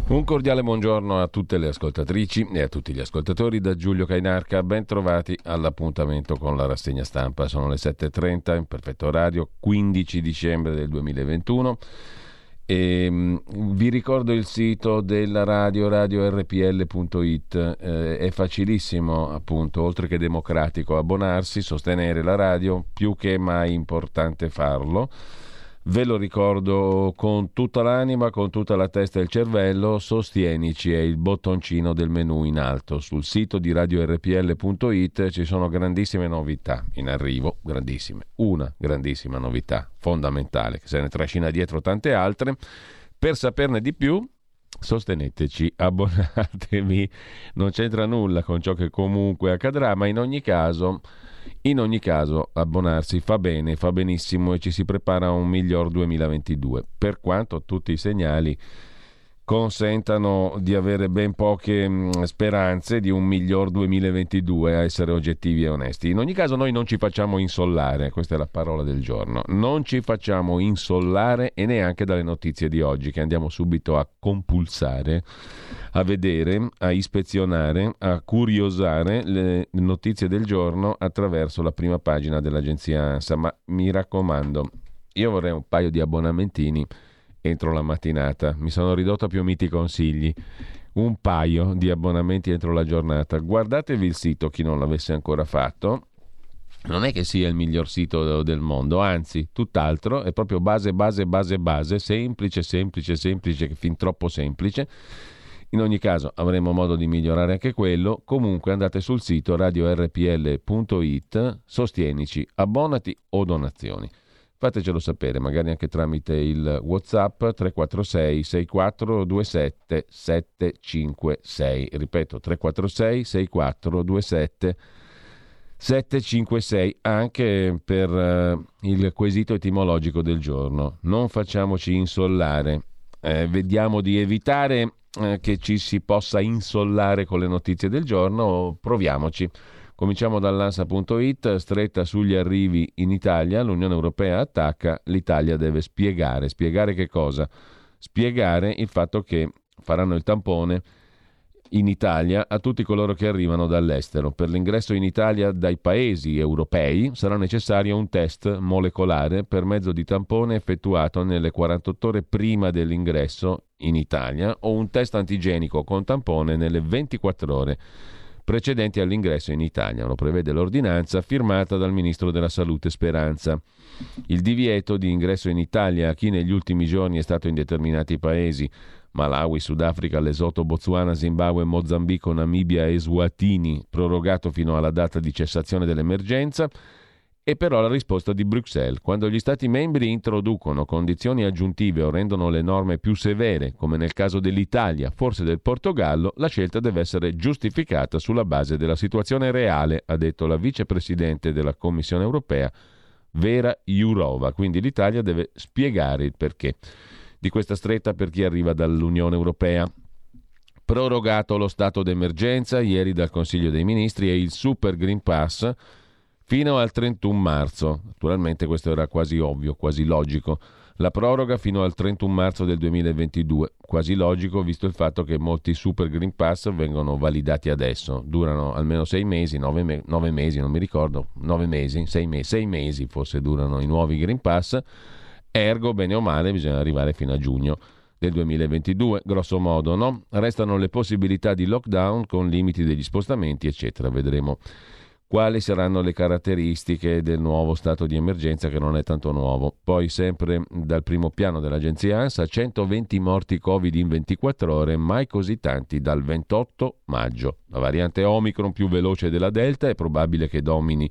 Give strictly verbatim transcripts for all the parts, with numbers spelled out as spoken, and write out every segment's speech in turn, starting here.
Un cordiale buongiorno a tutte le ascoltatrici e a tutti gli ascoltatori da Giulio Cainarca, ben trovati all'appuntamento con la rassegna stampa. Sono le sette e trenta in perfetto orario, quindici dicembre del duemilaventuno e mh, vi ricordo il sito della radio, radio erre pi elle punto it. Eh, è facilissimo, appunto, oltre che democratico, abbonarsi, sostenere la radio, più che mai importante farlo. Ve lo ricordo con tutta l'anima, con tutta la testa e il cervello. Sostienici è il bottoncino del menu in alto. Sul sito di radio erre pi elle punto it ci sono grandissime novità in arrivo, grandissime. Una grandissima novità fondamentale, che se ne trascina dietro tante altre. Per saperne di più, sosteneteci, abbonatevi. Non c'entra nulla con ciò che comunque accadrà, ma in ogni caso... In ogni caso abbonarsi fa bene, fa benissimo e ci si prepara a un miglior duemilaventidue, per quanto tutti i segnali consentano di avere ben poche mh, speranze di un miglior duemilaventidue, a essere oggettivi e onesti. In ogni caso noi non ci facciamo insollare, questa è la parola del giorno, non ci facciamo insollare e neanche dalle notizie di oggi, che andiamo subito a compulsare, a vedere, a ispezionare, a curiosare le notizie del giorno attraverso la prima pagina dell'agenzia ANSA. Ma mi raccomando, io vorrei un paio di abbonamentini entro la mattinata. Mi sono ridotto a più miti consigli. Un paio di abbonamenti entro la giornata. Guardatevi il sito, chi non l'avesse ancora fatto. Non è che sia il miglior sito del mondo, anzi, tutt'altro, è proprio base, base, base, base, semplice, semplice, semplice, fin troppo semplice. In ogni caso avremo modo di migliorare anche quello. Comunque andate sul sito radio erre pi elle punto it, sostienici, abbonati o donazioni. Fatecelo sapere, magari anche tramite il WhatsApp tre quattro sei sei quattro due sette sette cinque sei. Ripeto, tre quattro sei sei quattro due sette sette cinque sei, anche per uh, il quesito etimologico del giorno. Non facciamoci insollare, eh, vediamo di evitare eh, che ci si possa insollare con le notizie del giorno, proviamoci. Cominciamo dall'ansa punto it, stretta sugli arrivi in Italia, l'Unione Europea attacca, l'Italia deve spiegare. Spiegare che cosa? Spiegare il fatto che faranno il tampone in Italia a tutti coloro che arrivano dall'estero. Per l'ingresso in Italia dai paesi europei sarà necessario un test molecolare per mezzo di tampone effettuato nelle quarantotto ore prima dell'ingresso in Italia o un test antigenico con tampone nelle ventiquattro ore precedenti all'ingresso in Italia. Lo prevede l'ordinanza firmata dal Ministro della Salute Speranza. Il divieto di ingresso in Italia a chi negli ultimi giorni è stato in determinati paesi, Malawi, Sudafrica, Lesotho, Botswana, Zimbabwe, Mozambico, Namibia e Eswatini, prorogato fino alla data di cessazione dell'emergenza. E però la risposta di Bruxelles: quando gli Stati membri introducono condizioni aggiuntive o rendono le norme più severe, come nel caso dell'Italia, forse del Portogallo, la scelta deve essere giustificata sulla base della situazione reale, ha detto la vicepresidente della Commissione europea, Vera Jourova. Quindi l'Italia deve spiegare il perché di questa stretta per chi arriva dall'Unione Europea. Prorogato lo stato d'emergenza ieri dal Consiglio dei Ministri e il Super Green Pass fino al trentuno marzo. Naturalmente questo era quasi ovvio, quasi logico. La proroga fino al trentuno marzo del duemilaventidue, quasi logico visto il fatto che molti Super Green Pass vengono validati adesso, durano almeno sei mesi, nove, me- nove mesi, non mi ricordo, nove mesi, sei, me- sei mesi forse durano i nuovi Green Pass, ergo bene o male bisogna arrivare fino a giugno del duemilaventidue, grosso modo, no? Restano le possibilità di lockdown con limiti degli spostamenti, eccetera, vedremo quali saranno le caratteristiche del nuovo stato di emergenza, che non è tanto nuovo. Poi sempre dal primo piano dell'agenzia ANSA, centoventi morti Covid in ventiquattro ore, mai così tanti dal ventotto maggio. La variante Omicron più veloce della Delta è probabile che domini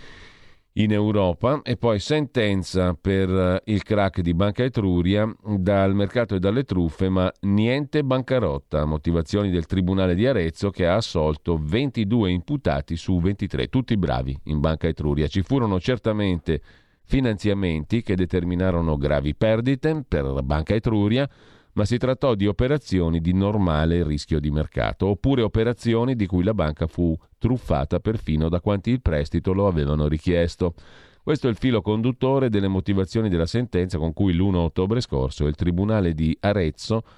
in Europa. E poi sentenza per il crack di Banca Etruria, dal mercato e dalle truffe, ma niente bancarotta. Motivazioni del Tribunale di Arezzo, che ha assolto ventidue imputati su ventitré, tutti bravi in Banca Etruria. Ci furono certamente finanziamenti che determinarono gravi perdite per la Banca Etruria, ma si trattò di operazioni di normale rischio di mercato, oppure operazioni di cui la banca fu truffata perfino da quanti il prestito lo avevano richiesto. Questo è il filo conduttore delle motivazioni della sentenza con cui l'primo ottobre scorso il Tribunale di Arezzo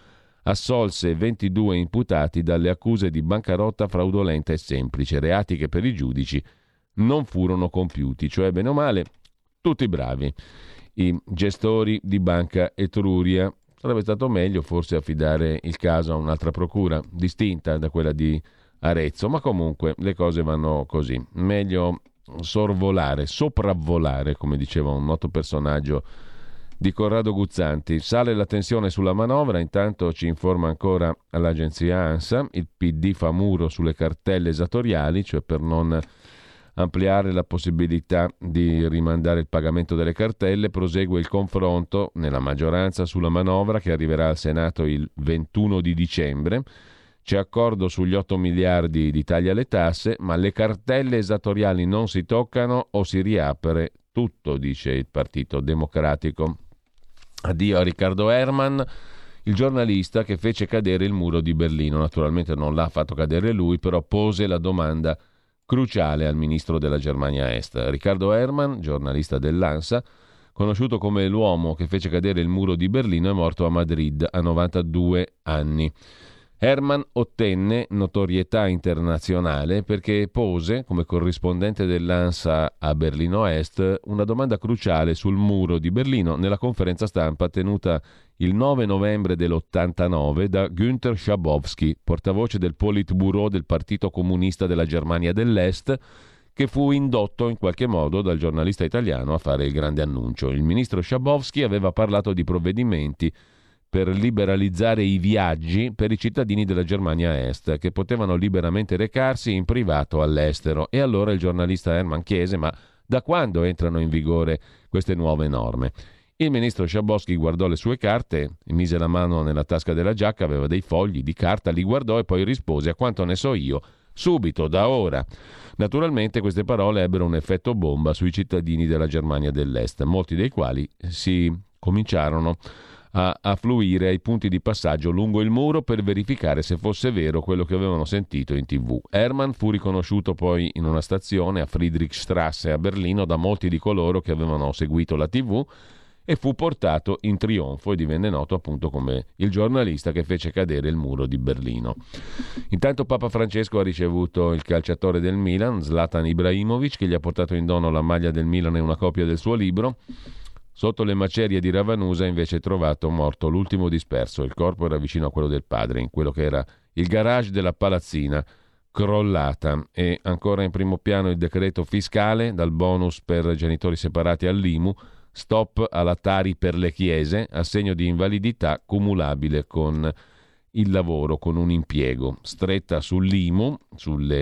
assolse ventidue imputati dalle accuse di bancarotta fraudolenta e semplice, reati che per i giudici non furono compiuti, cioè bene o male tutti bravi. I gestori di Banca Etruria. Sarebbe stato meglio forse affidare il caso a un'altra procura, distinta da quella di Arezzo, ma comunque le cose vanno così. Meglio sorvolare, sopravvolare, come diceva un noto personaggio di Corrado Guzzanti. Sale la tensione sulla manovra, intanto ci informa ancora l'agenzia ANSA, il P D fa muro sulle cartelle esattoriali, cioè per non ampliare la possibilità di rimandare il pagamento delle cartelle, prosegue il confronto nella maggioranza sulla manovra che arriverà al Senato il ventuno di dicembre. C'è accordo sugli otto miliardi di tagli alle tasse, ma le cartelle esattoriali non si toccano o si riapre tutto, dice il Partito Democratico. Addio a Riccardo Herrmann, il giornalista che fece cadere il muro di Berlino. Naturalmente non l'ha fatto cadere lui, però pose la domanda cruciale al ministro della Germania Est. Riccardo Herrmann, giornalista dell'ANSA, conosciuto come l'uomo che fece cadere il muro di Berlino, è morto a Madrid a novantadue anni. Herrmann ottenne notorietà internazionale perché pose, come corrispondente dell'ANSA a Berlino Est, una domanda cruciale sul muro di Berlino nella conferenza stampa tenuta il nove novembre dell'ottantanove da Günther Schabowski, portavoce del Politburo del Partito Comunista della Germania dell'Est, che fu indotto in qualche modo dal giornalista italiano a fare il grande annuncio. Il ministro Schabowski aveva parlato di provvedimenti per liberalizzare i viaggi per i cittadini della Germania Est, che potevano liberamente recarsi in privato all'estero. E allora il giornalista Herrmann chiese: ma da quando entrano in vigore queste nuove norme? Il ministro Schabowski guardò le sue carte, mise la mano nella tasca della giacca, aveva dei fogli di carta, li guardò e poi rispose: a quanto ne so io, subito, da ora. Naturalmente queste parole ebbero un effetto bomba sui cittadini della Germania dell'Est, molti dei quali si cominciarono a affluire ai punti di passaggio lungo il muro per verificare se fosse vero quello che avevano sentito in tv. Herrmann fu riconosciuto poi in una stazione a Friedrichstrasse a Berlino da molti di coloro che avevano seguito la tv e fu portato in trionfo e divenne noto appunto come il giornalista che fece cadere il muro di Berlino. Intanto Papa Francesco ha ricevuto il calciatore del Milan, Zlatan Ibrahimovic, che gli ha portato in dono la maglia del Milan e una copia del suo libro. Sotto le macerie di Ravanusa invece è trovato morto l'ultimo disperso. Il corpo era vicino a quello del padre, in quello che era il garage della palazzina crollata. E ancora in primo piano il decreto fiscale, dal bonus per genitori separati all'I M U, stop alla Tari per le chiese, assegno di invalidità cumulabile con il lavoro, con un impiego, stretta sull'I M U, sulle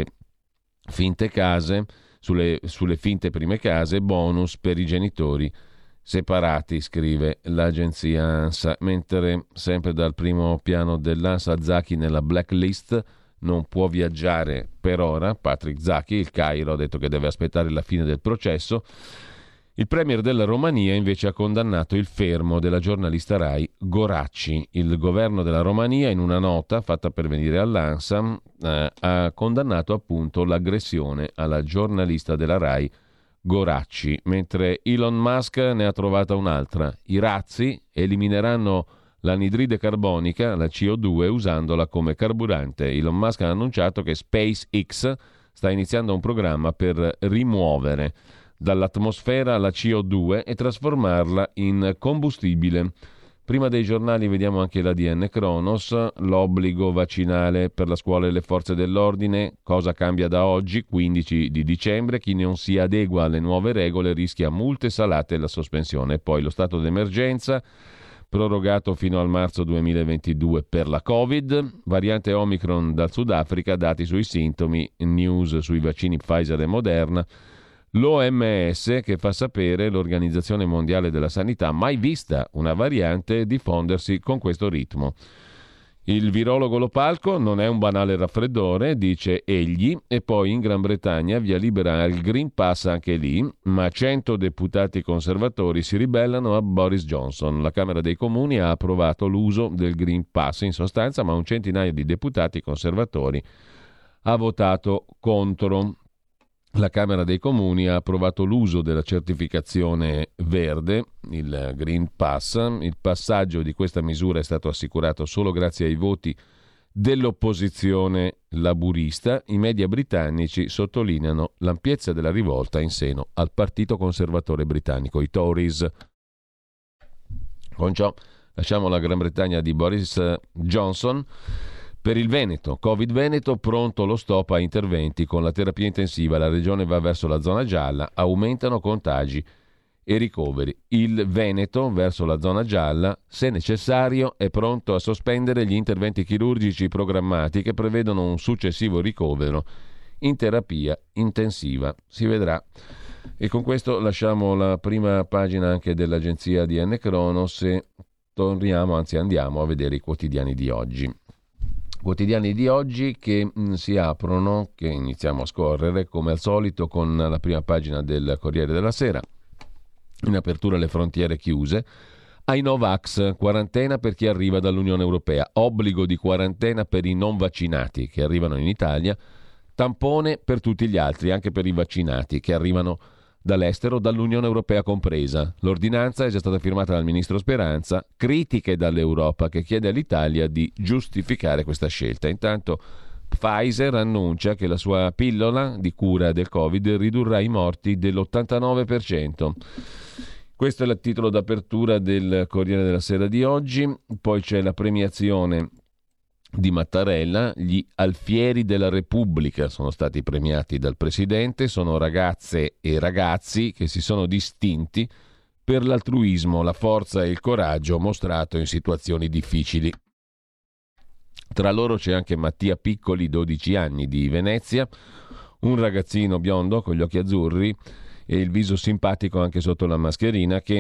finte case, sulle, sulle finte prime case, bonus per i genitori separati, scrive l'agenzia ANSA, mentre sempre dal primo piano dell'ANSA Zaki nella blacklist, non può viaggiare per ora. Patrick Zaki, il Cairo, ha detto che deve aspettare la fine del processo. Il premier della Romania invece ha condannato il fermo della giornalista Rai Goracci. Il governo della Romania, in una nota fatta pervenire all'ANSA, eh, ha condannato appunto l'aggressione alla giornalista della Rai Goracci, mentre Elon Musk ne ha trovata un'altra. I razzi elimineranno l'anidride carbonica, la C O due, usandola come carburante. Elon Musk ha annunciato che SpaceX sta iniziando un programma per rimuovere dall'atmosfera la C O due e trasformarla in combustibile. Prima dei giornali vediamo anche l'A D N Kronos, l'obbligo vaccinale per la scuola e le forze dell'ordine, cosa cambia da oggi, quindici di dicembre, chi non si adegua alle nuove regole rischia multe salate e la sospensione. Poi lo stato d'emergenza, prorogato fino al marzo duemilaventidue per la Covid, variante Omicron dal Sudafrica, dati sui sintomi, news sui vaccini Pfizer e Moderna. L'O M S che fa sapere, l'Organizzazione Mondiale della Sanità, mai vista una variante diffondersi con questo ritmo. Il virologo Lopalco non è un banale raffreddore, dice egli, e poi in Gran Bretagna via libera al Green Pass anche lì, ma cento deputati conservatori si ribellano a Boris Johnson. La Camera dei Comuni ha approvato l'uso del Green Pass in sostanza, ma un centinaio di deputati conservatori ha votato contro. La Camera dei Comuni ha approvato l'uso della certificazione verde, il Green Pass. Il passaggio di questa misura è stato assicurato solo grazie ai voti dell'opposizione laburista. I media britannici sottolineano l'ampiezza della rivolta in seno al Partito Conservatore britannico, i Tories. Con ciò lasciamo la Gran Bretagna di Boris Johnson. Per il Veneto, Covid Veneto, pronto lo stop a interventi con la terapia intensiva. La regione va verso la zona gialla, aumentano contagi e ricoveri. Il Veneto verso la zona gialla, se necessario, è pronto a sospendere gli interventi chirurgici programmati che prevedono un successivo ricovero in terapia intensiva. Si vedrà. E con questo lasciamo la prima pagina anche dell'agenzia D N Cronos e torniamo, anzi andiamo a vedere i quotidiani di oggi. Quotidiani di oggi che mh, si aprono, che iniziamo a scorrere come al solito con la prima pagina del Corriere della Sera. In apertura le frontiere chiuse. Ai Novax, quarantena per chi arriva dall'Unione Europea, obbligo di quarantena per i non vaccinati che arrivano in Italia, tampone per tutti gli altri, anche per i vaccinati che arrivano dall'estero, dall'Unione Europea compresa. L'ordinanza è già stata firmata dal ministro Speranza, critiche dall'Europa che chiede all'Italia di giustificare questa scelta. Intanto Pfizer annuncia che la sua pillola di cura del Covid ridurrà i morti dell'ottantanove per cento. Questo è il titolo d'apertura del Corriere della Sera di oggi. Poi c'è la premiazione di Mattarella, gli Alfieri della Repubblica sono stati premiati dal Presidente, sono ragazze e ragazzi che si sono distinti per l'altruismo, la forza e il coraggio mostrato in situazioni difficili. Tra loro c'è anche Mattia Piccoli, dodici anni, di Venezia, un ragazzino biondo con gli occhi azzurri e il viso simpatico anche sotto la mascherina, che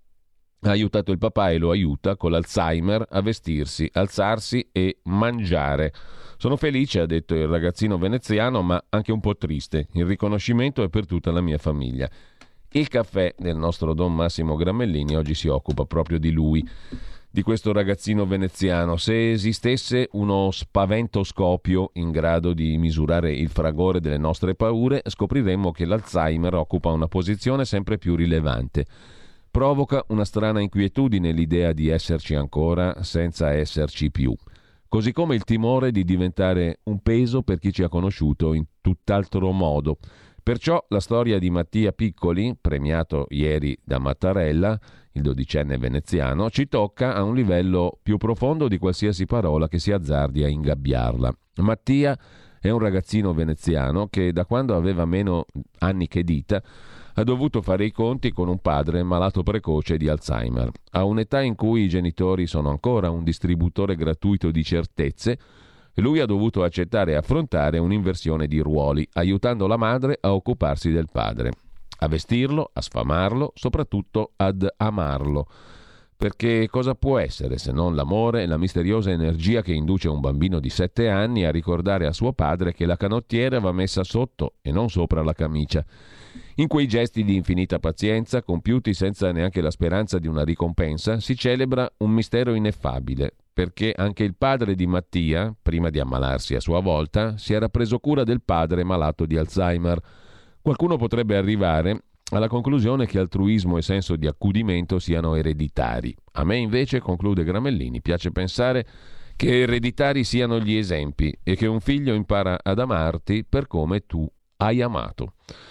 ha aiutato il papà e lo aiuta con l'Alzheimer a vestirsi, alzarsi e mangiare. Sono felice, ha detto il ragazzino veneziano, ma anche un po' triste. Il riconoscimento è per tutta la mia famiglia. Il caffè del nostro Don Massimo Gramellini oggi si occupa proprio di lui, di questo ragazzino veneziano. Se esistesse uno spaventoscopio in grado di misurare il fragore delle nostre paure, scopriremmo che l'Alzheimer occupa una posizione sempre più rilevante. Provoca una strana inquietudine l'idea di esserci ancora senza esserci più, così come il timore di diventare un peso per chi ci ha conosciuto in tutt'altro modo. Perciò la storia di Mattia Piccoli, premiato ieri da Mattarella, il dodicenne veneziano, ci tocca a un livello più profondo di qualsiasi parola che si azzardi a ingabbiarla. Mattia è un ragazzino veneziano che da quando aveva meno anni che dita ha dovuto fare i conti con un padre malato precoce di Alzheimer. A un'età in cui i genitori sono ancora un distributore gratuito di certezze, lui ha dovuto accettare e affrontare un'inversione di ruoli, aiutando la madre a occuparsi del padre, a vestirlo, a sfamarlo, soprattutto ad amarlo. Perché cosa può essere se non l'amore e la misteriosa energia che induce un bambino di sette anni a ricordare a suo padre che la canottiera va messa sotto e non sopra la camicia? In quei gesti di infinita pazienza, compiuti senza neanche la speranza di una ricompensa, si celebra un mistero ineffabile, perché anche il padre di Mattia, prima di ammalarsi a sua volta, si era preso cura del padre malato di Alzheimer. Qualcuno potrebbe arrivare alla conclusione che altruismo e senso di accudimento siano ereditari. A me invece, conclude Gramellini, piace pensare che ereditari siano gli esempi e che un figlio impara ad amarti per come tu hai amato.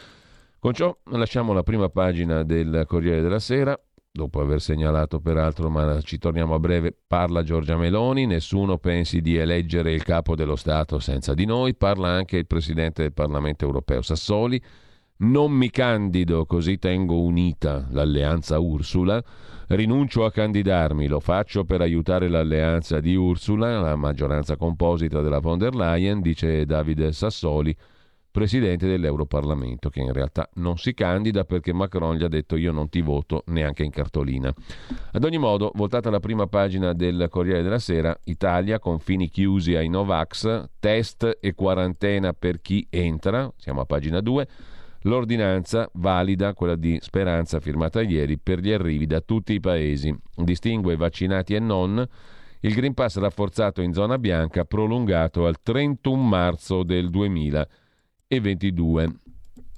Con ciò lasciamo la prima pagina del Corriere della Sera, dopo aver segnalato peraltro, ma ci torniamo a breve, parla Giorgia Meloni, nessuno pensi di eleggere il capo dello Stato senza di noi, parla anche il Presidente del Parlamento Europeo Sassoli, non mi candido così tengo unita l'alleanza Ursula, rinuncio a candidarmi, lo faccio per aiutare l'alleanza di Ursula, la maggioranza composita della von der Leyen, dice Davide Sassoli, presidente dell'Europarlamento, che in realtà non si candida perché Macron gli ha detto io non ti voto neanche in cartolina. Ad ogni modo, voltata la prima pagina del Corriere della Sera, Italia, confini chiusi ai Novax, test e quarantena per chi entra, siamo a pagina due, l'ordinanza valida, quella di Speranza firmata ieri, per gli arrivi da tutti i paesi, distingue vaccinati e non, il Green Pass rafforzato in zona bianca, prolungato al trentuno marzo del duemilaventidue.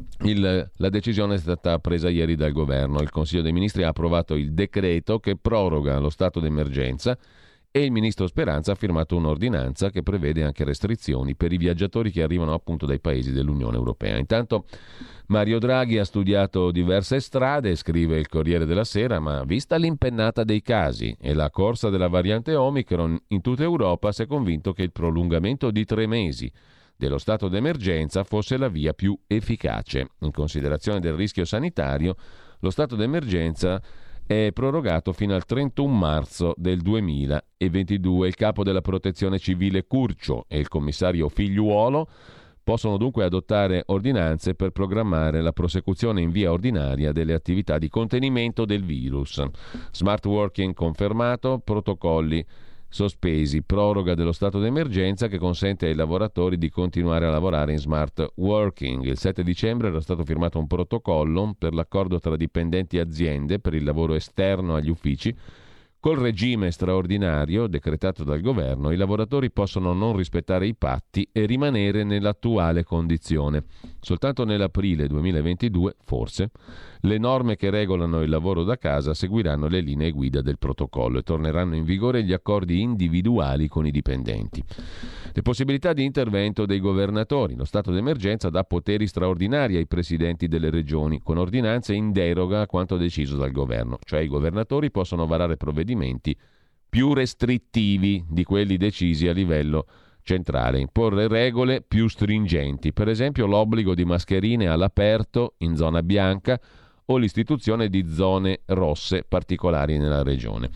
Il, la decisione è stata presa ieri dal governo. Il Consiglio dei Ministri ha approvato il decreto che proroga lo stato d'emergenza e il ministro Speranza ha firmato un'ordinanza che prevede anche restrizioni per i viaggiatori che arrivano appunto dai paesi dell'Unione Europea. Intanto Mario Draghi ha studiato diverse strade, scrive il Corriere della Sera, ma vista l'impennata dei casi e la corsa della variante Omicron in tutta Europa, si è convinto che il prolungamento di tre mesi dello stato d'emergenza fosse la via più efficace. In considerazione del rischio sanitario, lo stato d'emergenza è prorogato fino al trentuno marzo del duemilaventidue. Il capo della Protezione Civile Curcio e il commissario Figliuolo possono dunque adottare ordinanze per programmare la prosecuzione in via ordinaria delle attività di contenimento del virus. Smart working confermato, protocolli sospesi, proroga dello stato d'emergenza che consente ai lavoratori di continuare a lavorare in smart working. Il sette dicembre era stato firmato un protocollo per l'accordo tra dipendenti e aziende per il lavoro esterno agli uffici. Col regime straordinario decretato dal governo, i lavoratori possono non rispettare i patti e rimanere nell'attuale condizione. Soltanto nell'aprile duemilaventidue, forse, le norme che regolano il lavoro da casa seguiranno le linee guida del protocollo e torneranno in vigore gli accordi individuali con i dipendenti. Le possibilità di intervento dei governatori. Lo stato d'emergenza dà poteri straordinari ai presidenti delle regioni, con ordinanze in deroga a quanto deciso dal governo, cioè i governatori possono varare provvedimenti più restrittivi di quelli decisi a livello centrale, imporre regole più stringenti, per esempio l'obbligo di mascherine all'aperto in zona bianca o l'istituzione di zone rosse particolari nella regione.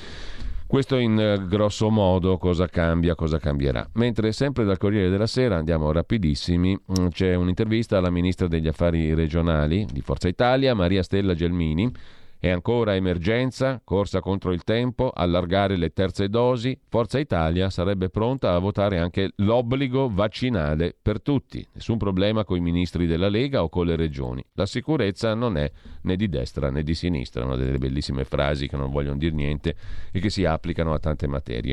Questo in eh, grosso modo cosa cambia, cosa cambierà. Mentre sempre dal Corriere della Sera, andiamo rapidissimi, mh, c'è un'intervista alla ministra degli affari regionali di Forza Italia, Maria Stella Gelmini. È ancora emergenza, corsa contro il tempo, allargare le terze dosi. Forza Italia sarebbe pronta a votare anche l'obbligo vaccinale per tutti. Nessun problema con i ministri della Lega o con le regioni. La sicurezza non è né di destra né di sinistra, una delle bellissime frasi che non vogliono dire niente e che si applicano a tante materie.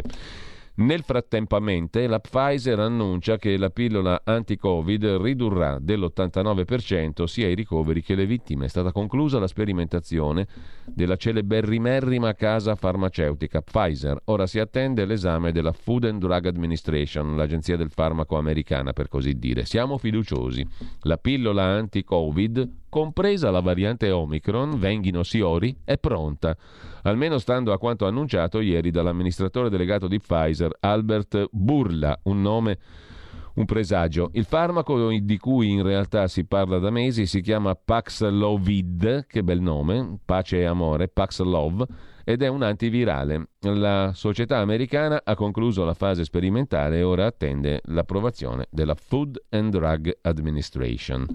Nel frattempamente la Pfizer annuncia che la pillola anti-Covid ridurrà dell'ottantanove per cento sia i ricoveri che le vittime. È stata conclusa la sperimentazione della celeberrimerrima casa farmaceutica Pfizer. Ora si attende l'esame della Food and Drug Administration, l'agenzia del farmaco americana per così dire. Siamo fiduciosi. La pillola anti-Covid, compresa la variante Omicron, Venghino Siori, è pronta, almeno stando a quanto annunciato ieri dall'amministratore delegato di Pfizer, Albert Bourla, un nome, un presagio. Il farmaco di cui in realtà si parla da mesi si chiama Paxlovid, che bel nome, pace e amore, Paxlov, ed è un antivirale. La società americana ha concluso la fase sperimentale e ora attende l'approvazione della Food and Drug Administration.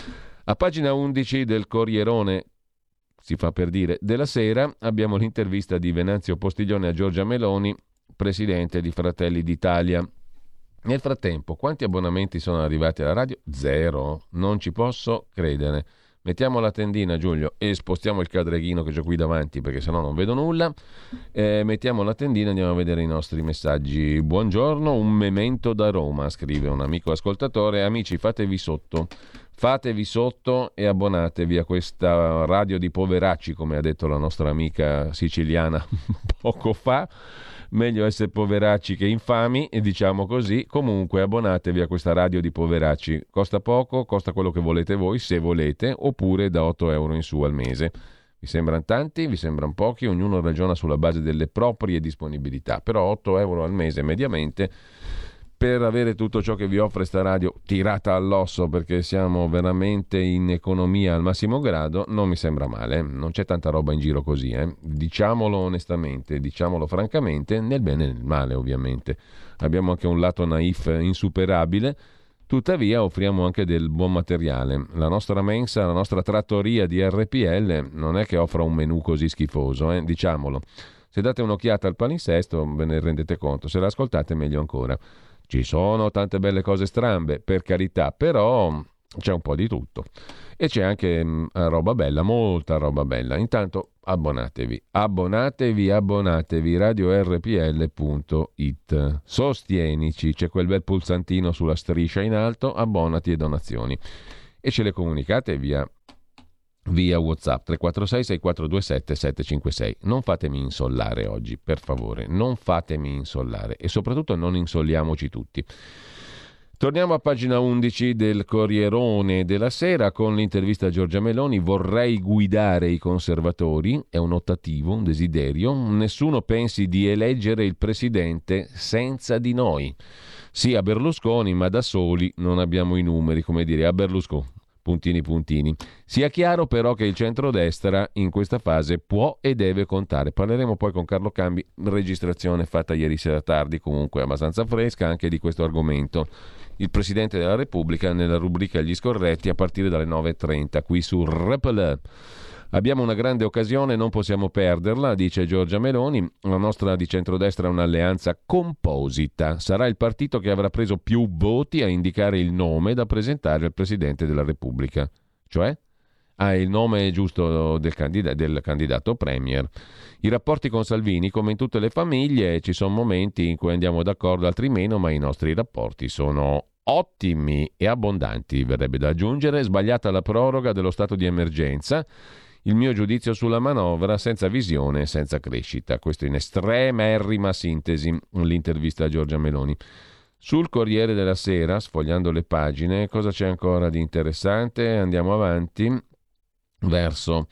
A pagina undici del Corrierone, si fa per dire, della Sera, abbiamo l'intervista di Venanzio Postiglione a Giorgia Meloni, presidente di Fratelli d'Italia. Nel frattempo, quanti abbonamenti sono arrivati alla radio? Zero. Non ci posso credere. Mettiamo la tendina, Giulio, e spostiamo il cadreghino che c'ho qui davanti perché sennò non vedo nulla. Eh, mettiamo la tendina e andiamo a vedere i nostri messaggi. Buongiorno, un memento da Roma, scrive un amico ascoltatore. Amici, fatevi sotto. Fatevi sotto e abbonatevi a questa radio di poveracci, come ha detto la nostra amica siciliana poco fa. Meglio essere poveracci che infami, e diciamo così. Comunque abbonatevi a questa radio di poveracci. Costa poco, costa quello che volete voi, se volete, oppure da otto euro in su al mese. Vi sembrano tanti, vi sembrano pochi, ognuno ragiona sulla base delle proprie disponibilità. Però otto euro al mese mediamente per avere tutto ciò che vi offre sta radio tirata all'osso, perché siamo veramente in economia al massimo grado, non mi sembra male. Non c'è tanta roba in giro così, eh? Diciamolo onestamente, diciamolo francamente, nel bene e nel male ovviamente. Abbiamo anche un lato naif insuperabile, tuttavia offriamo anche del buon materiale. La nostra mensa, la nostra trattoria di R P L non è che offra un menù così schifoso, eh? Diciamolo. Se date un'occhiata al palinsesto ve ne rendete conto, se l'ascoltate meglio ancora. Ci sono tante belle cose strambe, per carità, però c'è un po' di tutto. E c'è anche mh, roba bella, molta roba bella. Intanto abbonatevi, abbonatevi, abbonatevi, radio R P L punto it. Sostienici, c'è quel bel pulsantino sulla striscia in alto, abbonati e donazioni. e ce le comunicate via via WhatsApp tre quattro sei sei quattro due sette sette cinque sei. Non fatemi insollare oggi, per favore, non fatemi insollare e soprattutto non insolliamoci tutti. Torniamo a pagina undici del Corrierone della Sera con l'intervista a Giorgia Meloni. Vorrei guidare i conservatori, è un ottativo, un desiderio. Nessuno pensi di eleggere il presidente senza di noi. Sì a Berlusconi, ma da soli non abbiamo i numeri, come dire, a Berlusconi. Puntini puntini. Sia chiaro però che il centrodestra in questa fase può e deve contare. Parleremo poi con Carlo Cambi, registrazione fatta ieri sera tardi, comunque abbastanza fresca, anche di questo argomento. Il Presidente della Repubblica nella rubrica Gli scorretti a partire dalle nove e trenta qui su R P L. Abbiamo una grande occasione, non possiamo perderla, dice Giorgia Meloni. La nostra di centrodestra è un'alleanza composita. Sarà il partito che avrà preso più voti a indicare il nome da presentare al Presidente della Repubblica. Cioè? Ah, il nome giusto del, candida- del candidato premier. I rapporti con Salvini, come in tutte le famiglie, ci sono momenti in cui andiamo d'accordo, altri meno, ma i nostri rapporti sono ottimi e abbondanti, verrebbe da aggiungere. Sbagliata la proroga dello stato di emergenza. Il mio giudizio sulla manovra, senza visione e senza crescita. Questo in estremerrima sintesi, l'intervista a Giorgia Meloni. Sul Corriere della Sera, sfogliando le pagine, cosa c'è ancora di interessante? Andiamo avanti verso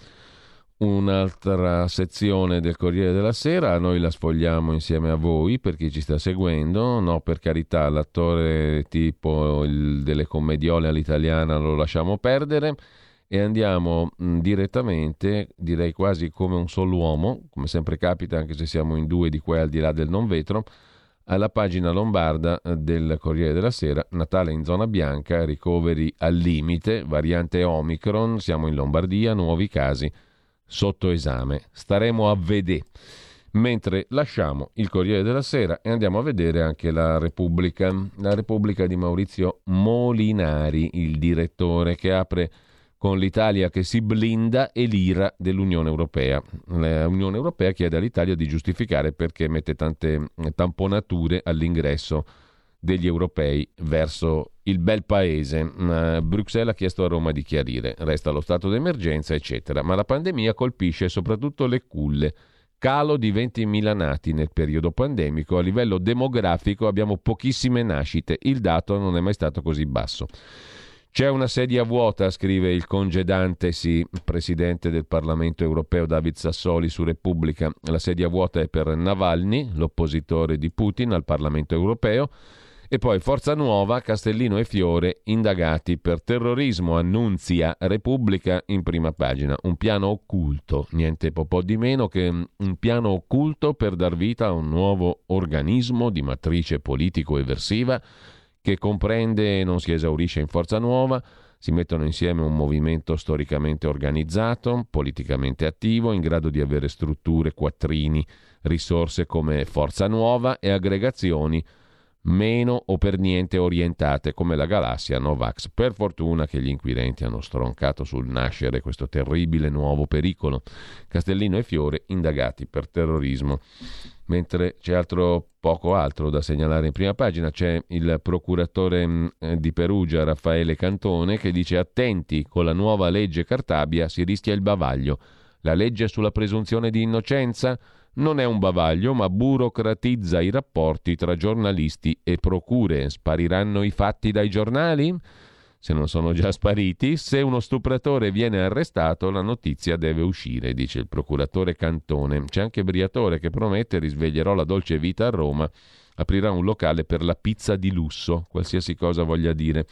un'altra sezione del Corriere della Sera. Noi la sfogliamo insieme a voi, per chi ci sta seguendo. No, per carità, l'attore tipo il delle commediole all'italiana lo lasciamo perdere. E andiamo mh, direttamente, direi quasi come un solo uomo, come sempre capita anche se siamo in due di qua e al di là del non vetro, alla pagina lombarda del Corriere della Sera. Natale in zona bianca, ricoveri al limite, variante Omicron, siamo in Lombardia, nuovi casi sotto esame. Staremo a vedere. Mentre lasciamo il Corriere della Sera e andiamo a vedere anche la Repubblica, la Repubblica di Maurizio Molinari, il direttore, che apre con l'Italia che si blinda e l'ira dell'Unione Europea. L'Unione Europea chiede all'Italia di giustificare perché mette tante tamponature all'ingresso degli europei verso il bel paese. Bruxelles ha chiesto a Roma di chiarire. Resta lo stato d'emergenza, eccetera. Ma la pandemia colpisce soprattutto le culle. Calo di ventimila nati nel periodo pandemico. A livello demografico abbiamo pochissime nascite. Il dato non è mai stato così basso. C'è una sedia vuota, scrive il congedantesi presidente del Parlamento europeo David Sassoli su Repubblica. La sedia vuota è per Navalny, l'oppositore di Putin al Parlamento europeo. E poi Forza Nuova, Castellino e Fiore indagati per terrorismo, annunzia Repubblica in prima pagina. Un piano occulto, niente po' di meno che un piano occulto per dar vita a un nuovo organismo di matrice politico-eversiva che comprende e non si esaurisce in Forza Nuova. Si mettono insieme un movimento storicamente organizzato, politicamente attivo, in grado di avere strutture, quattrini, risorse come Forza Nuova e aggregazioni meno o per niente orientate come la galassia Novax. Per fortuna che gli inquirenti hanno stroncato sul nascere questo terribile nuovo pericolo. Castellino e Fiore indagati per terrorismo. Mentre c'è altro poco altro da segnalare in prima pagina, c'è il procuratore eh, di Perugia Raffaele Cantone che dice: attenti, con la nuova legge Cartabia si rischia il bavaglio. La legge sulla presunzione di innocenza non è un bavaglio, ma burocratizza i rapporti tra giornalisti e procure. Spariranno i fatti dai giornali? Se non sono già spariti, se uno stupratore viene arrestato, la notizia deve uscire, dice il procuratore Cantone. C'è anche Briatore che promette: risveglierò la dolce vita a Roma, aprirà un locale per la pizza di lusso, qualsiasi cosa voglia dire.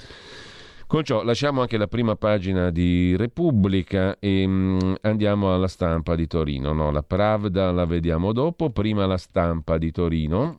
Con ciò lasciamo anche la prima pagina di Repubblica e mh, andiamo alla Stampa di Torino. No, la Pravda la vediamo dopo, prima la Stampa di Torino,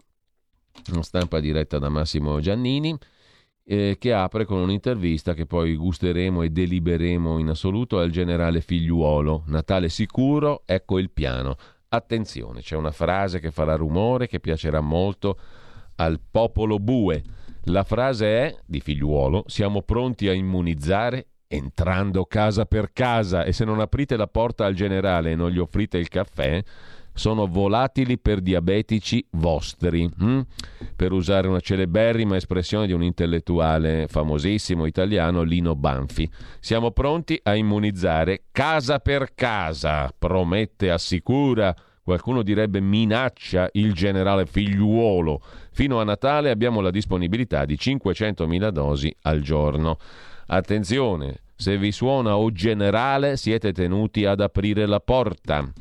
una stampa diretta da Massimo Giannini, eh, che apre con un'intervista che poi gusteremo e deliberemo in assoluto al generale Figliuolo. Natale sicuro, ecco il piano. Attenzione, c'è una frase che farà rumore, che piacerà molto al popolo bue. La frase è, di Figliuolo: siamo pronti a immunizzare entrando casa per casa, e se non aprite la porta al generale e non gli offrite il caffè, sono volatili per diabetici vostri, hm? per usare una celeberrima espressione di un intellettuale famosissimo italiano, Lino Banfi. Siamo pronti a immunizzare casa per casa, promette, assicura, qualcuno direbbe minaccia il generale Figliuolo. Fino a Natale abbiamo la disponibilità di cinquecentomila dosi al giorno. Attenzione, se vi suona o generale siete tenuti ad aprire la porta.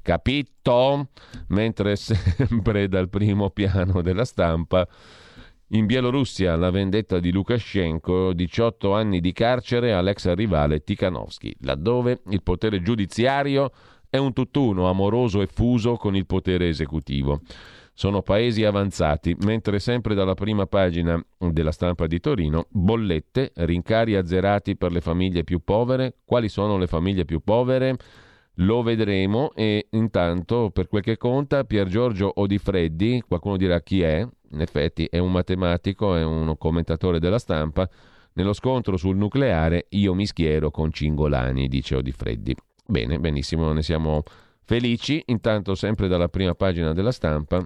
Capito? Mentre sempre dal primo piano della stampa, in Bielorussia la vendetta di Lukashenko, diciotto anni di carcere all'ex rivale Tikhanovsky, laddove il potere giudiziario è un tutt'uno amoroso e fuso con il potere esecutivo. Sono paesi avanzati, mentre sempre dalla prima pagina della Stampa di Torino, bollette, rincari azzerati per le famiglie più povere. Quali sono le famiglie più povere? Lo vedremo, e intanto, per quel che conta, Pier Giorgio Odifreddi, qualcuno dirà chi è, in effetti è un matematico, è un commentatore della Stampa, nello scontro sul nucleare io mi schiero con Cingolani, dice Odifreddi. Bene, benissimo, ne siamo felici. Intanto, sempre dalla prima pagina della Stampa,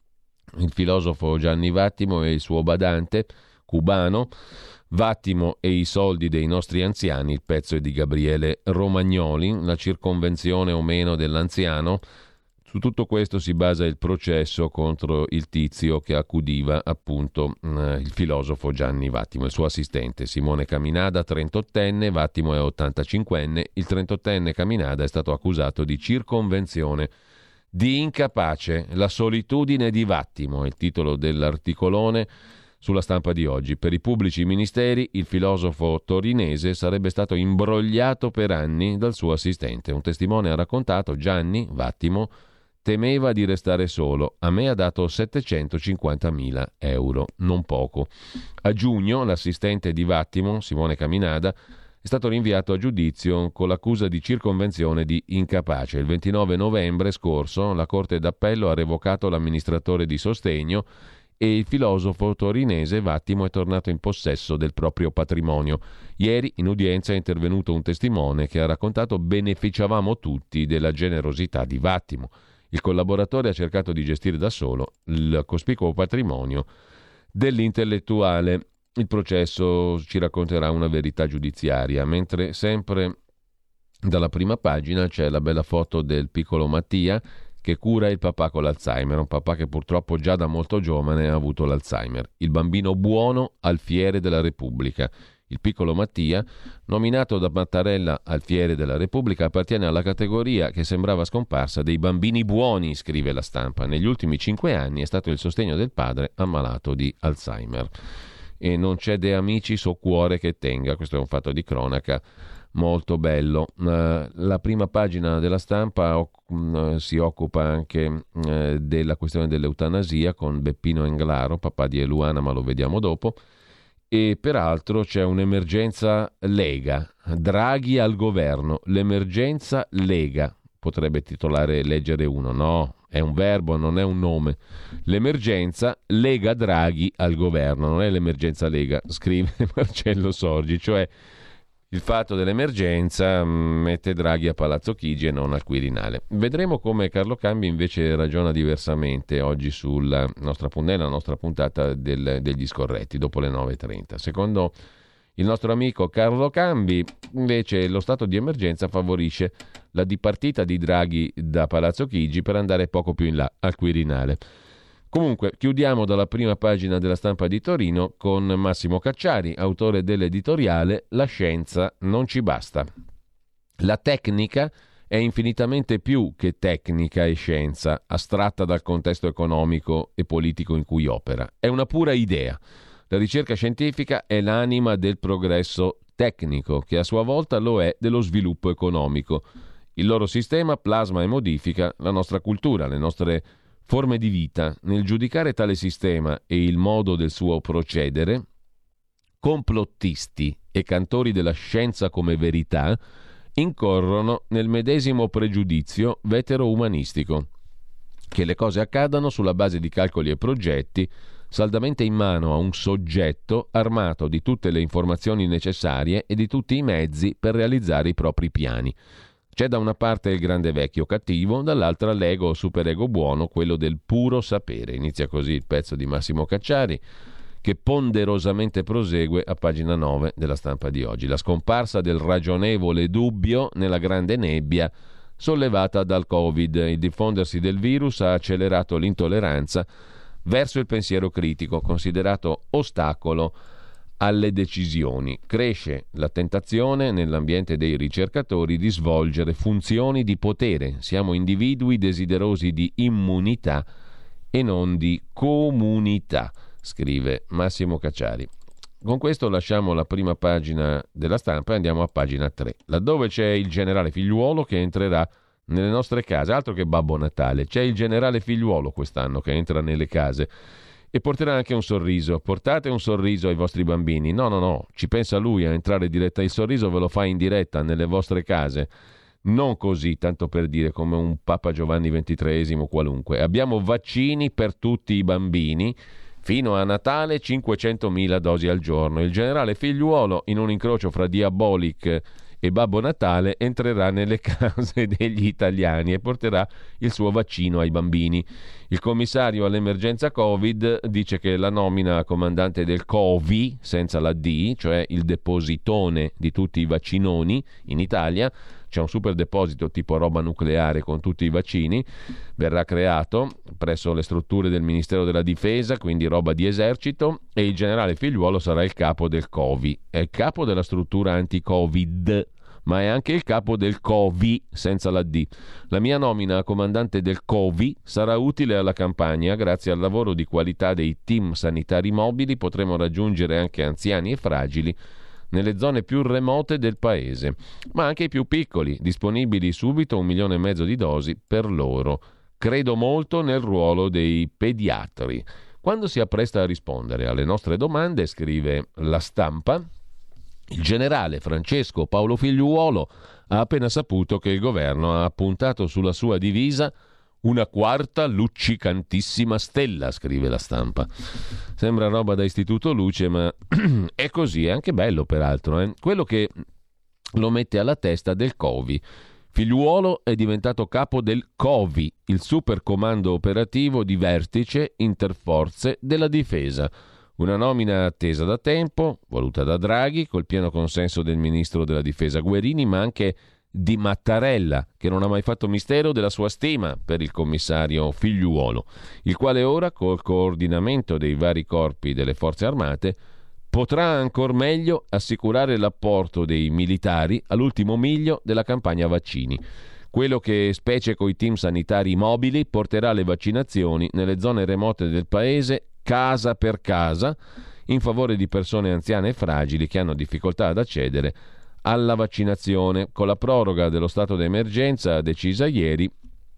il filosofo Gianni Vattimo e il suo badante cubano, Vattimo e i soldi dei nostri anziani, il pezzo è di Gabriele Romagnoli, la circonvenzione o meno dell'anziano. Su tutto questo si basa il processo contro il tizio che accudiva appunto eh, il filosofo Gianni Vattimo, il suo assistente Simone Caminada, trentottenne, Vattimo è ottantacinquenne, il trentottenne Caminada è stato accusato di circonvenzione di incapace, la solitudine di Vattimo, è il titolo dell'articolone sulla Stampa di oggi. Per i pubblici ministeri il filosofo torinese sarebbe stato imbrogliato per anni dal suo assistente. Un testimone ha raccontato: Gianni Vattimo temeva di restare solo, a me ha dato settecentocinquantamila euro, non poco. A giugno l'assistente di Vattimo, Simone Caminada, è stato rinviato a giudizio con l'accusa di circonvenzione di incapace. Il ventinove novembre scorso la Corte d'Appello ha revocato l'amministratore di sostegno e il filosofo torinese Vattimo è tornato in possesso del proprio patrimonio. Ieri in udienza è intervenuto un testimone che ha raccontato: beneficiavamo tutti della generosità di Vattimo. Il collaboratore ha cercato di gestire da solo il cospicuo patrimonio dell'intellettuale. Il processo ci racconterà una verità giudiziaria, mentre sempre dalla prima pagina c'è la bella foto del piccolo Mattia che cura il papà con l'Alzheimer, un papà che purtroppo già da molto giovane ha avuto l'Alzheimer. Il bambino buono alfiere della Repubblica. Il piccolo Mattia, nominato da Mattarella alfiere della Repubblica, appartiene alla categoria che sembrava scomparsa dei bambini buoni, scrive la Stampa. Negli ultimi cinque anni è stato il sostegno del padre ammalato di Alzheimer. E non c'è de amici so cuore che tenga, questo è un fatto di cronaca molto bello. Uh, la prima pagina della Stampa uh, si occupa anche uh, della questione dell'eutanasia con Beppino Englaro, papà di Eluana, ma lo vediamo dopo. E peraltro c'è un'emergenza Lega, Draghi al governo, l'emergenza Lega, potrebbe titolare Leggere Uno, no, è un verbo, non è un nome. L'emergenza Lega Draghi al governo, non è l'emergenza Lega, scrive Marcello Sorgi, cioè il fatto dell'emergenza mette Draghi a Palazzo Chigi e non al Quirinale. Vedremo come Carlo Cambi invece ragiona diversamente oggi sulla nostra, nella nostra puntata del, degli scorretti, dopo le nove e trenta. Secondo il nostro amico Carlo Cambi, invece, lo stato di emergenza favorisce la dipartita di Draghi da Palazzo Chigi per andare poco più in là, al Quirinale. Comunque, chiudiamo dalla prima pagina della Stampa di Torino con Massimo Cacciari, autore dell'editoriale La scienza non ci basta. La tecnica è infinitamente più che tecnica e scienza, astratta dal contesto economico e politico in cui opera. È una pura idea. La ricerca scientifica è l'anima del progresso tecnico, che a sua volta lo è dello sviluppo economico. Il loro sistema plasma e modifica la nostra cultura, le nostre forme di vita. Nel giudicare tale sistema e il modo del suo procedere, complottisti e cantori della scienza come verità incorrono nel medesimo pregiudizio vetero-umanistico, che le cose accadano sulla base di calcoli e progetti saldamente in mano a un soggetto armato di tutte le informazioni necessarie e di tutti i mezzi per realizzare i propri piani. C'è da una parte il grande vecchio cattivo, dall'altra l'ego o superego buono, quello del puro sapere. Inizia così il pezzo di Massimo Cacciari, che ponderosamente prosegue a pagina nove della Stampa di oggi. La scomparsa del ragionevole dubbio nella grande nebbia sollevata dal Covid. Il diffondersi del virus ha accelerato l'intolleranza verso il pensiero critico, considerato ostacolo alle decisioni. Cresce la tentazione nell'ambiente dei ricercatori di svolgere funzioni di potere. Siamo individui desiderosi di immunità e non di comunità, scrive Massimo Cacciari. Con questo lasciamo la prima pagina della Stampa e andiamo a pagina tre, laddove c'è il generale Figliuolo che entrerà nelle nostre case. Altro che Babbo Natale, c'è il generale Figliuolo quest'anno che entra nelle case e porterà anche un sorriso. Portate un sorriso ai vostri bambini. No, no, no, ci pensa lui a entrare diretta. Il sorriso ve lo fa in diretta nelle vostre case. Non così, tanto per dire, come un Papa Giovanni ventitreesimo qualunque. Abbiamo vaccini per tutti i bambini. Fino a Natale cinquecentomila dosi al giorno. Il generale Figliuolo, in un incrocio fra Diabolic e Babbo Natale, entrerà nelle case degli italiani e porterà il suo vaccino ai bambini. Il commissario all'emergenza Covid dice che la nomina a comandante del Covi, senza la D, cioè il depositone di tutti i vaccinoni in Italia, c'è un super deposito tipo roba nucleare con tutti i vaccini, verrà creato presso le strutture del Ministero della Difesa, quindi roba di esercito, e il generale Figliuolo sarà il capo del Covi. È il capo della struttura anti-Covid, ma è anche il capo del Covi senza la D. La mia nomina a comandante del Covi sarà utile alla campagna. Grazie al lavoro di qualità dei team sanitari mobili potremo raggiungere anche anziani e fragili nelle zone più remote del paese, ma anche i più piccoli, disponibili subito un milione e mezzo di dosi per loro. Credo molto nel ruolo dei pediatri. Quando si appresta a rispondere alle nostre domande, scrive La Stampa, il generale Francesco Paolo Figliuolo ha appena saputo che il governo ha puntato sulla sua divisa una quarta luccicantissima stella, scrive La Stampa. Sembra roba da Istituto Luce, ma è così, è anche bello peraltro. Eh? Quello che lo mette alla testa del Covi. Figliuolo è diventato capo del Covi, il super comando operativo di vertice interforze della difesa. Una nomina attesa da tempo, voluta da Draghi, col pieno consenso del ministro della difesa Guerini, ma anche di Mattarella, che non ha mai fatto mistero della sua stima per il commissario Figliuolo, il quale ora, col coordinamento dei vari corpi delle forze armate, potrà ancor meglio assicurare l'apporto dei militari all'ultimo miglio della campagna vaccini. Quello che, specie coi team sanitari mobili, porterà le vaccinazioni nelle zone remote del paese, casa per casa, in favore di persone anziane e fragili che hanno difficoltà ad accedere alla vaccinazione. Con la proroga dello stato d'emergenza decisa ieri,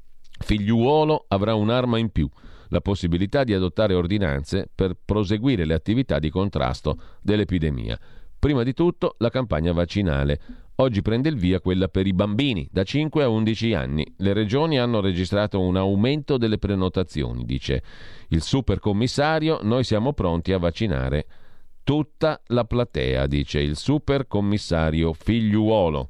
Figliuolo avrà un'arma in più, la possibilità di adottare ordinanze per proseguire le attività di contrasto dell'epidemia. Prima di tutto la campagna vaccinale. Oggi prende il via quella per i bambini da cinque a undici anni. Le regioni hanno registrato un aumento delle prenotazioni, dice il supercommissario. Noi siamo pronti a vaccinare tutta la platea, dice il supercommissario Figliuolo.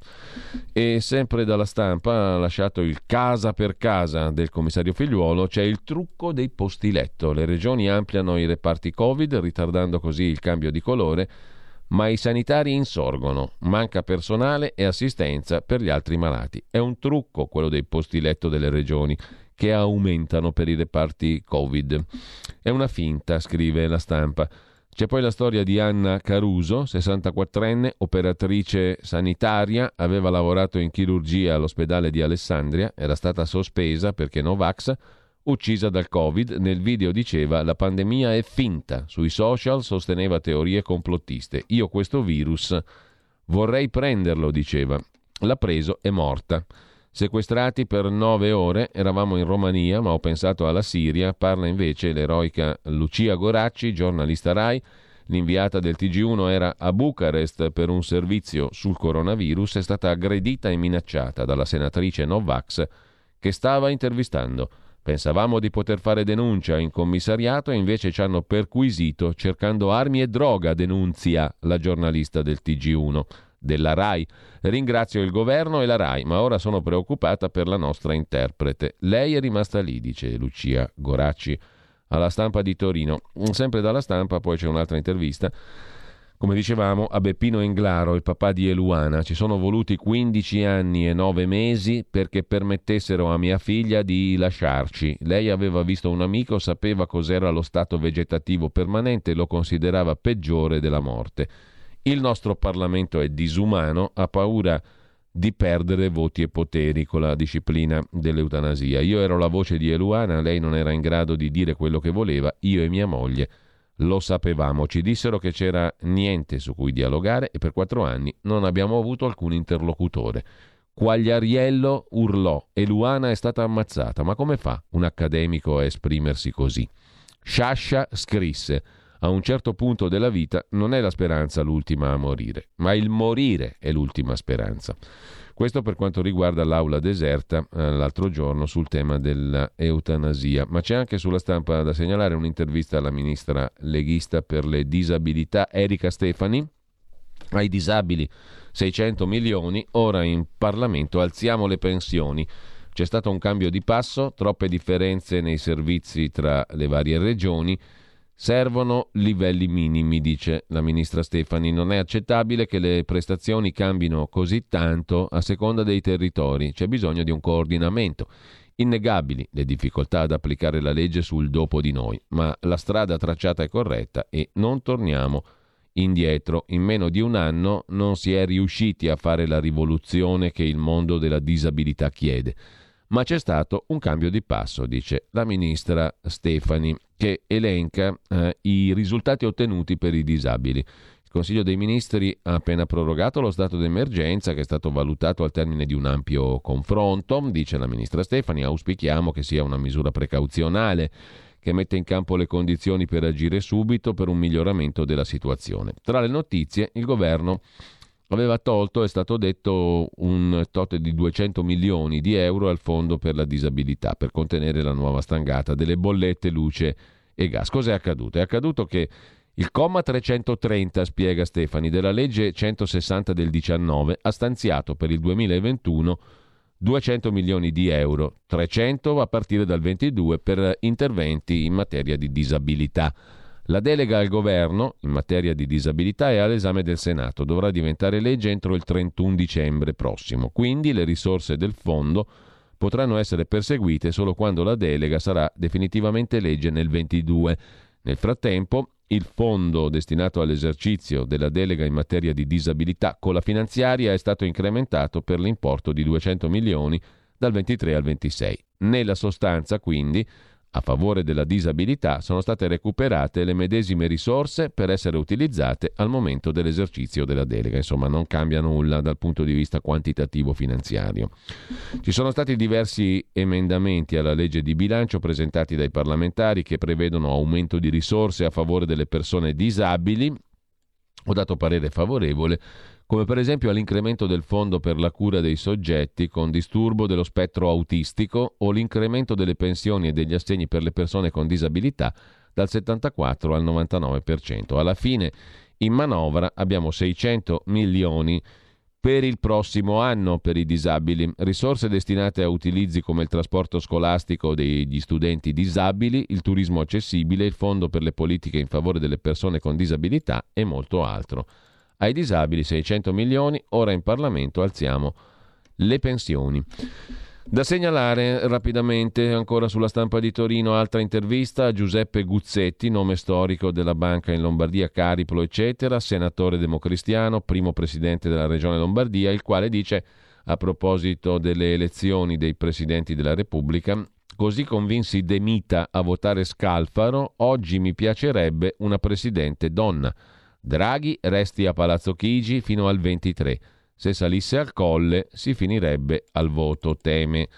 E sempre dalla Stampa ha lasciato il casa per casa del commissario Figliuolo. C'è il trucco dei posti letto. Le regioni ampliano i reparti Covid, ritardando così il cambio di colore, ma i sanitari insorgono, manca personale e assistenza per gli altri malati. È un trucco quello dei posti letto delle regioni, che aumentano per i reparti Covid. È una finta, scrive La Stampa. C'è poi la storia di Anna Caruso, sessantaquattrenne, operatrice sanitaria, aveva lavorato in chirurgia all'ospedale di Alessandria, era stata sospesa perché Novax, uccisa dal Covid. Nel video diceva: la pandemia è finta, sui social sosteneva teorie complottiste. Io questo virus vorrei prenderlo, diceva. L'ha preso, è morta. Sequestrati per nove ore, eravamo in Romania, ma ho pensato alla Siria, parla invece l'eroica Lucia Goracci, giornalista Rai. L'inviata del T G uno era a Bucarest per un servizio sul coronavirus, è stata aggredita e minacciata dalla senatrice Novax che stava intervistando. Pensavamo di poter fare denuncia in commissariato e invece ci hanno perquisito cercando armi e droga, denunzia la giornalista del T G uno. della RAI. Ringrazio il governo e la RAI, ma ora sono preoccupata per la nostra interprete. Lei è rimasta lì, dice Lucia Goracci alla Stampa di Torino. Sempre dalla Stampa poi c'è un'altra intervista, come dicevamo, a Beppino Englaro, il papà di Eluana. Ci sono voluti quindici anni e nove mesi perché permettessero a mia figlia di lasciarci. Lei aveva visto un amico, sapeva cos'era lo stato vegetativo permanente e lo considerava peggiore della morte. Il nostro Parlamento è disumano, ha paura di perdere voti e poteri con la disciplina dell'eutanasia. Io ero la voce di Eluana, lei non era in grado di dire quello che voleva, io e mia moglie lo sapevamo. Ci dissero che c'era niente su cui dialogare e per quattro anni non abbiamo avuto alcun interlocutore. Quagliariello urlò, Eluana è stata ammazzata. Ma come fa un accademico a esprimersi così? Sciascia scrisse: a un certo punto della vita non è la speranza l'ultima a morire, ma il morire è l'ultima speranza. Questo per quanto riguarda l'aula deserta eh, l'altro giorno sul tema dell'eutanasia. Ma c'è anche sulla Stampa da segnalare un'intervista alla ministra leghista per le disabilità Erika Stefani. Ai disabili seicento milioni, ora in Parlamento alziamo le pensioni. C'è stato un cambio di passo, troppe differenze nei servizi tra le varie regioni. Servono livelli minimi, dice la ministra Stefani. Non è accettabile che le prestazioni cambino così tanto a seconda dei territori. C'è bisogno di un coordinamento. Innegabili le difficoltà ad applicare la legge sul dopo di noi, ma la strada tracciata è corretta e non torniamo indietro. In meno di un anno non si è riusciti a fare la rivoluzione che il mondo della disabilità chiede. Ma c'è stato un cambio di passo, dice la ministra Stefani, che elenca eh, i risultati ottenuti per i disabili. Il Consiglio dei Ministri ha appena prorogato lo stato d'emergenza, che è stato valutato al termine di un ampio confronto, dice la ministra Stefani. Auspichiamo che sia una misura precauzionale che mette in campo le condizioni per agire subito per un miglioramento della situazione. Tra le notizie, il governo aveva tolto, è stato detto, un tot di duecento milioni di euro al fondo per la disabilità per contenere la nuova stangata delle bollette luce e gas. Cos'è accaduto? È accaduto che il comma trecentotrenta, spiega Stefani, della legge centosessanta del diciannove ha stanziato per il duemilaventuno duecento milioni di euro, trecento a partire dal ventidue per interventi in materia di disabilità. La delega al governo in materia di disabilità è all'esame del Senato, dovrà diventare legge entro il trentuno dicembre prossimo, quindi le risorse del fondo potranno essere perseguite solo quando la delega sarà definitivamente legge nel ventidue. Nel frattempo, il fondo destinato all'esercizio della delega in materia di disabilità con la finanziaria è stato incrementato per l'importo di duecento milioni dal ventitré al ventisei. Nella sostanza, quindi, a favore della disabilità sono state recuperate le medesime risorse per essere utilizzate al momento dell'esercizio della delega. Insomma, non cambia nulla dal punto di vista quantitativo finanziario. Ci sono stati diversi emendamenti alla legge di bilancio presentati dai parlamentari che prevedono aumento di risorse a favore delle persone disabili. Ho dato parere favorevole, come per esempio all'incremento del fondo per la cura dei soggetti con disturbo dello spettro autistico o l'incremento delle pensioni e degli assegni per le persone con disabilità dal settantaquattro al novantanove per cento. Alla fine, in manovra abbiamo seicento milioni per il prossimo anno per i disabili, risorse destinate a utilizzi come il trasporto scolastico degli studenti disabili, il turismo accessibile, il fondo per le politiche in favore delle persone con disabilità e molto altro. Ai disabili seicento milioni, ora in Parlamento alziamo le pensioni. Da segnalare rapidamente, ancora sulla Stampa di Torino, altra intervista a Giuseppe Guzzetti, nome storico della banca in Lombardia, Cariplo eccetera, senatore democristiano, primo presidente della regione Lombardia, il quale dice a proposito delle elezioni dei presidenti della Repubblica: così convinsi De Mita a votare Scalfaro, oggi mi piacerebbe una presidente donna. Draghi resti a Palazzo Chigi fino al ventitré. Se salisse al Colle si finirebbe al voto, teme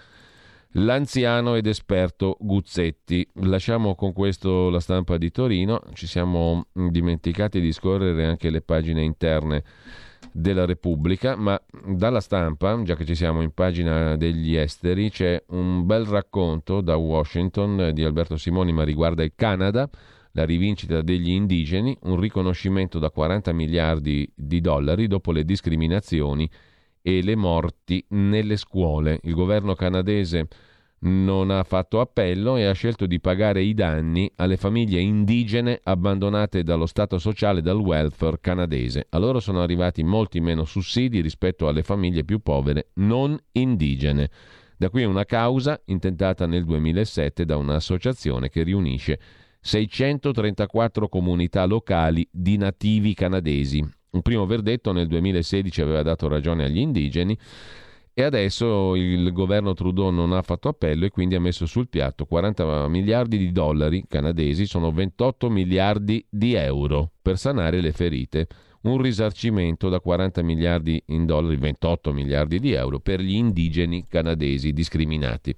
l'anziano ed esperto Guzzetti. Lasciamo con questo la Stampa di Torino. Ci siamo dimenticati di scorrere anche le pagine interne della Repubblica, ma dalla Stampa, già che ci siamo in pagina degli esteri, c'è un bel racconto da Washington di Alberto Simoni, ma riguarda il Canada. la rivincita degli indigeni, un riconoscimento da quaranta miliardi di dollari dopo le discriminazioni e le morti nelle scuole. Il governo canadese non ha fatto appello e ha scelto di pagare i danni alle famiglie indigene abbandonate dallo Stato sociale e dal welfare canadese. A loro sono arrivati molti meno sussidi rispetto alle famiglie più povere non indigene. Da qui una causa intentata nel duemilasette da un'associazione che riunisce seicentotrentaquattro comunità locali di nativi canadesi. Un primo verdetto nel duemilasedici aveva dato ragione agli indigeni e adesso il governo Trudeau non ha fatto appello e quindi ha messo sul piatto quaranta miliardi di dollari canadesi, sono ventotto miliardi di euro per sanare le ferite. Un risarcimento da quaranta miliardi in dollari, ventotto miliardi di euro per gli indigeni canadesi discriminati.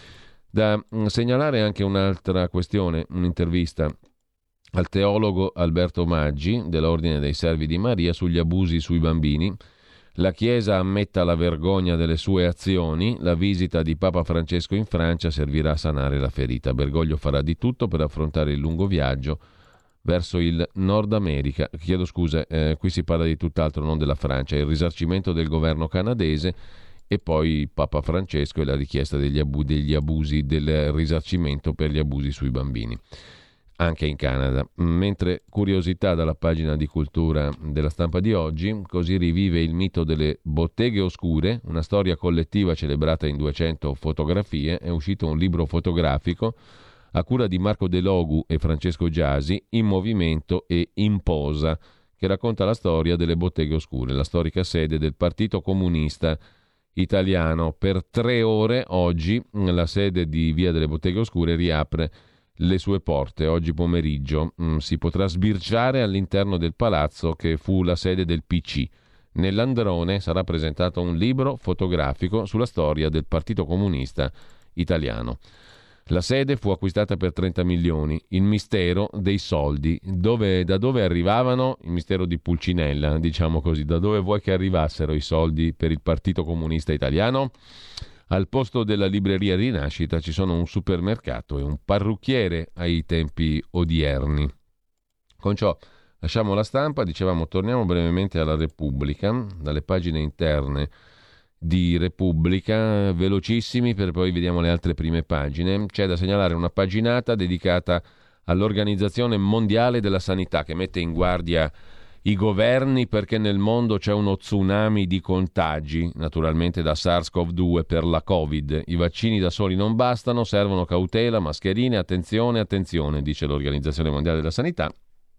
Da segnalare anche un'altra questione, un'intervista al teologo Alberto Maggi dell'Ordine dei Servi di Maria sugli abusi sui bambini. La Chiesa ammetta la vergogna delle sue azioni, la visita di Papa Francesco in Francia servirà a sanare la ferita. Bergoglio farà di tutto per affrontare il lungo viaggio verso il Nord America. Chiedo scusa, eh, qui si parla di tutt'altro, non della Francia, il risarcimento del governo canadese e poi Papa Francesco e la richiesta degli, abu- degli abusi, del risarcimento per gli abusi sui bambini. Anche in Canada. Mentre curiosità dalla pagina di cultura della Stampa di oggi, così rivive il mito delle botteghe oscure, una storia collettiva celebrata in duecento fotografie. È uscito un libro fotografico a cura di Marco De Logu e Francesco Giasi, In movimento e in posa, che racconta la storia delle botteghe oscure, la storica sede del Partito Comunista Italiano. Per tre ore oggi la sede di Via delle Botteghe Oscure riapre le sue porte. Oggi pomeriggio mh, si potrà sbirciare all'interno del palazzo che fu la sede del P C. Nell'androne sarà presentato un libro fotografico sulla storia del Partito Comunista Italiano. La sede fu acquistata per trenta milioni. Il mistero dei soldi. Dove, da dove arrivavano? Il mistero di Pulcinella, diciamo così. Da dove vuoi che arrivassero i soldi per il Partito Comunista Italiano? Al posto della libreria Rinascita ci sono un supermercato e un parrucchiere ai tempi odierni. Con ciò lasciamo la Stampa, dicevamo torniamo brevemente alla Repubblica, dalle pagine interne di Repubblica, velocissimi per poi vediamo le altre prime pagine. C'è da segnalare una paginata dedicata all'Organizzazione Mondiale della Sanità che mette in guardia i governi perché nel mondo c'è uno tsunami di contagi, naturalmente da SARS-CoV due per la Covid. I vaccini da soli non bastano, servono cautela, mascherine, attenzione, attenzione, dice l'Organizzazione Mondiale della Sanità.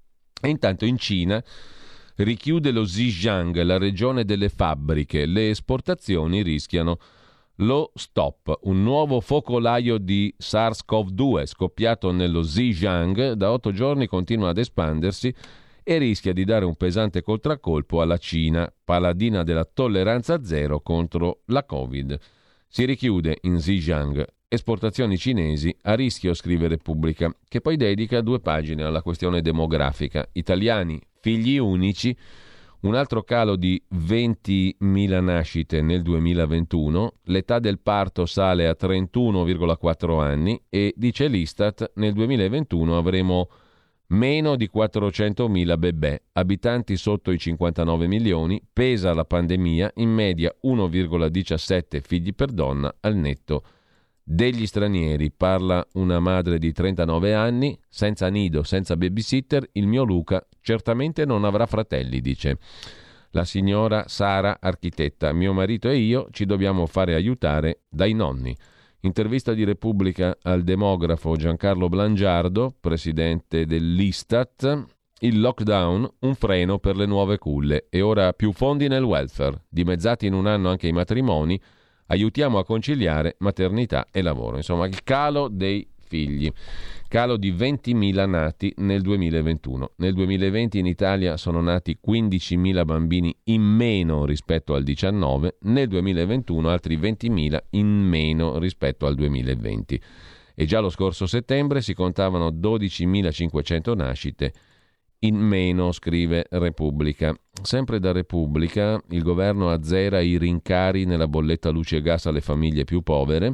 E intanto in Cina richiude lo Xinjiang, la regione delle fabbriche. Le esportazioni rischiano lo stop. Un nuovo focolaio di SARS-CoV due scoppiato nello Xinjiang da otto giorni continua ad espandersi e rischia di dare un pesante contraccolpo alla Cina, paladina della tolleranza zero contro la Covid. Si richiude in Xinjiang. Esportazioni cinesi a rischio, scrive Repubblica, che poi dedica due pagine alla questione demografica. Italiani, figli unici, un altro calo di ventimila nascite nel duemilaventuno, l'età del parto sale a trentuno virgola quattro anni e, dice l'Istat, nel duemilaventuno avremo meno di quattrocentomila bebè, abitanti sotto i cinquantanove milioni, pesa la pandemia, in media uno virgola diciassette figli per donna al netto degli stranieri. Parla una madre di trentanove anni, senza nido, senza babysitter, il mio Luca certamente non avrà fratelli, dice la signora Sara, architetta. Mio marito e io ci dobbiamo fare aiutare dai nonni. Intervista di Repubblica al demografo Giancarlo Blangiardo, presidente dell'Istat. Il lockdown, un freno per le nuove culle e ora più fondi nel welfare, dimezzati in un anno anche i matrimoni, aiutiamo a conciliare maternità e lavoro. Insomma, il calo dei figli, calo di ventimila nati nel duemilaventuno. Nel duemilaventi in Italia sono nati quindicimila bambini in meno rispetto al diciannove, nel duemilaventuno altri ventimila in meno rispetto al duemilaventi. E già lo scorso settembre si contavano dodicimilacinquecento nascite in meno, scrive Repubblica. Sempre da Repubblica, il governo azzera i rincari nella bolletta luce e gas alle famiglie più povere.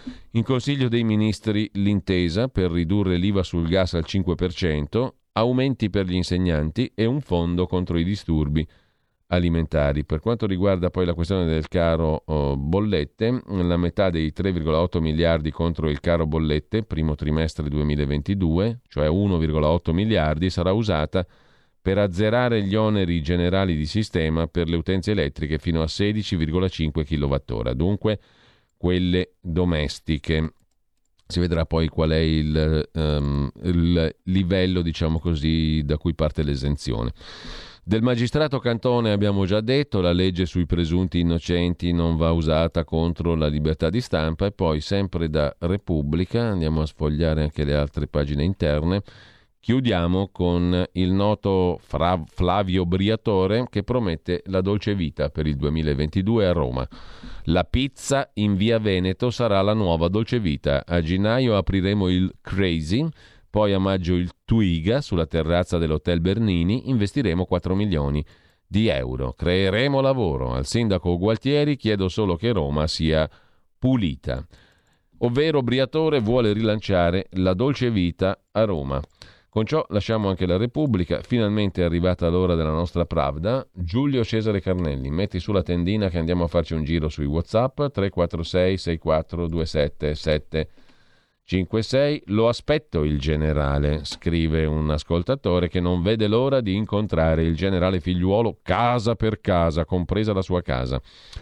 In Consiglio dei Ministri l'intesa per ridurre l'I V A sul gas al cinque per cento, aumenti per gli insegnanti e un fondo contro i disturbi alimentari. Per quanto riguarda poi la questione del caro oh, bollette, la metà dei tre virgola otto miliardi contro il caro bollette, primo trimestre duemilaventidue, cioè uno virgola otto miliardi, sarà usata per azzerare gli oneri generali di sistema per le utenze elettriche fino a sedici virgola cinque chilowattora, dunque quelle domestiche. Si vedrà poi qual è il, um, il livello, diciamo così, da cui parte l'esenzione. Del magistrato Cantone abbiamo già detto, la legge sui presunti innocenti non va usata contro la libertà di stampa. E poi sempre da Repubblica, andiamo a sfogliare anche le altre pagine interne, chiudiamo con il noto Fra- Flavio Briatore che promette la dolce vita per il duemilaventidue a Roma. La pizza in via Veneto sarà la nuova dolce vita. A gennaio apriremo il Crazy, poi a maggio il Twiga sulla terrazza dell'Hotel Bernini, investiremo quattro milioni di euro. Creeremo lavoro. Al sindaco Gualtieri chiedo solo che Roma sia pulita. Ovvero Briatore vuole rilanciare la dolce vita a Roma. Con ciò lasciamo anche la Repubblica, finalmente è arrivata l'ora della nostra Pravda. Giulio Cesare Carnelli, metti sulla tendina che andiamo a farci un giro sui WhatsApp, tre quattro sei sei quattro due sette sette cinque sei. Lo aspetto il generale, scrive un ascoltatore che non vede l'ora di incontrare il generale Figliuolo casa per casa, compresa la sua casa.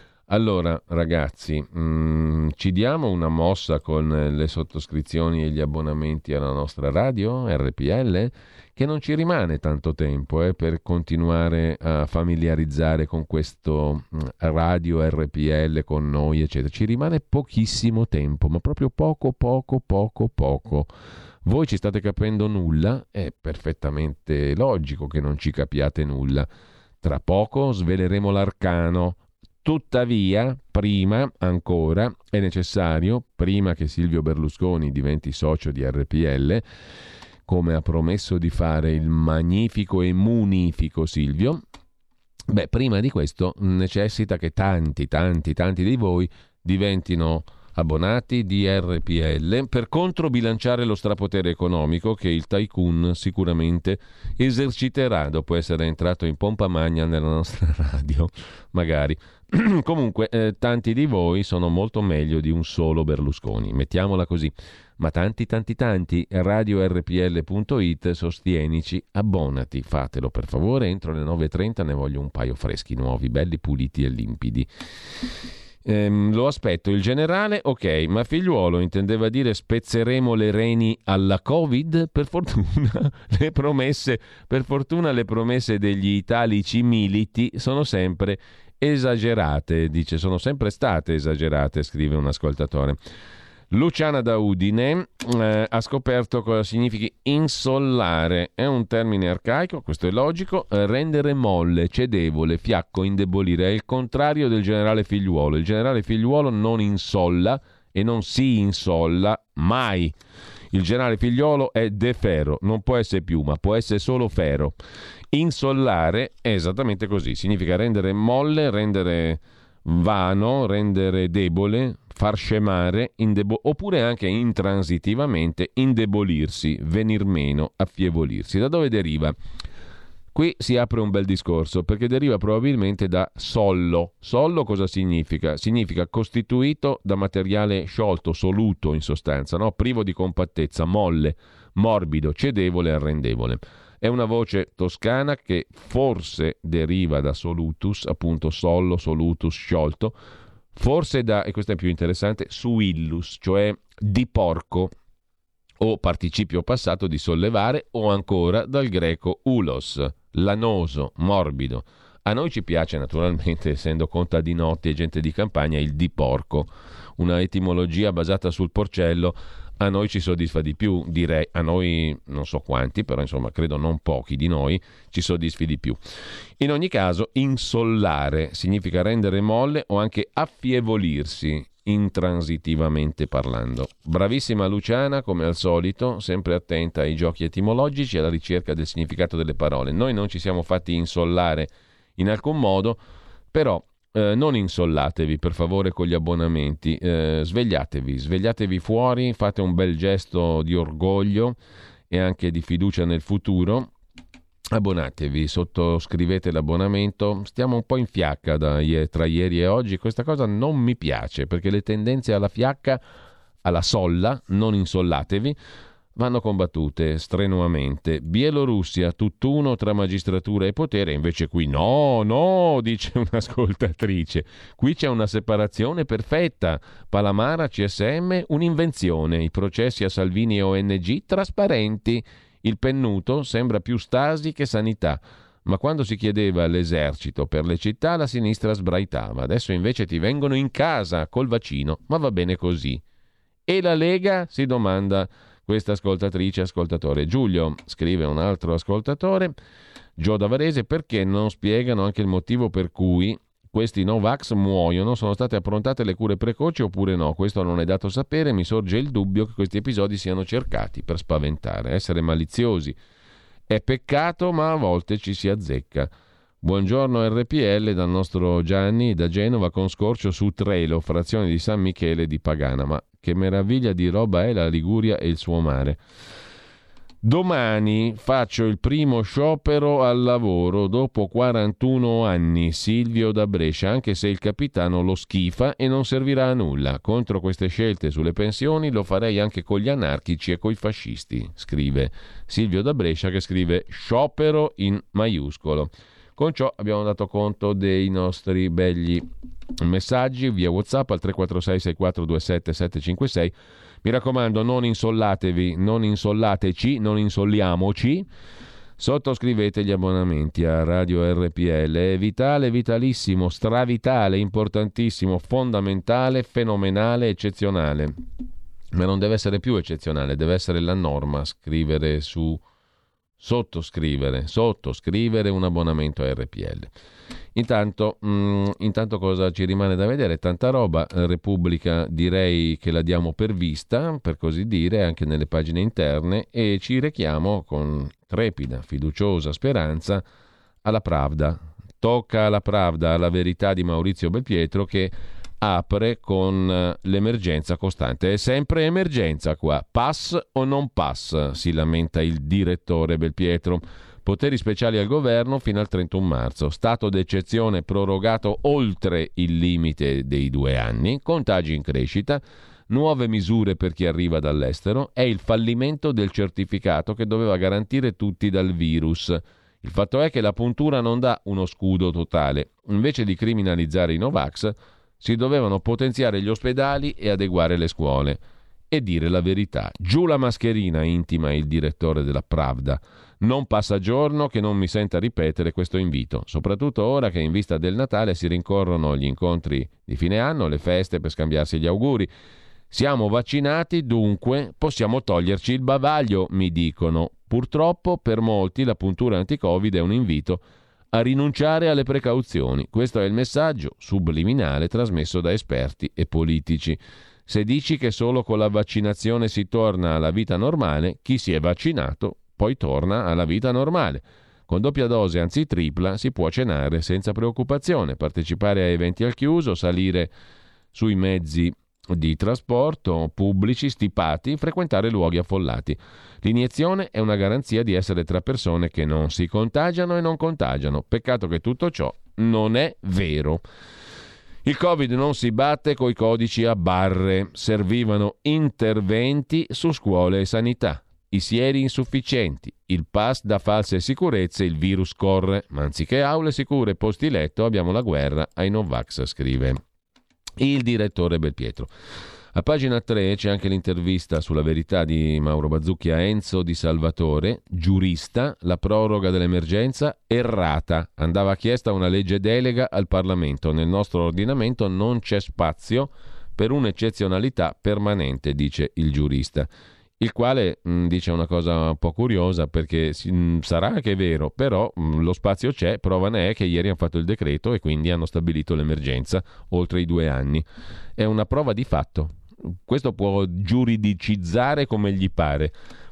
Allora ragazzi, mh, ci diamo una mossa con le sottoscrizioni e gli abbonamenti alla nostra radio R P L, che non ci rimane tanto tempo eh, per continuare a familiarizzare con questo radio R P L, con noi eccetera. Ci rimane pochissimo tempo, ma proprio poco poco poco poco. Voi ci state capendo nulla? È perfettamente logico che non ci capiate nulla. Tra poco sveleremo l'arcano. Tuttavia, prima ancora è necessario, prima che Silvio Berlusconi diventi socio di R P L, come ha promesso di fare il magnifico e munifico Silvio, beh, prima di questo necessita che tanti, tanti, tanti di voi diventino abbonati di R P L per controbilanciare lo strapotere economico che il tycoon sicuramente eserciterà dopo essere entrato in pompa magna nella nostra radio, magari. Comunque, eh, tanti di voi sono molto meglio di un solo Berlusconi, mettiamola così. Ma tanti, tanti, tanti, radio R P L punto it, sostienici, abbonati, fatelo per favore, entro le nove e trenta ne voglio un paio freschi, nuovi, belli, puliti e limpidi. Ehm, lo aspetto il generale, ok, ma Figliuolo intendeva dire spezzeremo le reni alla Covid? Per fortuna le promesse, per fortuna le promesse degli italici militi sono sempre esagerate, dice, sono sempre state esagerate, scrive un ascoltatore. Luciana da Udine eh, ha scoperto cosa significhi insollare. È un termine arcaico, questo è logico. Eh, rendere molle, cedevole, fiacco, indebolire. È il contrario del generale Figliuolo. Il generale Figliuolo non insolla e non si insolla mai. Il generale Figliuolo è de ferro, non può essere più, ma può essere solo ferro. Insollare è esattamente così, significa rendere molle, rendere vano, rendere debole, far scemare, indebo- oppure anche intransitivamente indebolirsi, venir meno, affievolirsi. Da dove deriva? Qui si apre un bel discorso, perché deriva probabilmente da sollo. Sollo cosa significa? Significa costituito da materiale sciolto, soluto in sostanza, no? Privo di compattezza, molle, morbido, cedevole, arrendevole. È una voce toscana che forse deriva da solutus, appunto sollo, solutus, sciolto, forse da, e questo è più interessante, suillus, cioè di porco, o participio passato di sollevare, o ancora dal greco ulos, lanoso, morbido. A noi ci piace naturalmente, essendo contadinotti e gente di campagna, il di porco, una etimologia basata sul porcello. A noi ci soddisfa di più, direi, a noi non so quanti, però insomma credo non pochi di noi ci soddisfi di più. In ogni caso, insollare significa rendere molle o anche affievolirsi, intransitivamente parlando. Bravissima Luciana, come al solito, sempre attenta ai giochi etimologici e alla ricerca del significato delle parole. Noi non ci siamo fatti insollare in alcun modo, però Eh, non insollatevi per favore con gli abbonamenti, eh, svegliatevi, svegliatevi fuori, fate un bel gesto di orgoglio e anche di fiducia nel futuro. Abbonatevi, sottoscrivete l'abbonamento. Stiamo un po' in fiacca da, tra ieri e oggi. Questa cosa non mi piace perché le tendenze alla fiacca, alla solla, non insollatevi, vanno combattute strenuamente. Bielorussia, tutt'uno tra magistratura e potere, invece qui no, no, dice un'ascoltatrice. Qui c'è una separazione perfetta. Palamara, C S M, un'invenzione. I processi a Salvini e O N G trasparenti. Il pennuto sembra più Stasi che sanità. Ma quando si chiedeva l'esercito per le città, la sinistra sbraitava. Adesso invece ti vengono in casa col vaccino, ma va bene così. E la Lega? Si domanda questa ascoltatrice, ascoltatore. Giulio, scrive un altro ascoltatore, Gio da Varese, perché non spiegano anche il motivo per cui questi Novax muoiono? Sono state approntate le cure precoci oppure no? Questo non è dato sapere. Mi sorge il dubbio che questi episodi siano cercati per spaventare. Essere maliziosi è peccato, ma a volte ci si azzecca. Buongiorno R P L dal nostro Gianni da Genova con scorcio su Trelo, frazione di San Michele di Pagana. Ma che meraviglia di roba è la Liguria e il suo mare. Domani faccio il primo sciopero al lavoro dopo quarantuno anni, Silvio da Brescia, anche se il capitano lo schifa e non servirà a nulla. Contro queste scelte sulle pensioni lo farei anche con gli anarchici e coi fascisti, scrive Silvio da Brescia, che scrive sciopero in maiuscolo. Con ciò abbiamo dato conto dei nostri begli messaggi via WhatsApp al tre quattro sei sei quattro due sette sette cinque sei. Mi raccomando, non insollatevi, non insollateci, non insolliamoci. Sottoscrivete gli abbonamenti a Radio R P L. È vitale, vitalissimo, stravitale, importantissimo, fondamentale, fenomenale, eccezionale. Ma non deve essere più eccezionale, deve essere la norma. Scrivere su... Sottoscrivere, sottoscrivere un abbonamento a R P L. Intanto, mh, intanto cosa ci rimane da vedere? Tanta roba. Repubblica direi che la diamo per vista, per così dire, anche nelle pagine interne, e ci rechiamo con trepida, fiduciosa speranza alla Pravda. Tocca alla Pravda, alla Verità di Maurizio Belpietro, che apre con l'emergenza costante. È sempre emergenza qua. Pass o non pass? Si lamenta il direttore Belpietro. Poteri speciali al governo fino al trentuno marzo. Stato d'eccezione prorogato oltre il limite dei due anni. Contagi in crescita. Nuove misure per chi arriva dall'estero. È il fallimento del certificato che doveva garantire tutti dal virus. Il fatto è che la puntura non dà uno scudo totale. Invece di criminalizzare i Novax, si dovevano potenziare gli ospedali e adeguare le scuole. E dire la verità. Giù la mascherina, intima il direttore della Pravda. Non passa giorno che non mi senta ripetere questo invito, soprattutto ora che in vista del Natale si rincorrono gli incontri di fine anno, le feste per scambiarsi gli auguri. Siamo vaccinati, dunque possiamo toglierci il bavaglio, mi dicono. Purtroppo per molti la puntura anti-Covid è un invito a rinunciare alle precauzioni. Questo è il messaggio subliminale trasmesso da esperti e politici. Se dici che solo con la vaccinazione si torna alla vita normale, chi si è vaccinato poi torna alla vita normale. Con doppia dose, anzi tripla, si può cenare senza preoccupazione, partecipare a eventi al chiuso, salire sui mezzi di trasporto pubblici stipati, frequentare luoghi affollati. L'iniezione è una garanzia di essere tra persone che non si contagiano e non contagiano. Peccato che tutto ciò non è vero. Il Covid non si batte coi codici a barre. Servivano interventi su scuole e sanità. I sieri insufficienti, il pass da false sicurezze, il virus corre. Ma anziché aule sicure e posti letto abbiamo la guerra ai Novax, scrive il direttore Belpietro. A pagina tre c'è anche l'intervista sulla Verità di Mauro Bazzucchi a Enzo Di Salvatore, giurista. La proroga dell'emergenza errata. Andava chiesta una legge delega al Parlamento. Nel nostro ordinamento non c'è spazio per un'eccezionalità permanente, dice il giurista. Il quale mh, dice una cosa un po' curiosa, perché si, mh, sarà che è vero, però mh, lo spazio c'è, prova ne è che ieri hanno fatto il decreto e quindi hanno stabilito l'emergenza oltre i due anni. È una prova di fatto. Questo può giuridicizzare come gli pare,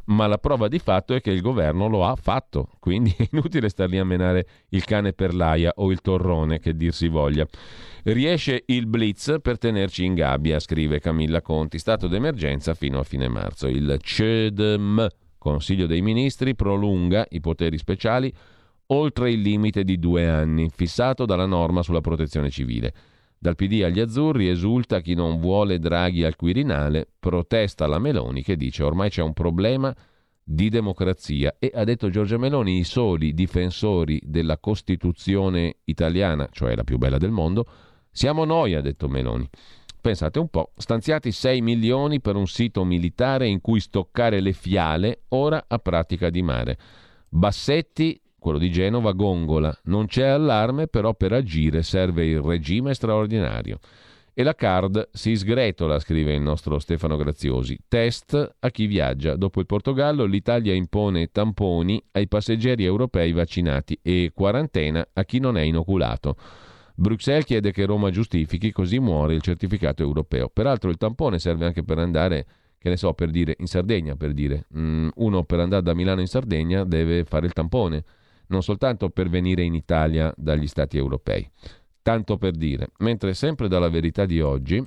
ma la prova di fatto è che il governo lo ha fatto, quindi è inutile star lì a menare il cane per l'aia o il torrone, che dir si voglia. Riesce il blitz per tenerci in gabbia, scrive Camilla Conti, stato d'emergenza fino a fine marzo. Il C E D M, Consiglio dei Ministri, prolunga i poteri speciali oltre il limite di due anni, fissato dalla norma sulla protezione civile. Dal P D agli azzurri esulta chi non vuole Draghi al Quirinale, protesta la Meloni che dice ormai c'è un problema di democrazia e, ha detto Giorgia Meloni, i soli difensori della Costituzione italiana, cioè la più bella del mondo, siamo noi, ha detto Meloni. Pensate un po', stanziati sei milioni per un sito militare in cui stoccare le fiale, ora a Pratica di Mare. Bassetti, quello di Genova, gongola. Non c'è allarme, però per agire serve il regime straordinario. E la card si sgretola, scrive il nostro Stefano Graziosi. Test a chi viaggia. Dopo il Portogallo, l'Italia impone tamponi ai passeggeri europei vaccinati e quarantena a chi non è inoculato. Bruxelles chiede che Roma giustifichi, così muore il certificato europeo. Peraltro il tampone serve anche per andare, che ne so, per dire, in Sardegna, per dire. Mm, uno per andare da Milano in Sardegna deve fare il tampone, non soltanto per venire in Italia dagli stati europei. Tanto per dire. Mentre sempre dalla Verità di oggi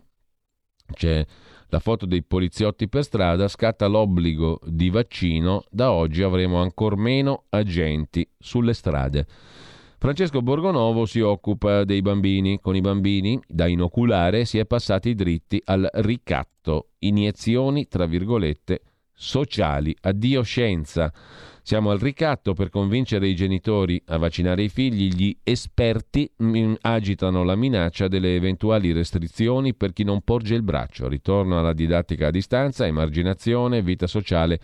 c'è la foto dei poliziotti per strada, scatta l'obbligo di vaccino, da oggi avremo ancor meno agenti sulle strade. Francesco Borgonovo si occupa dei bambini. Con i bambini da inoculare si è passati dritti al ricatto, iniezioni tra virgolette sociali. Addio scienza. Siamo al ricatto per convincere i genitori a vaccinare i figli. Gli esperti mh, agitano la minaccia delle eventuali restrizioni per chi non porge il braccio. Ritorno alla didattica a distanza, emarginazione, vita sociale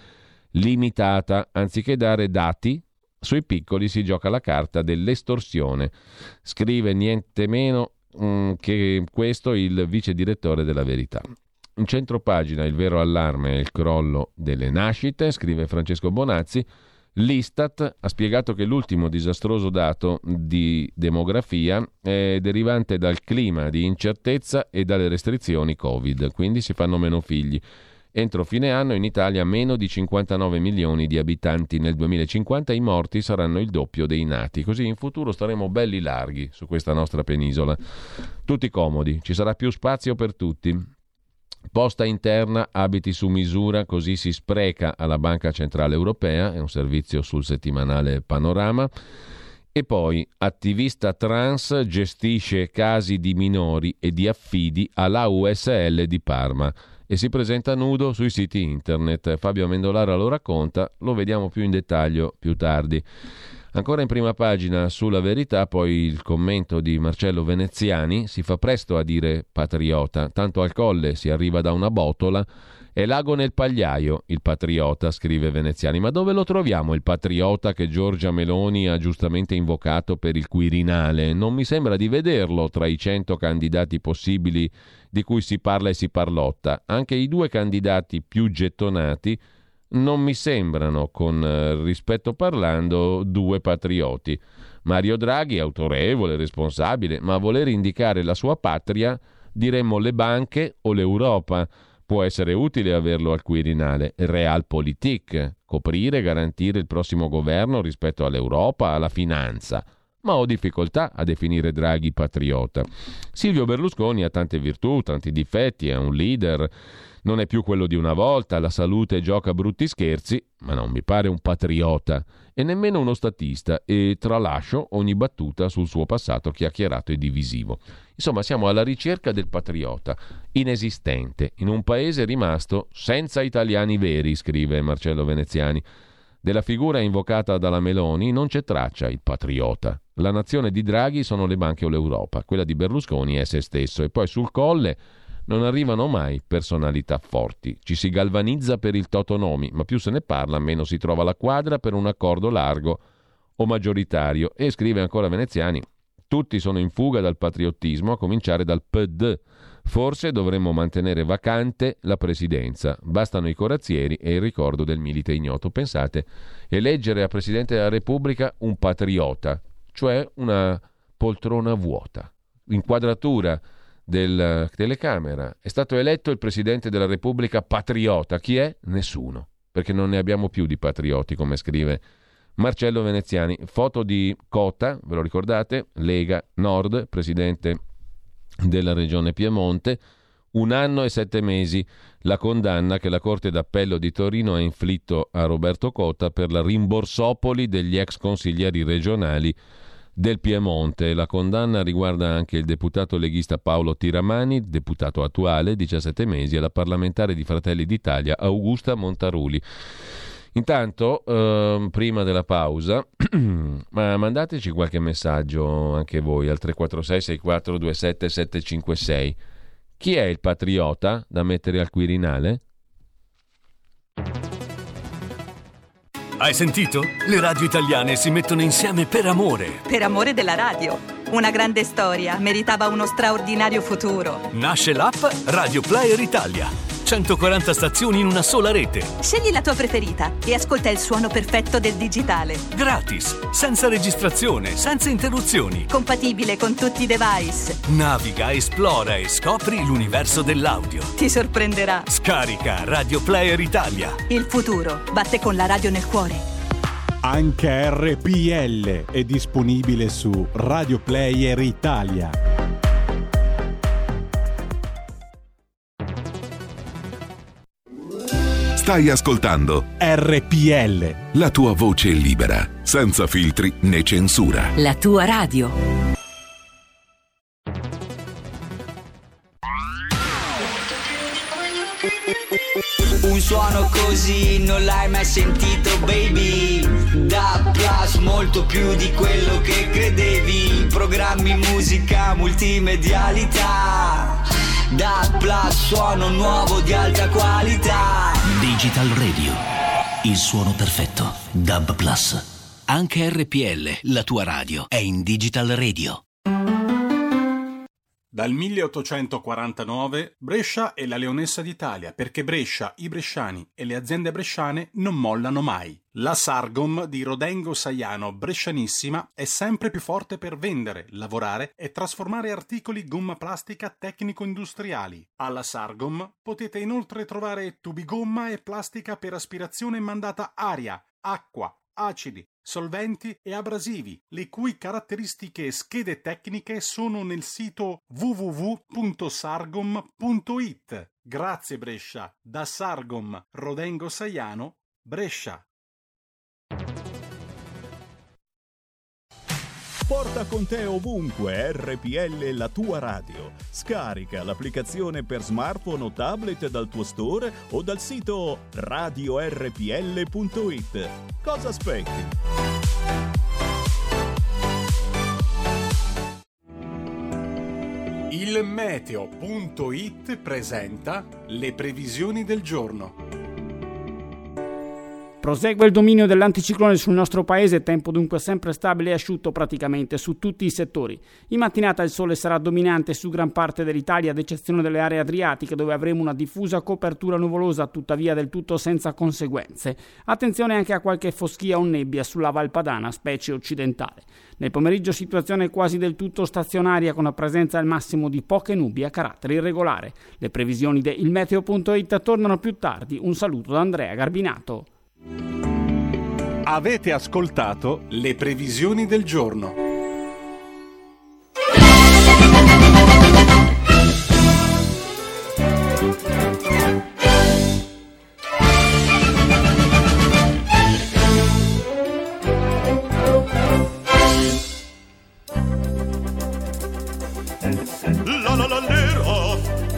limitata. Anziché dare dati, sui piccoli si gioca la carta dell'estorsione. Scrive niente meno mh, che questo il vice direttore della Verità. In centropagina il vero allarme è il crollo delle nascite, scrive Francesco Bonazzi. L'Istat ha spiegato che l'ultimo disastroso dato di demografia è derivante dal clima di incertezza e dalle restrizioni Covid, quindi si fanno meno figli. Entro fine anno in Italia meno di cinquantanove milioni di abitanti, nel duemilacinquanta i morti saranno il doppio dei nati, così in futuro staremo belli larghi su questa nostra penisola, tutti comodi, ci sarà più spazio per tutti. Posta interna, abiti su misura, così si spreca alla Banca Centrale Europea, è un servizio sul settimanale Panorama. E poi attivista trans gestisce casi di minori e di affidi alla U S L di Parma e si presenta nudo sui siti internet. Fabio Amendolara lo racconta, lo vediamo più in dettaglio più tardi. Ancora in prima pagina sulla Verità, poi il commento di Marcello Veneziani. Si fa presto a dire patriota, tanto al Colle si arriva da una botola, è l'ago nel pagliaio il patriota, scrive Veneziani. Ma dove lo troviamo il patriota che Giorgia Meloni ha giustamente invocato per il Quirinale? Non mi sembra di vederlo tra i cento candidati possibili di cui si parla e si parlotta. Anche i due candidati più gettonati non mi sembrano, con eh, rispetto parlando, due patrioti. Mario Draghi, autorevole, responsabile, ma a voler indicare la sua patria, diremmo le banche o l'Europa. Può essere utile averlo al Quirinale. Realpolitik, coprire e garantire il prossimo governo rispetto all'Europa, alla finanza. Ma ho difficoltà a definire Draghi patriota. Silvio Berlusconi ha tante virtù, tanti difetti, è un leader, non è più quello di una volta, la salute gioca brutti scherzi, ma non mi pare un patriota e nemmeno uno statista, e tralascio ogni battuta sul suo passato chiacchierato e divisivo. Insomma, siamo alla ricerca del patriota, inesistente, in un paese rimasto senza italiani veri, scrive Marcello Veneziani. Della figura invocata dalla Meloni non c'è traccia, il patriota. La nazione di Draghi sono le banche o l'Europa, quella di Berlusconi è se stesso, e poi sul Colle non arrivano mai personalità forti. Ci si galvanizza per il totonomi, ma più se ne parla, meno si trova la quadra per un accordo largo o maggioritario. E scrive ancora Veneziani, tutti sono in fuga dal patriottismo, a cominciare dal P D. Forse dovremmo mantenere vacante la presidenza. Bastano i corazzieri e il ricordo del milite ignoto. Pensate, eleggere a Presidente della Repubblica un patriota, cioè una poltrona vuota. Inquadratura della telecamera. È stato eletto il Presidente della Repubblica patriota. Chi è? Nessuno. perché non ne abbiamo più di patrioti, come scrive Marcello Veneziani. Foto di Cota, ve lo ricordate? Lega Nord, presidente della regione Piemonte. Un anno e sette mesi la condanna che la Corte d'Appello di Torino ha inflitto a Roberto Cota per la rimborsopoli degli ex consiglieri regionali del Piemonte. La condanna riguarda anche il deputato leghista Paolo Tiramani, deputato attuale, diciassette mesi, e la parlamentare di Fratelli d'Italia Augusta Montaruli. Intanto, ehm, prima della pausa, ma mandateci qualche messaggio anche voi al tre quattro sei sei quattro due sette sette cinque sei. Chi è il patriota da mettere al Quirinale? Hai sentito? Le radio italiane si mettono insieme per amore. Per amore della radio. Una grande storia meritava uno straordinario futuro. Nasce l'app Radio Player Italia. centoquaranta stazioni in una sola rete. Scegli la tua preferita e ascolta il suono perfetto del digitale. Gratis, senza registrazione, senza interruzioni. Compatibile con tutti i device. Naviga, esplora e scopri l'universo dell'audio. Ti sorprenderà. Scarica Radio Player Italia. Il futuro batte con la radio nel cuore. Anche R P L è disponibile su Radio Player Italia. Stai ascoltando R P L, la tua voce libera, senza filtri né censura. La tua radio. Un suono così non l'hai mai sentito, baby. Da Plus, molto più di quello che credevi. Programmi, musica, multimedialità. Da Plus, suono nuovo di alta qualità. Digital Radio, il suono perfetto. Dub Plus. Anche R P L, la tua radio, è in Digital Radio. Dal milleottocentoquarantanove Brescia è la leonessa d'Italia, perché Brescia, i bresciani e le aziende bresciane non mollano mai. La Sargom di Rodengo Saiano, brescianissima, è sempre più forte per vendere, lavorare e trasformare articoli gomma plastica tecnico-industriali. Alla Sargom potete inoltre trovare tubi gomma e plastica per aspirazione mandata aria, acqua, acidi, solventi e abrasivi, le cui caratteristiche e schede tecniche sono nel sito w w w punto sargom punto i t. Grazie Brescia, da Sargom, Rodengo Saiano, Brescia. Porta con te ovunque R P L, la tua radio. Scarica l'applicazione per smartphone o tablet dal tuo store o dal sito radio r p l punto i t. Cosa aspetti? Il meteo punto i t presenta le previsioni del giorno. Prosegue il dominio dell'anticiclone sul nostro paese, tempo dunque sempre stabile e asciutto praticamente su tutti i settori. In mattinata il sole sarà dominante su gran parte dell'Italia, ad eccezione delle aree adriatiche, dove avremo una diffusa copertura nuvolosa, tuttavia del tutto senza conseguenze. Attenzione anche a qualche foschia o nebbia sulla Val Padana, specie occidentale. Nel pomeriggio situazione quasi del tutto stazionaria, con la presenza al massimo di poche nubi a carattere irregolare. Le previsioni di il meteo punto i t tornano più tardi. Un saluto da Andrea Garbinato. Avete ascoltato le previsioni del giorno. La la la lera.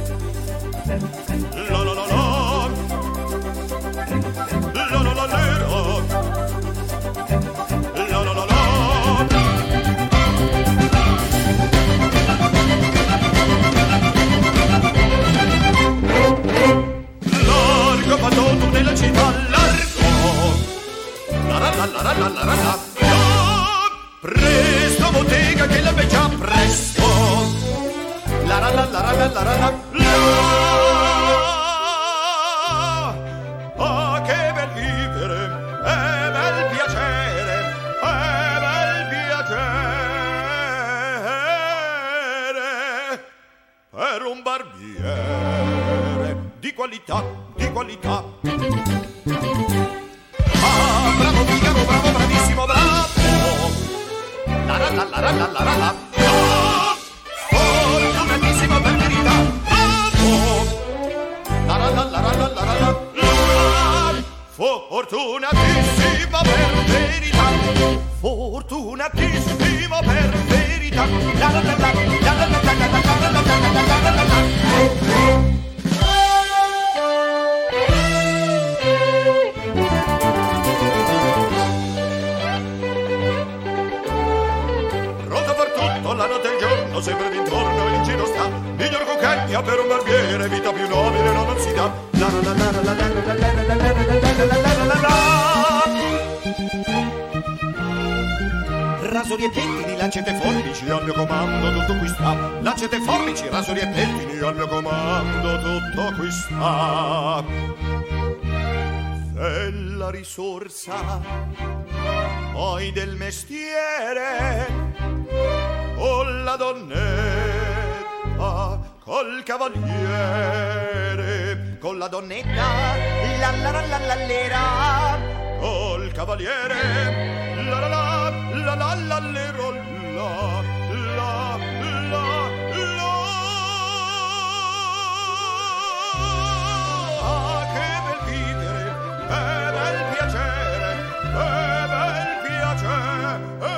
La la la la. La la la lera. La la la la. Largo vado nella città, largo. La la la la la la la la. Presto bottega che la beccia presto. La la la la la la la la. Ah, che bel vivere, è bel piacere, è bel piacere per un barbiere di qualità, di di qualità. Ah, bravo Figaro, bravo, bravissimo, bravo. La la la la la la la la. Ah, fortunatissimo per verità. Bravo. La la la la la la la la. Fortunatissimo per verità. Fortunatissimo per verità. La la la la la la la la la la la la la. Pronto per tutto, la notte e il giorno, sempre d'intorno il giro sta. Miglior cucagna per un barbiere, vita più nobile non si dà. La la la la la la la la la la la la la. Rasori e pettini, lancette e forbici al mio comando, tutto qui sta. Lancette e forbici, rasori e pettini al mio comando, tutto qui sta. E la risorsa poi del mestiere con la donnetta, col cavaliere, con la donnetta, la la la la la lera, col cavaliere, la la la la la la lero, la la la la. Che bel vivere, che bel piacere, che bel piacere.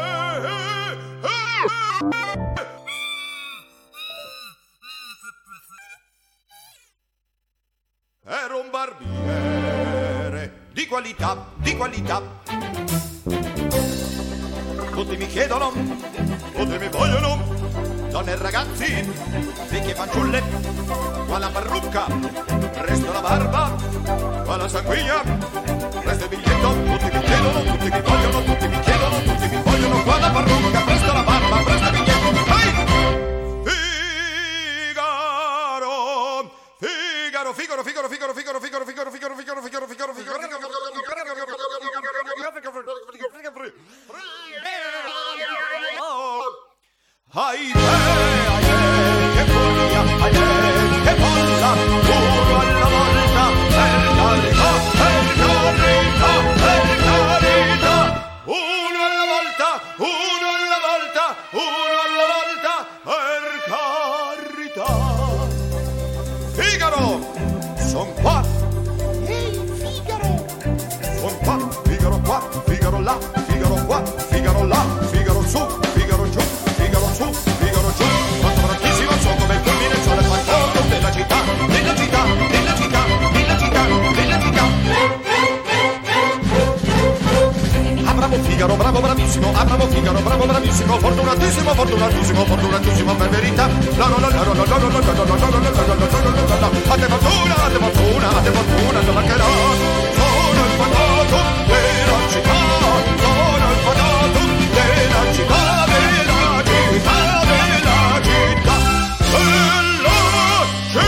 Era un barbiere di qualità, di qualità. Tutti mi chiedono, tutti mi vogliono, donne e ragazzi, vecchie e fanciulle, qua la parrucca, resto la barba, qua la sanguigna, resto il biglietto, tutti mi chiedono, tutti mi vogliono, tutti mi chiedono, tutti mi vogliono, qua la parrucca, presto la barba, presto il biglietto, vai! Figaro, Figaro, Figaro, Figaro, Figaro, Figaro, Figaro, Figaro, Figaro, Figaro, Figaro, Figaro, Ahimè, ahimè, che follia, ahimè, che forza, uno alla volta, per carità, per carità, per carità, uno alla volta, uno alla volta, uno alla volta, per carità. Figaro, son qua, ehi Figaro, son qua, Figaro qua, Figaro là, Figaro qua, Figaro là, Figaro su, Figaro giù, Figaro su, Figaro giù, quanto bravissimo sono come il fulmine il sole fantastico della città, della città, della città, della città, della città. Ah bravo Figaro, bravo bravissimo, ah bravo Figaro, bravo bravissimo, fortunatissimo, fortunatissimo, fortunatissimo per verità. La la la la la la la la la la la la la. A te fortuna, a te fortuna, a te fortuna, te mancherà. Sono il fanato della città, sono il fanato della città, della città, della città, della città.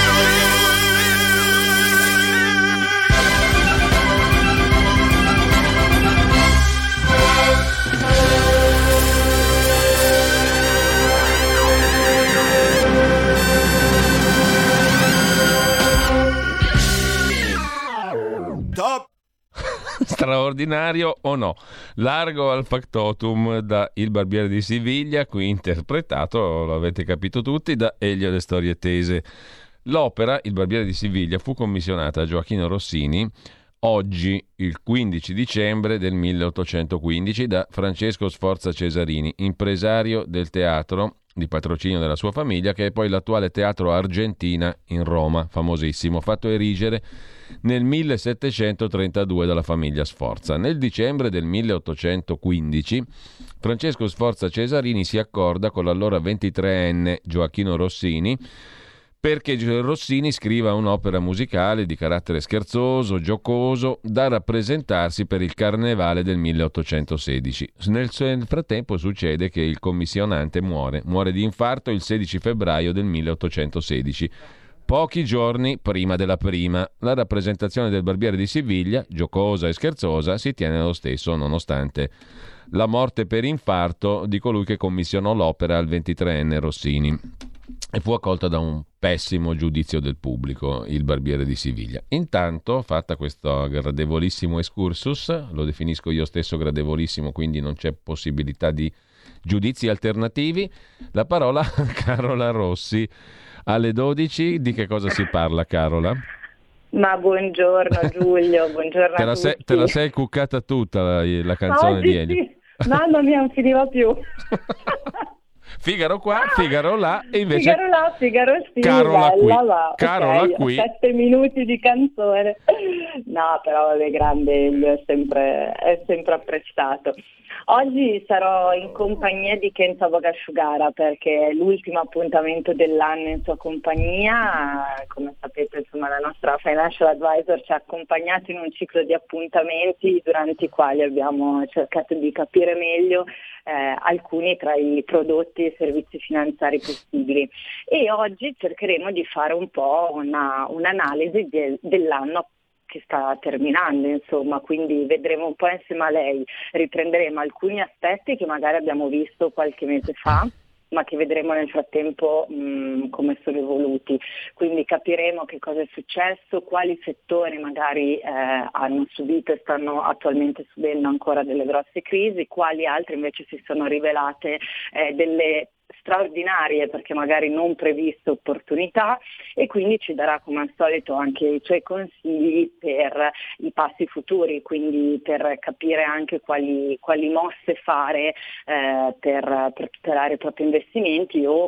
Straordinario o no? Largo al factotum da Il Barbiere di Siviglia, qui interpretato, lo avete capito tutti, da Elio Le Storie Tese. L'opera Il Barbiere di Siviglia fu commissionata a Gioachino Rossini oggi, il quindici dicembre del milleottocentoquindici, da Francesco Sforza Cesarini, impresario del teatro di patrocinio della sua famiglia, che è poi l'attuale Teatro Argentina in Roma, famosissimo, fatto erigere nel millesettecentotrentadue dalla famiglia Sforza. Nel dicembre del milleottocentoquindici Francesco Sforza Cesarini si accorda con l'allora ventitreenne Gioachino Rossini perché Rossini scriva un'opera musicale di carattere scherzoso, giocoso, da rappresentarsi per il Carnevale del milleottocentosedici. Nel frattempo succede che il commissionante muore, muore di infarto il sedici febbraio del milleottocentosedici. Pochi giorni prima della prima, la rappresentazione del Barbiere di Siviglia, giocosa e scherzosa, si tiene lo stesso nonostante la morte per infarto di colui che commissionò l'opera al ventitreenne Rossini. e fu accolta da un pessimo giudizio del pubblico, il Barbiere di Siviglia. Intanto, fatta questo gradevolissimo excursus, lo definisco io stesso gradevolissimo, quindi non c'è possibilità di giudizi alternativi, la parola a Carola Rossi. Alle dodici di che cosa si parla, Carola? Ma buongiorno Giulio, buongiorno te a la tutti. Sei, te la sei cuccata tutta la, la canzone Oggi di Elio. Sì. Mamma mia, non finiva più. Figaro qua, Figaro là, e invece Figaro là, Figaro sì, Carola qui. là. Carola Okay, qui. Sette minuti di canzone. No, però vabbè, grande Elio, è sempre, è sempre apprezzato. Oggi sarò in compagnia di Kenza Bogasciugara perché è l'ultimo appuntamento dell'anno in sua compagnia. Come sapete, insomma, la nostra financial advisor ci ha accompagnato in un ciclo di appuntamenti durante i quali abbiamo cercato di capire meglio eh, alcuni tra i prodotti e servizi finanziari possibili. E oggi cercheremo di fare un po' una, un'analisi de, dell'anno che sta terminando, insomma, quindi vedremo un po' insieme a lei, riprenderemo alcuni aspetti che magari abbiamo visto qualche mese fa, ma che vedremo nel frattempo mh, come sono evoluti, quindi capiremo che cosa è successo, quali settori magari eh, hanno subito e stanno attualmente subendo ancora delle grosse crisi, quali altre invece si sono rivelate eh, delle straordinarie perché magari non previste opportunità, e quindi ci darà come al solito anche i suoi consigli per i passi futuri, quindi per capire anche quali, quali mosse fare eh, per, per tutelare i propri investimenti o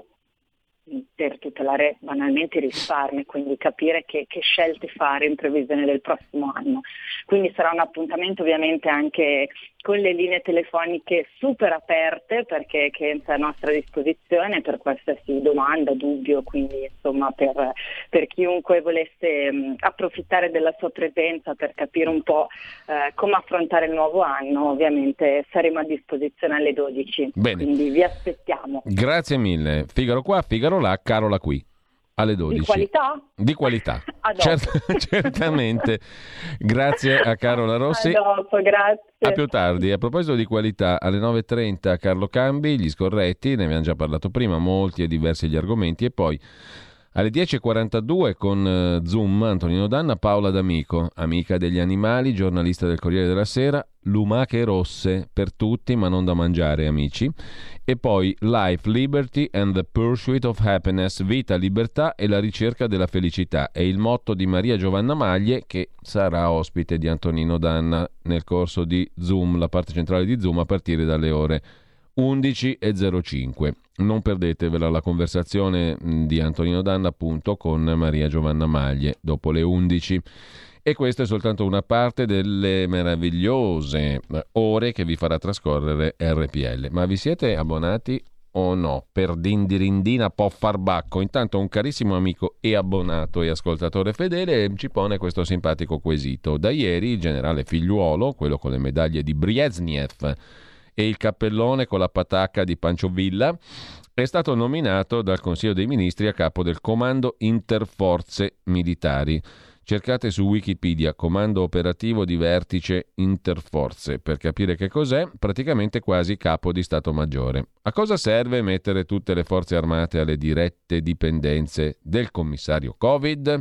per tutelare banalmente i risparmi, quindi capire che, che scelte fare in previsione del prossimo anno. Quindi sarà un appuntamento ovviamente anche con le linee telefoniche super aperte perché Kenza è a nostra disposizione per qualsiasi domanda, dubbio, quindi insomma per, per chiunque volesse mh, approfittare della sua presenza per capire un po' eh, come affrontare il nuovo anno, ovviamente saremo a disposizione alle dodici. Bene. Quindi vi aspettiamo. Grazie mille. Figaro qua, Figaro là, Carola qui. Alle dodici. Di qualità? Di qualità. A dopo. Cert- certamente. Grazie a Carola Rossi. A dopo, grazie. A più tardi. A proposito di qualità, alle nove e trenta Carlo Cambi, gli scorretti, ne abbiamo già parlato prima, molti e diversi gli argomenti, e poi alle dieci e quarantadue con Zoom Antonino Danna, Paola D'Amico, amica degli animali, giornalista del Corriere della Sera, lumache rosse per tutti ma non da mangiare, amici, e poi Life, Liberty and the Pursuit of Happiness, vita, libertà e la ricerca della felicità, è il motto di Maria Giovanna Maglie, che sarà ospite di Antonino Danna nel corso di Zoom, la parte centrale di Zoom, a partire dalle ore undici e zero cinque. Non perdetevela la conversazione di Antonino Danna appunto con Maria Giovanna Maglie dopo le undici. E questa è soltanto una parte delle meravigliose ore che vi farà trascorrere R P L. Ma vi siete abbonati o no? Per dindirindina po' farbacco. Intanto un carissimo amico e abbonato e ascoltatore fedele ci pone questo simpatico quesito. Da ieri il generale Figliuolo, quello con le medaglie di Brezhnev e il cappellone con la patacca di Pancio Villa, è stato nominato dal Consiglio dei Ministri a capo del Comando Interforze Militari. Cercate su Wikipedia Comando Operativo di Vertice Interforze per capire che cos'è, praticamente quasi capo di Stato Maggiore. A cosa serve mettere tutte le forze armate alle dirette dipendenze del commissario Covid?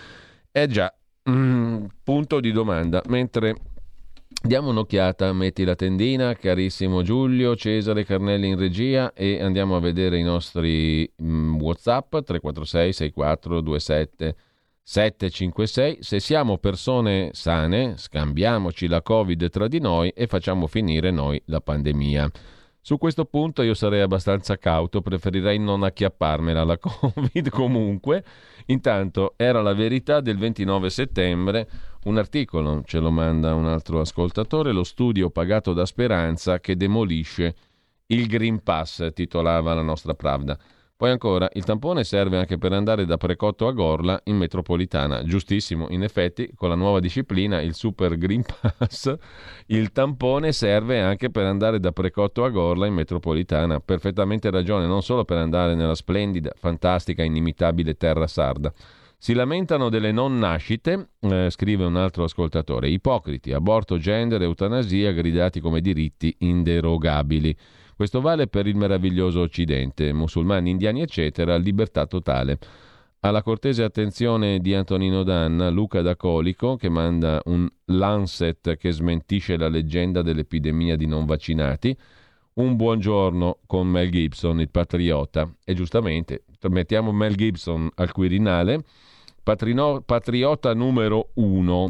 Eh già, mm, punto di domanda. Mentre diamo un'occhiata, metti la tendina, carissimo Giulio, Cesare Carnelli in regia, e andiamo a vedere i nostri mm, WhatsApp tre quattro sei sei quattro due sette sette cinque sei. Se siamo persone sane, scambiamoci la Covid tra di noi e facciamo finire noi la pandemia. Su questo punto io sarei abbastanza cauto, preferirei non acchiapparmela la Covid comunque. Intanto era la verità del ventinove settembre, un articolo, ce lo manda un altro ascoltatore, lo studio pagato da Speranza che demolisce il Green Pass, titolava la nostra Pravda. Poi ancora, il tampone serve anche per andare da Precotto a Gorla in metropolitana. Giustissimo, in effetti, con la nuova disciplina, il Super Green Pass, il tampone serve anche per andare da Precotto a Gorla in metropolitana. Perfettamente ragione, non solo per andare nella splendida, fantastica, inimitabile terra sarda. Si lamentano delle non nascite, eh, scrive un altro ascoltatore, ipocriti, aborto, gender, eutanasia gridati come diritti inderogabili. Questo vale per il meraviglioso Occidente, musulmani, indiani, eccetera, libertà totale. Alla cortese attenzione di Antonino Danna, Luca da Colico, che manda un Lancet che smentisce la leggenda dell'epidemia di non vaccinati, un buongiorno con Mel Gibson, il patriota, e giustamente mettiamo Mel Gibson al Quirinale, patrino, patriota numero uno,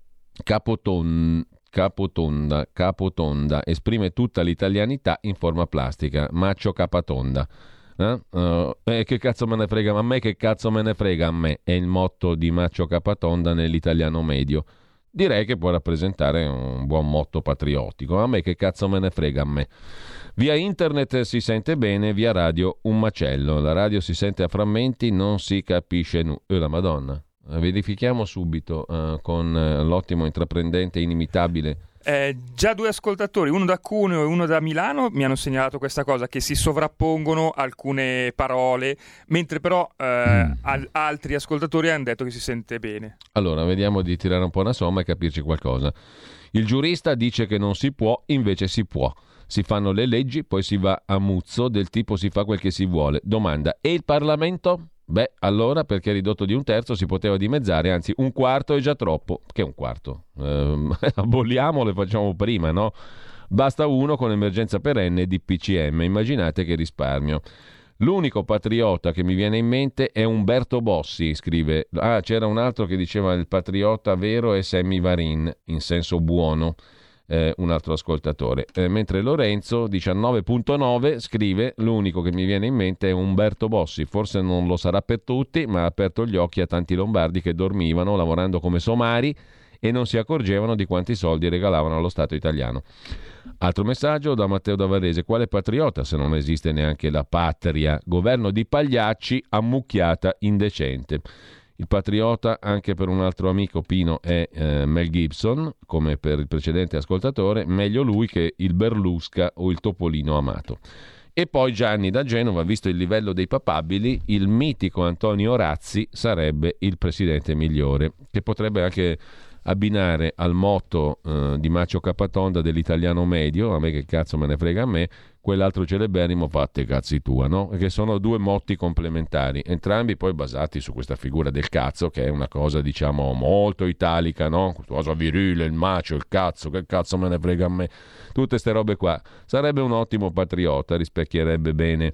Capoton, Capotonda, Capotonda, esprime tutta l'italianità in forma plastica, Maccio Capatonda. Eh? Uh, eh, che cazzo me ne frega a me, che cazzo me ne frega a me, è il motto di Maccio Capatonda nell'italiano medio. Direi che può rappresentare un buon motto patriottico. A me che cazzo me ne frega a me. Via internet si sente bene, via radio un macello. La radio si sente a frammenti, non si capisce nulla. Eh, la Madonna. Verifichiamo subito uh, con uh, l'ottimo intraprendente inimitabile. Eh, già due ascoltatori, uno da Cuneo e uno da Milano, mi hanno segnalato questa cosa, che si sovrappongono alcune parole, mentre però eh, mm. al- altri ascoltatori hanno detto che si sente bene. Allora, vediamo di tirare un po' una somma e capirci qualcosa. Il giurista dice che non si può, invece si può. Si fanno le leggi, poi si va a muzzo, del tipo si fa quel che si vuole. Domanda, e il Parlamento? Beh, allora, perché ridotto di un terzo si poteva dimezzare, anzi un quarto è già troppo. Che un quarto? Eh, aboliamolo e facciamo prima, no? Basta uno con emergenza perenne di P C M, immaginate che risparmio. L'unico patriota che mi viene in mente è Umberto Bossi, scrive. Ah, c'era un altro che diceva il patriota vero è Sammy Varin, in senso buono. Eh, un altro ascoltatore, eh, mentre Lorenzo diciannove virgola nove scrive: l'unico che mi viene in mente è Umberto Bossi, forse non lo sarà per tutti, ma ha aperto gli occhi a tanti lombardi che dormivano lavorando come somari e non si accorgevano di quanti soldi regalavano allo Stato italiano. Altro messaggio da Matteo da Varese: quale patriota se non esiste neanche la patria? Governo di pagliacci, ammucchiata indecente. Il patriota, anche per un altro amico Pino, è eh, Mel Gibson, come per il precedente ascoltatore, meglio lui che il Berlusca o il Topolino Amato. E poi Gianni da Genova, visto il livello dei papabili, il mitico Antonio Razzi sarebbe il presidente migliore, che potrebbe anche abbinare al motto eh, di Maccio Capatonda dell'italiano medio, a me che cazzo me ne frega a me, quell'altro celeberrimo fatte cazzi tua, no? Che sono due motti complementari, entrambi poi basati su questa figura del cazzo, che è una cosa diciamo molto italica, no? Questa cosa virile, il macio, il cazzo, che cazzo me ne frega a me, tutte ste robe qua. Sarebbe un ottimo patriota, rispecchierebbe bene,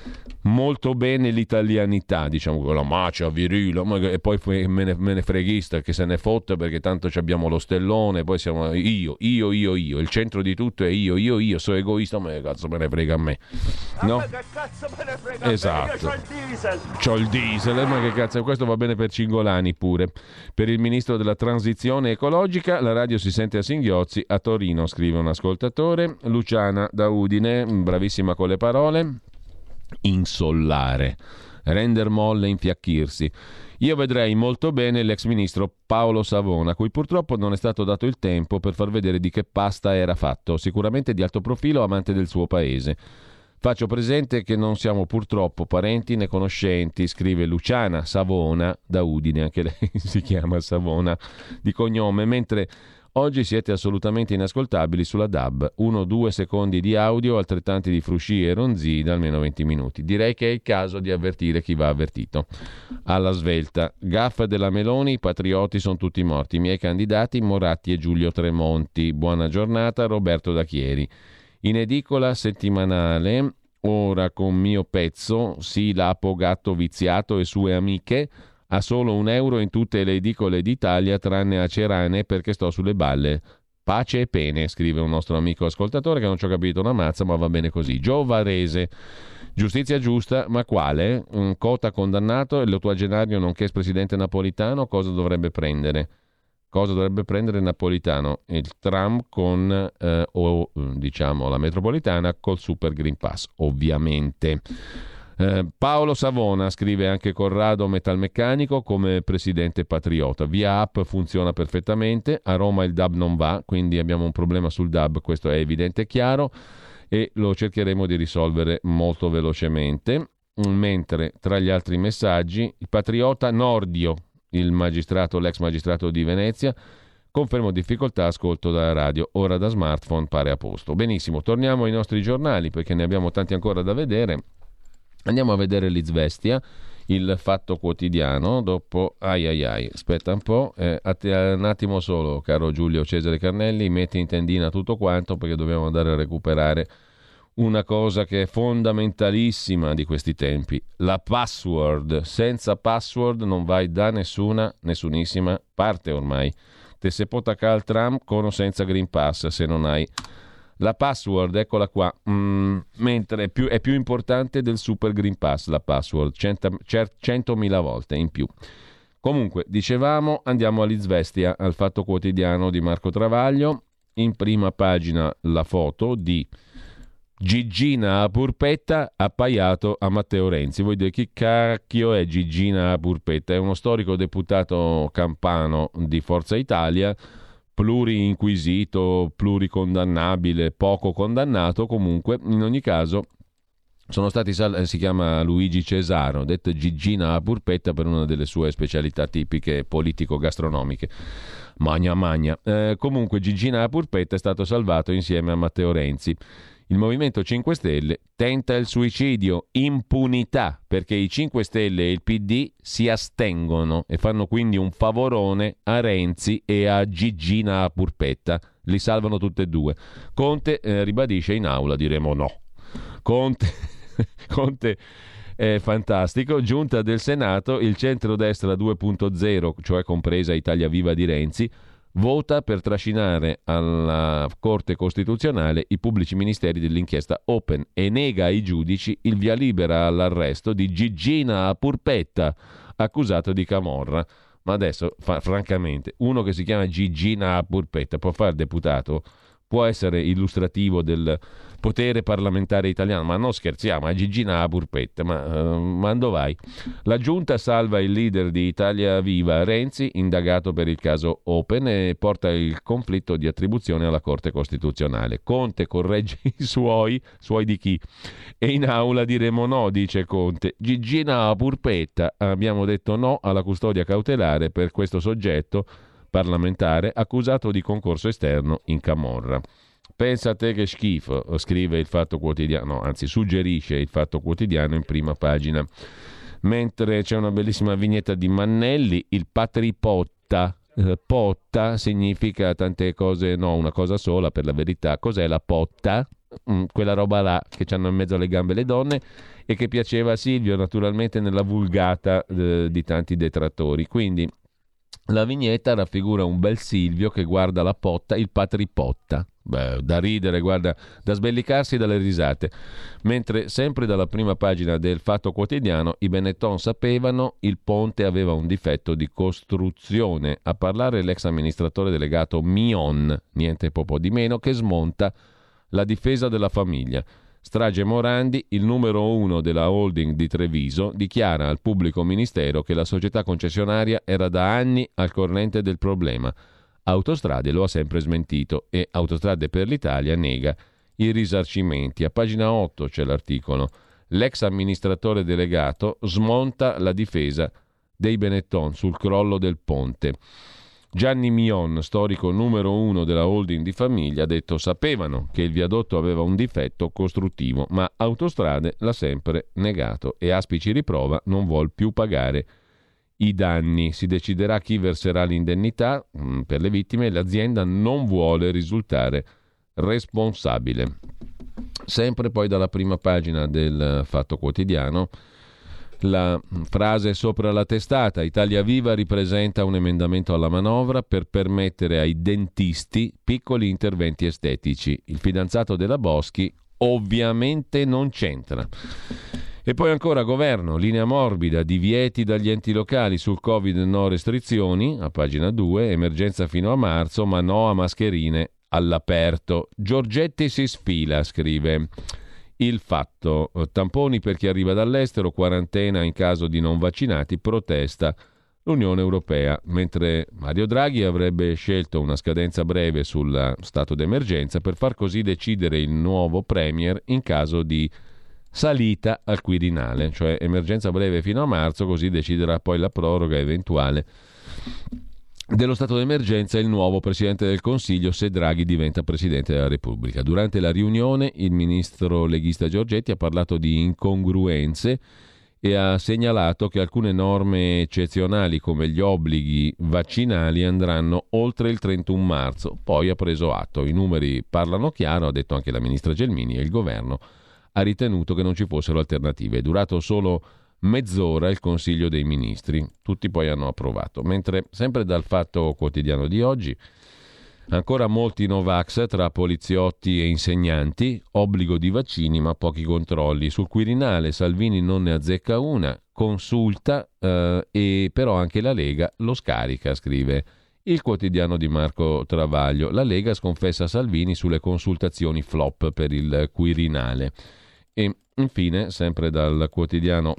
molto bene l'italianità, diciamo, quella macia, virile, e poi me ne, me ne freghista che se ne fotte perché tanto abbiamo lo stellone, poi siamo io, io, io, io, il centro di tutto è io, io, io, sono egoista, ma che cazzo me ne frega a me, no? A me che cazzo me ne frega esatto. a me, io c'ho il diesel. C'ho il diesel, ma che cazzo, questo va bene per Cingolani pure. Per il ministro della transizione ecologica, la radio si sente a singhiozzi a Torino, scrive un ascoltatore. Luciana da Udine, bravissima con le parole. Insollare, render molle, infiacchirsi. Io vedrei molto bene l'ex ministro Paolo Savona, a cui purtroppo non è stato dato il tempo per far vedere di che pasta era fatto, sicuramente di alto profilo, amante del suo paese. Faccio presente che non siamo purtroppo parenti né conoscenti, scrive Luciana Savona da Udine, anche lei si chiama Savona di cognome, mentre oggi siete assolutamente inascoltabili sulla D A B, uno due secondi di audio, altrettanti di frusci e ronzii da almeno venti minuti. Direi che è il caso di avvertire chi va avvertito. Alla svelta, gaffa della Meloni, i patrioti sono tutti morti, i miei candidati Moratti e Giulio Tremonti. Buona giornata Roberto da Chieri. In edicola settimanale, ora con mio pezzo, sì Lapo Gatto Viziato e sue amiche, a solo un euro in tutte le edicole d'Italia tranne a Cerane perché sto sulle balle. Pace e pene, scrive un nostro amico ascoltatore che non ci ho capito una mazza, ma va bene così. Gio Varese, giustizia giusta, ma quale? Un Cota condannato e l'ottuagenario nonché ex-presidente napolitano cosa dovrebbe prendere? Cosa dovrebbe prendere Napolitano? Il tram con, eh, o diciamo la metropolitana col Super Green Pass, ovviamente. Eh, Paolo Savona, scrive anche Corrado Metalmeccanico, come presidente patriota. Via app funziona perfettamente, a Roma il D A B non va, quindi abbiamo un problema sul D A B, questo è evidente e chiaro, e lo cercheremo di risolvere molto velocemente. mentre tra gli altri messaggi il patriota Nordio, il magistrato, l'ex magistrato di Venezia, confermo difficoltà, ascolto da radio, ora da smartphone pare a posto. Benissimo, torniamo ai nostri giornali perché ne abbiamo tanti ancora da vedere. Andiamo a vedere l'Izvestia, il Fatto Quotidiano, dopo ai ai ai, aspetta un po', eh, a te, un attimo solo, caro Giulio Cesare Carnelli, metti in tendina tutto quanto perché dobbiamo andare a recuperare una cosa che è fondamentalissima di questi tempi, la password. Senza password non vai da nessuna, nessunissima parte ormai. Te se può attaccare al tram con o senza Green Pass se non hai la password, eccola qua. Mm, mentre è più, è più importante del Super Green Pass la password, centomila volte in più. Comunque, dicevamo, andiamo all'Izvestia, al Fatto Quotidiano di Marco Travaglio. In prima pagina la foto di Gigina a Purpetta appaiato a Matteo Renzi. Voi dite chi cacchio è Gigina a Purpetta? È uno storico deputato campano di Forza Italia, pluri-inquisito, pluricondannabile, poco condannato. Comunque, in ogni caso, sono stati sal- si chiama Luigi Cesaro, detto Gigina a Purpetta per una delle sue specialità tipiche politico-gastronomiche. Magna magna. Eh, comunque, Gigina a Purpetta è stato salvato insieme a Matteo Renzi. Il Movimento cinque Stelle tenta il suicidio, impunità, perché i cinque Stelle e il P D si astengono e fanno quindi un favorone a Renzi e a Gigina a Purpetta. Li salvano tutte e due. Conte eh, ribadisce in aula, diremo no. Conte, Conte è fantastico. Giunta del Senato, il centrodestra due punto zero, cioè compresa Italia Viva di Renzi, vota per trascinare alla Corte Costituzionale i pubblici ministeri dell'inchiesta Open e nega ai giudici il via libera all'arresto di Gigina a Purpetta, accusato di camorra. Ma adesso, fa, francamente, uno che si chiama Gigina a Purpetta può fare deputato? Può essere illustrativo del potere parlamentare italiano? Ma non scherziamo, a Gigina a Purpetta, ma uh, quando vai? La giunta salva il leader di Italia Viva, Renzi, indagato per il caso Open, e porta il conflitto di attribuzione alla Corte Costituzionale. Conte corregge i suoi, suoi di chi? E in aula diremo no, dice Conte. Gigina a Purpetta, abbiamo detto no alla custodia cautelare per questo soggetto parlamentare accusato di concorso esterno in camorra. Pensa a te che schifo, scrive il Fatto Quotidiano, anzi suggerisce il Fatto Quotidiano in prima pagina. Mentre c'è una bellissima vignetta di Mannelli, il patripotta. Eh, potta significa tante cose, no, una cosa sola per la verità. Cos'è la potta? Mm, quella roba là che c'hanno in mezzo alle gambe le donne e che piaceva a Silvio naturalmente nella vulgata eh, di tanti detrattori. Quindi la vignetta raffigura un bel Silvio che guarda la potta, il patripotta. Beh, da ridere, guarda, da sbellicarsi dalle risate. Mentre sempre dalla prima pagina del Fatto Quotidiano i Benetton sapevano il ponte aveva un difetto di costruzione. A parlare l'ex amministratore delegato Mion, niente poco di meno, che smonta la difesa della famiglia. Strage Morandi, il numero uno della holding di Treviso, dichiara al pubblico ministero che la società concessionaria era da anni al corrente del problema. Autostrade lo ha sempre smentito e Autostrade per l'Italia nega i risarcimenti. A pagina otto c'è l'articolo. L'ex amministratore delegato smonta la difesa dei Benetton sul crollo del ponte. Gianni Mion, storico numero uno della holding di famiglia, ha detto sapevano che il viadotto aveva un difetto costruttivo, ma Autostrade l'ha sempre negato e Aspici riprova non vuol più pagare i danni. Si deciderà chi verserà l'indennità mh, per le vittime e l'azienda non vuole risultare responsabile. Sempre poi dalla prima pagina del Fatto Quotidiano la frase sopra la testata: Italia Viva ripresenta un emendamento alla manovra per permettere ai dentisti piccoli interventi estetici. Il fidanzato della Boschi ovviamente non c'entra. E poi ancora governo, linea morbida, divieti dagli enti locali sul Covid, no restrizioni, a pagina due, emergenza fino a marzo, ma no a mascherine all'aperto. Giorgetti si sfila, scrive Il Fatto. Tamponi per chi arriva dall'estero, quarantena in caso di non vaccinati, protesta l'Unione Europea, mentre Mario Draghi avrebbe scelto una scadenza breve sul stato d'emergenza per far così decidere il nuovo premier in caso di salita al Quirinale, cioè emergenza breve fino a marzo, così deciderà poi la proroga eventuale dello stato d'emergenza il nuovo Presidente del Consiglio se Draghi diventa Presidente della Repubblica. Durante la riunione il ministro leghista Giorgetti ha parlato di incongruenze e ha segnalato che alcune norme eccezionali come gli obblighi vaccinali andranno oltre il trentuno marzo. Poi ha preso atto, i numeri parlano chiaro, ha detto anche la ministra Gelmini, e il governo ha ritenuto che non ci fossero alternative. È durato solo mezz'ora il Consiglio dei Ministri, tutti poi hanno approvato. Mentre sempre dal Fatto Quotidiano di oggi, ancora molti Novax tra poliziotti e insegnanti, obbligo di vaccini ma pochi controlli. Sul Quirinale Salvini non ne azzecca una, consulta eh, e però anche la Lega lo scarica, scrive il quotidiano di Marco Travaglio. La Lega sconfessa Salvini sulle consultazioni flop per il Quirinale. E infine, sempre dal quotidiano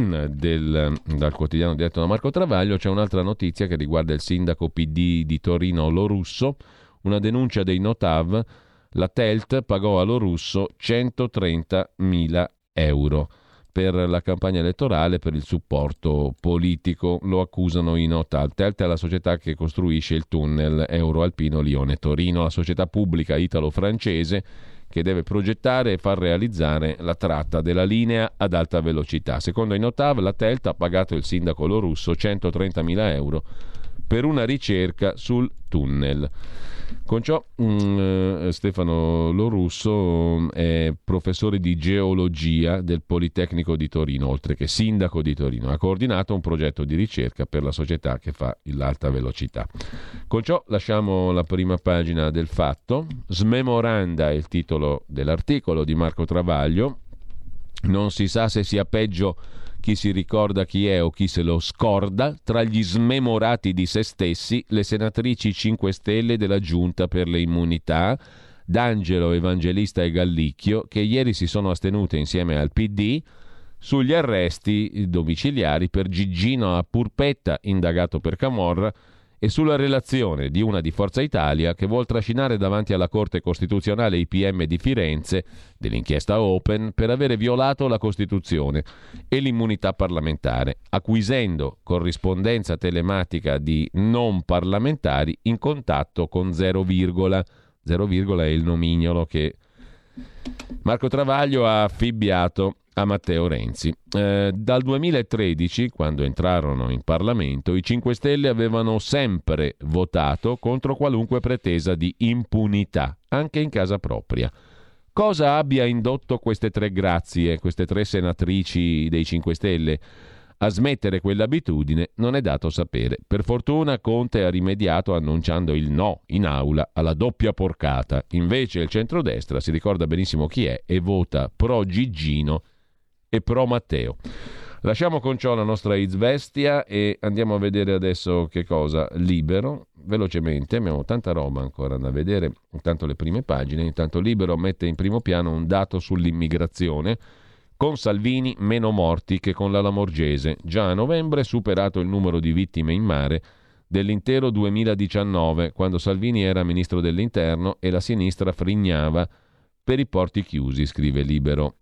Del, dal quotidiano diretto da Marco Travaglio, c'è un'altra notizia che riguarda il sindaco P D di Torino Lorusso, una denuncia dei Notav. La Telt pagò a Lorusso centotrentamila euro per la campagna elettorale, per il supporto politico, lo accusano i Notav. Telt è la società che costruisce il tunnel Euroalpino Lione-Torino, la società pubblica italo-francese che deve progettare e far realizzare la tratta della linea ad alta velocità. Secondo i Notav, la Telt ha pagato il sindaco Lorusso centotrentamila euro per una ricerca sul tunnel. Con ciò mh, Stefano Lorusso è professore di geologia del Politecnico di Torino, oltre che sindaco di Torino. Ha coordinato un progetto di ricerca per la società che fa l'alta velocità. Con ciò lasciamo la prima pagina del Fatto. Smemoranda è il titolo dell'articolo di Marco Travaglio. Non si sa se sia peggio chi si ricorda chi è o chi se lo scorda. Tra gli smemorati di se stessi, le senatrici cinque Stelle della Giunta per le immunità, D'Angelo, Evangelista e Gallicchio, che ieri si sono astenute insieme al P D sugli arresti domiciliari per Gigino a Purpetta, indagato per camorra, e sulla relazione di una di Forza Italia che vuol trascinare davanti alla Corte Costituzionale i P M di Firenze dell'inchiesta Open per avere violato la Costituzione e l'immunità parlamentare, acquisendo corrispondenza telematica di non parlamentari in contatto con zero virgola. Zero virgola è il nomignolo che Marco Travaglio ha affibbiato a Matteo Renzi. Eh, dal duemilatredici, quando entrarono in Parlamento, i cinque Stelle avevano sempre votato contro qualunque pretesa di impunità, anche in casa propria. Cosa abbia indotto queste tre grazie, queste tre senatrici dei cinque Stelle, a smettere quell'abitudine non è dato sapere. Per fortuna Conte ha rimediato annunciando il no in aula alla doppia porcata. Invece il centrodestra si ricorda benissimo chi è e vota pro Gigino e pro Matteo. Lasciamo con ciò la nostra Izvestia e andiamo a vedere adesso che cosa. Libero, velocemente, abbiamo tanta roba ancora da vedere, intanto le prime pagine. Intanto Libero mette in primo piano un dato sull'immigrazione. Con Salvini meno morti che con la Lamorgese. Già a novembre superato il numero di vittime in mare dell'intero duemiladiciannove, quando Salvini era ministro dell'Interno e la sinistra frignava per i porti chiusi, scrive Libero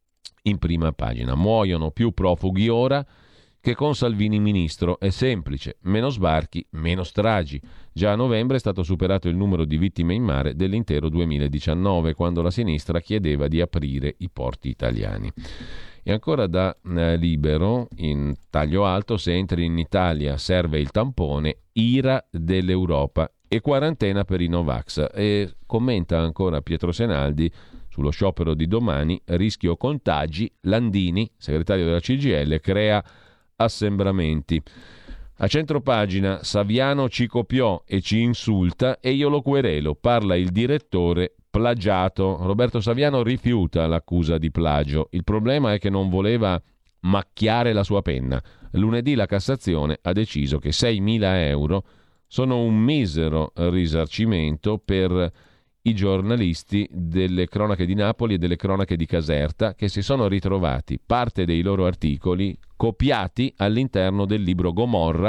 in prima pagina. Muoiono più profughi ora che con Salvini ministro. È semplice, meno sbarchi, meno stragi. Già a novembre è stato superato il numero di vittime in mare dell'intero duemiladiciannove, quando la sinistra chiedeva di aprire i porti italiani. E ancora da eh, Libero, in taglio alto, se entri in Italia serve il tampone, ira dell'Europa e quarantena per i Novax. E commenta ancora Pietro Senaldi sullo sciopero di domani, rischio contagi, Landini, segretario della C G I L, crea assembramenti. A centropagina, Saviano ci copiò e ci insulta e io lo querelo, parla il direttore plagiato. Roberto Saviano rifiuta l'accusa di plagio. Il problema è che non voleva macchiare la sua penna. Lunedì la Cassazione ha deciso che seimila euro sono un misero risarcimento per i giornalisti delle cronache di Napoli e delle cronache di Caserta, che si sono ritrovati parte dei loro articoli copiati all'interno del libro Gomorra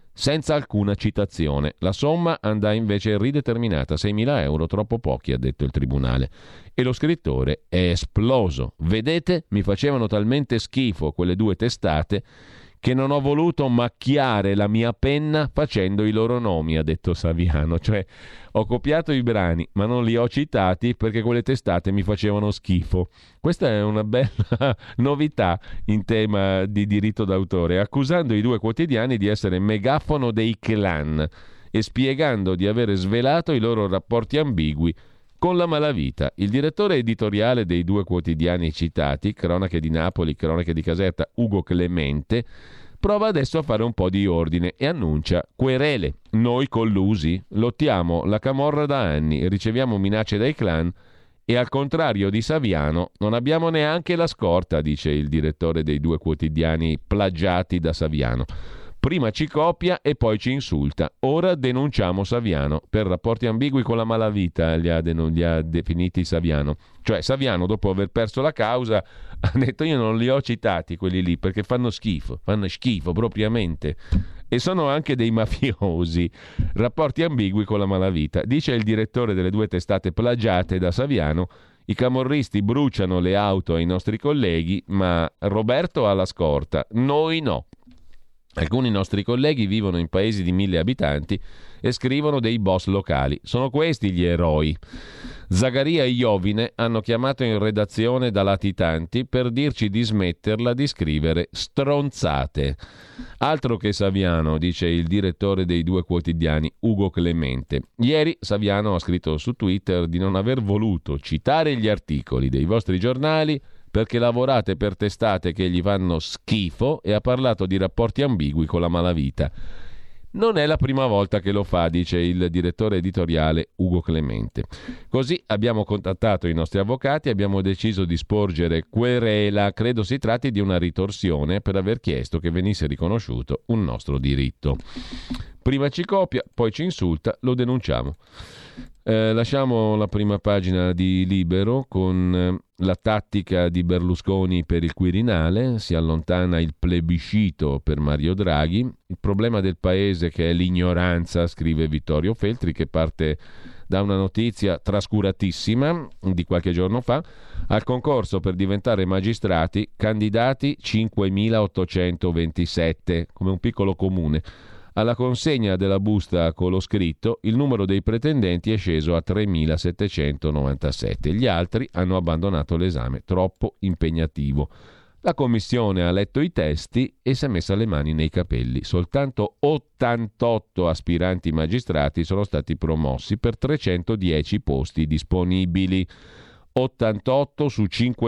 senza alcuna citazione. La somma andrà invece rideterminata, seimila euro, troppo pochi, ha detto il tribunale. E lo scrittore è esploso. Vedete, mi facevano talmente schifo quelle due testate che non ho voluto macchiare la mia penna facendo i loro nomi, ha detto Saviano. Cioè, ho copiato i brani, ma non li ho citati perché quelle testate mi facevano schifo. Questa è una bella novità in tema di diritto d'autore, accusando i due quotidiani di essere megafono dei clan e spiegando di avere svelato i loro rapporti ambigui con la malavita. Il direttore editoriale dei due quotidiani citati, Cronache di Napoli, Cronache di Caserta, Ugo Clemente, prova adesso a fare un po' di ordine e annuncia querele. Noi collusi lottiamo la camorra da anni, riceviamo minacce dai clan e al contrario di Saviano non abbiamo neanche la scorta, dice il direttore dei due quotidiani plagiati da Saviano. Prima ci copia e poi ci insulta. Ora denunciamo Saviano per rapporti ambigui con la malavita, li ha, den- li ha definiti Saviano. Cioè Saviano, dopo aver perso la causa, ha detto io non li ho citati quelli lì perché fanno schifo, fanno schifo propriamente. E sono anche dei mafiosi. Rapporti ambigui con la malavita. Dice il direttore delle due testate plagiate da Saviano: i camorristi bruciano le auto ai nostri colleghi, ma Roberto ha la scorta, noi no. Alcuni nostri colleghi vivono in paesi di mille abitanti e scrivono dei boss locali. Sono questi gli eroi. Zagaria e Iovine hanno chiamato in redazione da latitanti per dirci di smetterla di scrivere stronzate. Altro che Saviano, dice il direttore dei due quotidiani, Ugo Clemente. Ieri Saviano ha scritto su Twitter di non aver voluto citare gli articoli dei vostri giornali perché lavorate per testate che gli fanno schifo e ha parlato di rapporti ambigui con la malavita. Non è la prima volta che lo fa, dice il direttore editoriale Ugo Clemente. Così abbiamo contattato i nostri avvocati e abbiamo deciso di sporgere querela. Credo si tratti di una ritorsione per aver chiesto che venisse riconosciuto un nostro diritto. Prima ci copia, poi ci insulta, lo denunciamo. Eh, lasciamo la prima pagina di Libero con eh, la tattica di Berlusconi per il Quirinale. Si allontana il plebiscito per Mario Draghi. Il problema del paese che è l'ignoranza, scrive Vittorio Feltri, che parte da una notizia trascuratissima di qualche giorno fa. Al concorso per diventare magistrati candidati cinquemilaottocentoventisette, come un piccolo comune. Alla consegna della busta con lo scritto, il numero dei pretendenti è sceso a tremilasettecentonovantasette. Gli altri hanno abbandonato l'esame, troppo impegnativo. La commissione ha letto i testi e si è messa le mani nei capelli. Soltanto ottantotto aspiranti magistrati sono stati promossi per trecentodieci posti disponibili. ottantotto su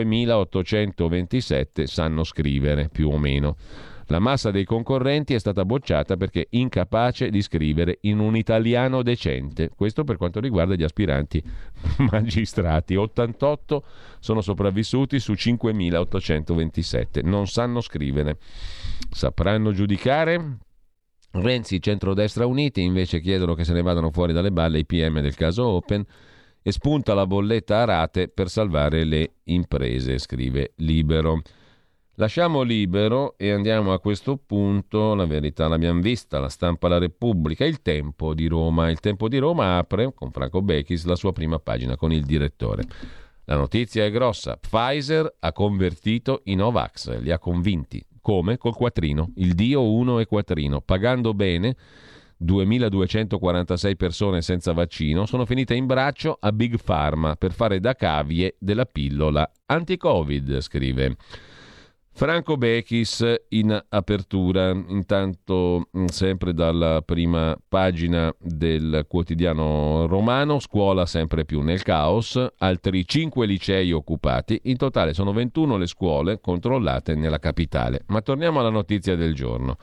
cinquemilaottocentoventisette sanno scrivere, più o meno. La massa dei concorrenti è stata bocciata perché incapace di scrivere in un italiano decente. Questo per quanto riguarda gli aspiranti magistrati. ottantotto sono sopravvissuti su cinquemilaottocentoventisette. Non sanno scrivere. Sapranno giudicare? Renzi, centrodestra uniti, invece chiedono che se ne vadano fuori dalle balle i P M del caso Open e spunta la bolletta a rate per salvare le imprese, scrive Libero. Lasciamo Libero e andiamo a questo punto, la verità l'abbiamo vista, la Stampa, la Repubblica, il Tempo di Roma. Il Tempo di Roma apre, con Franco Bechis, la sua prima pagina con il direttore. La notizia è grossa, Pfizer ha convertito i Novax, li ha convinti. Come? Col quattrino, il Dio uno e quattrino, pagando bene. duemiladuecentoquarantasei persone senza vaccino sono finite in braccio a Big Pharma per fare da cavie della pillola anti-Covid, scrive Franco Bechis in apertura. Intanto, sempre dalla prima pagina del quotidiano romano, scuola sempre più nel caos, altri cinque licei occupati, in totale sono ventuno le scuole controllate nella capitale. Ma torniamo alla notizia del giorno.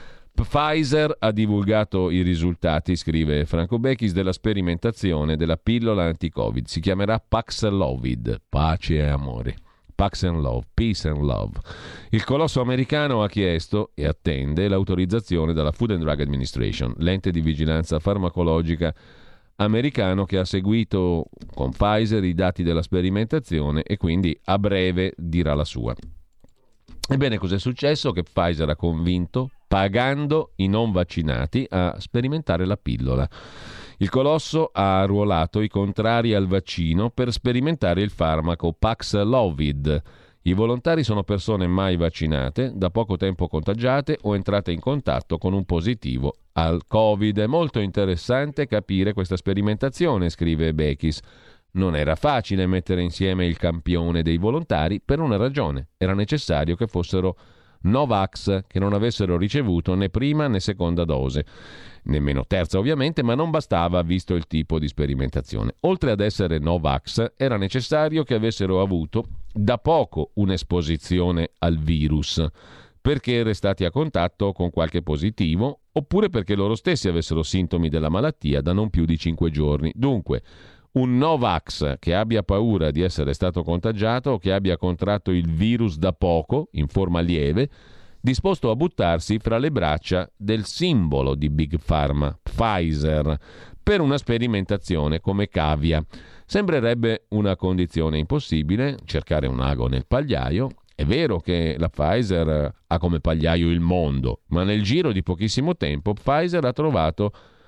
Pfizer ha divulgato i risultati, scrive Franco Bechis, della sperimentazione della pillola anti-Covid. Si chiamerà Paxlovid, pace e amore. Pax and Love, Peace and Love. Il colosso americano ha chiesto e attende l'autorizzazione dalla Food and Drug Administration, l'ente di vigilanza farmacologica americano che ha seguito con Pfizer i dati della sperimentazione e quindi a breve dirà la sua. Ebbene, cos'è successo? Che Pfizer ha convinto pagando i non vaccinati a sperimentare la pillola. Il colosso ha arruolato i contrari al vaccino per sperimentare il farmaco Paxlovid. I volontari sono persone mai vaccinate, da poco tempo contagiate o entrate in contatto con un positivo al Covid. È molto interessante capire questa sperimentazione, scrive Bechis. Non era facile mettere insieme il campione dei volontari per una ragione. Era necessario che fossero Novax, che non avessero ricevuto né prima né seconda dose. Nemmeno terza ovviamente, ma non bastava visto il tipo di sperimentazione. Oltre ad essere Novax, era necessario che avessero avuto da poco un'esposizione al virus, perché restati a contatto con qualche positivo, oppure perché loro stessi avessero sintomi della malattia da non più di cinque giorni. Dunque, un Novax che abbia paura di essere stato contagiato o che abbia contratto il virus da poco, in forma lieve, disposto a buttarsi fra le braccia del simbolo di Big Pharma, Pfizer, per una sperimentazione come cavia. Sembrerebbe una condizione impossibile, cercare un ago nel pagliaio. È vero che la Pfizer ha come pagliaio il mondo, ma nel giro di pochissimo tempo Pfizer ha trovato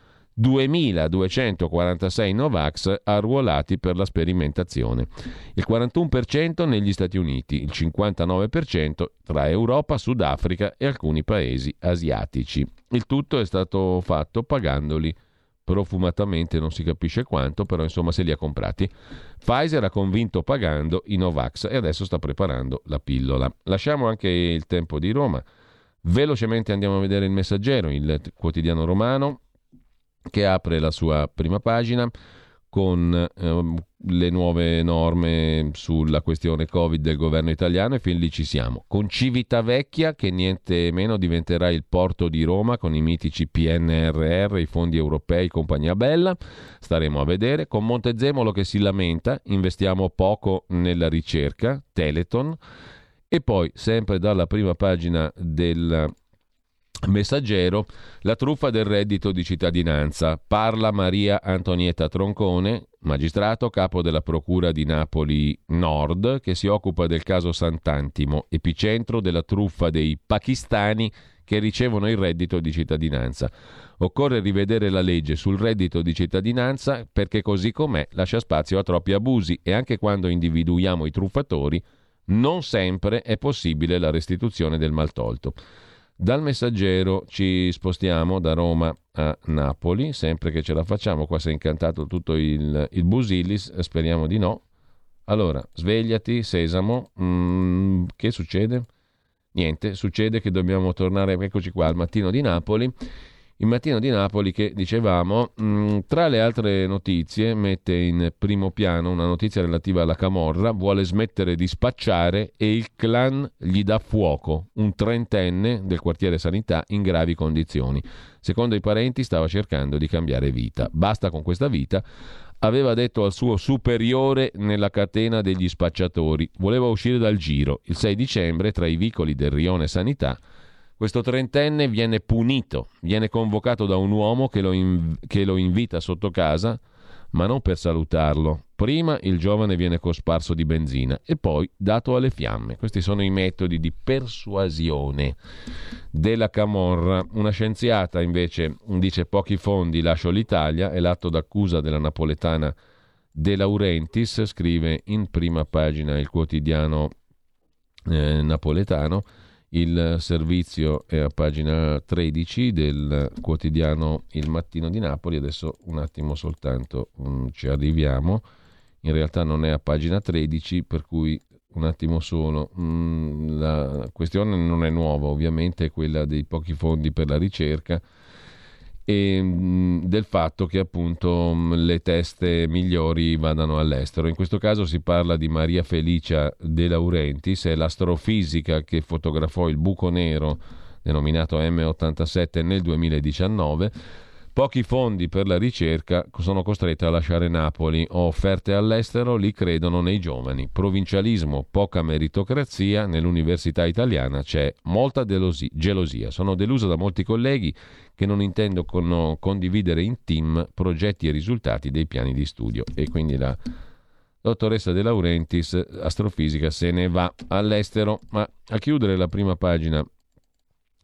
duemiladuecentoquarantasei Novax arruolati per la sperimentazione, il quarantuno per cento negli Stati Uniti, il cinquantanove per cento tra Europa, Sudafrica e alcuni paesi asiatici. Il tutto è stato fatto pagandoli profumatamente, non si capisce quanto, però insomma se li ha comprati. Pfizer ha convinto pagando i Novax e adesso sta preparando la pillola. Lasciamo anche il Tempo di Roma, velocemente andiamo a vedere il Messaggero, il quotidiano romano, che apre la sua prima pagina con eh, le nuove norme sulla questione Covid del governo italiano, e fin lì ci siamo. Con Civitavecchia, che niente meno diventerà il porto di Roma con i mitici P N R R, i fondi europei, compagnia bella, staremo a vedere. Con Montezemolo che si lamenta, investiamo poco nella ricerca, Teleton. E poi, sempre dalla prima pagina del Messaggero, la truffa del reddito di cittadinanza. Parla Maria Antonietta Troncone, magistrato capo della Procura di Napoli Nord, che si occupa del caso Sant'Antimo, epicentro della truffa dei pakistani che ricevono il reddito di cittadinanza. Occorre rivedere la legge sul reddito di cittadinanza perché così com'è lascia spazio a troppi abusi, e anche quando individuiamo i truffatori non sempre è possibile la restituzione del maltolto. Dal Messaggero ci spostiamo da Roma a Napoli, sempre che ce la facciamo. Qua si è incantato tutto il, il Busillis, speriamo di no. Allora, svegliati, Sesamo, mm, che succede? Niente, succede che dobbiamo tornare, eccoci qua, al Mattino di Napoli. Il Mattino di Napoli che, dicevamo, mh, tra le altre notizie mette in primo piano una notizia relativa alla camorra. Vuole smettere di spacciare e il clan gli dà fuoco. Un trentenne del quartiere Sanità in gravi condizioni. Secondo i parenti stava cercando di cambiare vita. Basta con questa vita, aveva detto al suo superiore nella catena degli spacciatori. Voleva uscire dal giro. Il sei dicembre, tra i vicoli del rione Sanità, questo trentenne viene punito, viene convocato da un uomo che lo, inv- che lo invita sotto casa, ma non per salutarlo. Prima il giovane viene cosparso di benzina e poi dato alle fiamme. Questi sono i metodi di persuasione della camorra. Una scienziata invece dice: pochi fondi, lascio l'Italia, è l'atto d'accusa della napoletana De Laurentiis, scrive in prima pagina il quotidiano eh, napoletano. Il servizio è a pagina tredici del quotidiano Il Mattino di Napoli. Adesso un attimo soltanto, um, ci arriviamo. In realtà non è a pagina tredici, per cui un attimo solo. Mm, la questione non è nuova, ovviamente, è quella dei pochi fondi per la ricerca e mh, del fatto che appunto mh, le teste migliori vadano all'estero. In questo caso si parla di Maria Felicia De Laurentiis, è l'astrofisica che fotografò il buco nero denominato M ottantasette nel duemiladiciannove. Pochi fondi per la ricerca, sono costretta a lasciare Napoli. Ho offerte all'estero, lì credono nei giovani. Provincialismo, poca meritocrazia, nell'università italiana c'è molta delosi- gelosia. Sono delusa da molti colleghi che non intendo con- condividere in team progetti e risultati dei piani di studio. E quindi la dottoressa De Laurentiis, astrofisica, se ne va all'estero. Ma a chiudere la prima pagina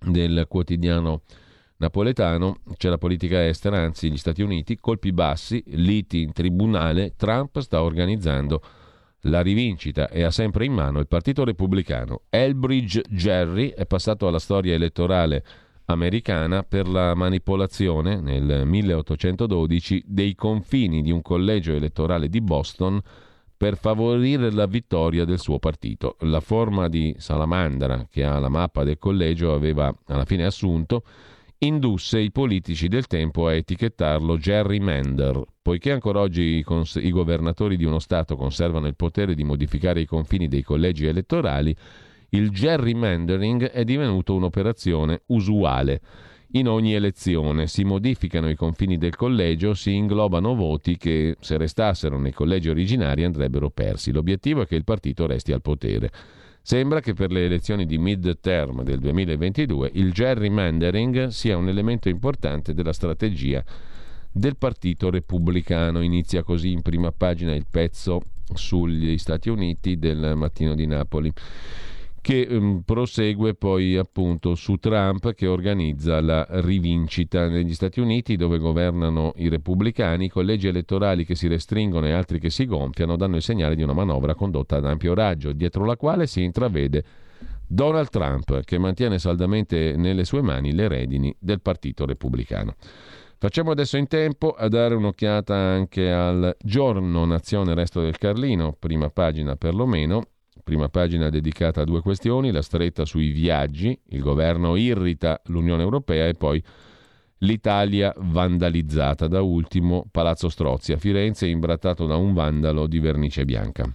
del quotidiano napoletano, c'è la politica estera, anzi gli Stati Uniti, colpi bassi, liti in tribunale, Trump sta organizzando la rivincita e ha sempre in mano il Partito Repubblicano. Elbridge Gerry è passato alla storia elettorale americana per la manipolazione nel milleottocentododici dei confini di un collegio elettorale di Boston per favorire la vittoria del suo partito. La forma di salamandra che ha la mappa del collegio aveva alla fine assunto indusse i politici del tempo a etichettarlo gerrymander. Poiché ancora oggi i, cons- i governatori di uno Stato conservano il potere di modificare i confini dei collegi elettorali, il gerrymandering è divenuto un'operazione usuale. In ogni elezione si modificano i confini del collegio, si inglobano voti che, se restassero nei collegi originari, andrebbero persi. L'obiettivo è che il partito resti al potere. Sembra che per le elezioni di mid-term del duemilaventidue il gerrymandering sia un elemento importante della strategia del Partito Repubblicano. Inizia così in prima pagina il pezzo sugli Stati Uniti del Mattino di Napoli, che um, prosegue poi appunto su Trump, che organizza la rivincita negli Stati Uniti, dove governano i repubblicani. Collegi elettorali che si restringono e altri che si gonfiano danno il segnale di una manovra condotta ad ampio raggio, dietro la quale si intravede Donald Trump, che mantiene saldamente nelle sue mani le redini del Partito Repubblicano. Facciamo adesso in tempo a dare un'occhiata anche al Giorno, Nazione, Resto del Carlino, prima pagina perlomeno. Prima pagina dedicata a due questioni: la stretta sui viaggi, il governo irrita l'Unione Europea, e poi l'Italia vandalizzata. Da ultimo Palazzo Strozzi a Firenze, imbrattato da un vandalo di vernice bianca.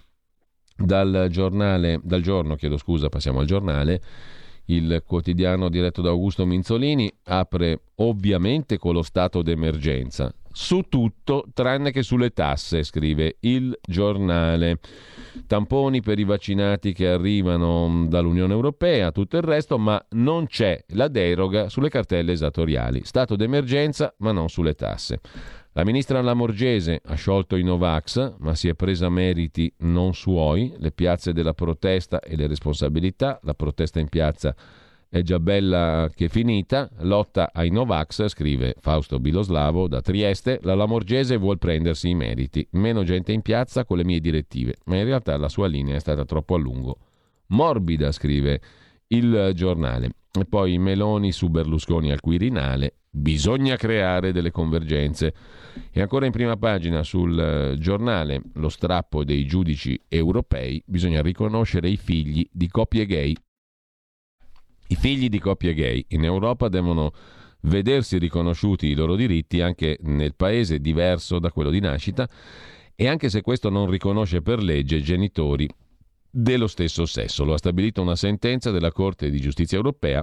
Dal giornale, dal giorno, chiedo scusa, passiamo al giornale. Il quotidiano diretto da Augusto Minzolini apre ovviamente con lo stato d'emergenza, su tutto tranne che sulle tasse, scrive il giornale. Tamponi per i vaccinati che arrivano dall'Unione Europea, tutto il resto, ma non c'è la deroga sulle cartelle esattoriali. Stato d'emergenza, ma non sulle tasse. La ministra Lamorgese ha sciolto i Novax, ma si è presa meriti non suoi, le piazze della protesta e le responsabilità. La protesta in piazza è già bella che finita. Lotta ai Novax, scrive Fausto Biloslavo da Trieste. La Lamorgese vuol prendersi i meriti. Meno gente in piazza con le mie direttive, ma in realtà la sua linea è stata troppo a lungo morbida, scrive il giornale. E poi Meloni su Berlusconi al Quirinale. Bisogna creare delle convergenze. E ancora in prima pagina sul giornale lo strappo dei giudici europei. Bisogna riconoscere i figli di coppie gay. I figli di coppie gay in Europa devono vedersi riconosciuti i loro diritti anche nel paese diverso da quello di nascita, e anche se questo non riconosce per legge genitori dello stesso sesso. Lo ha stabilito una sentenza della Corte di Giustizia Europea,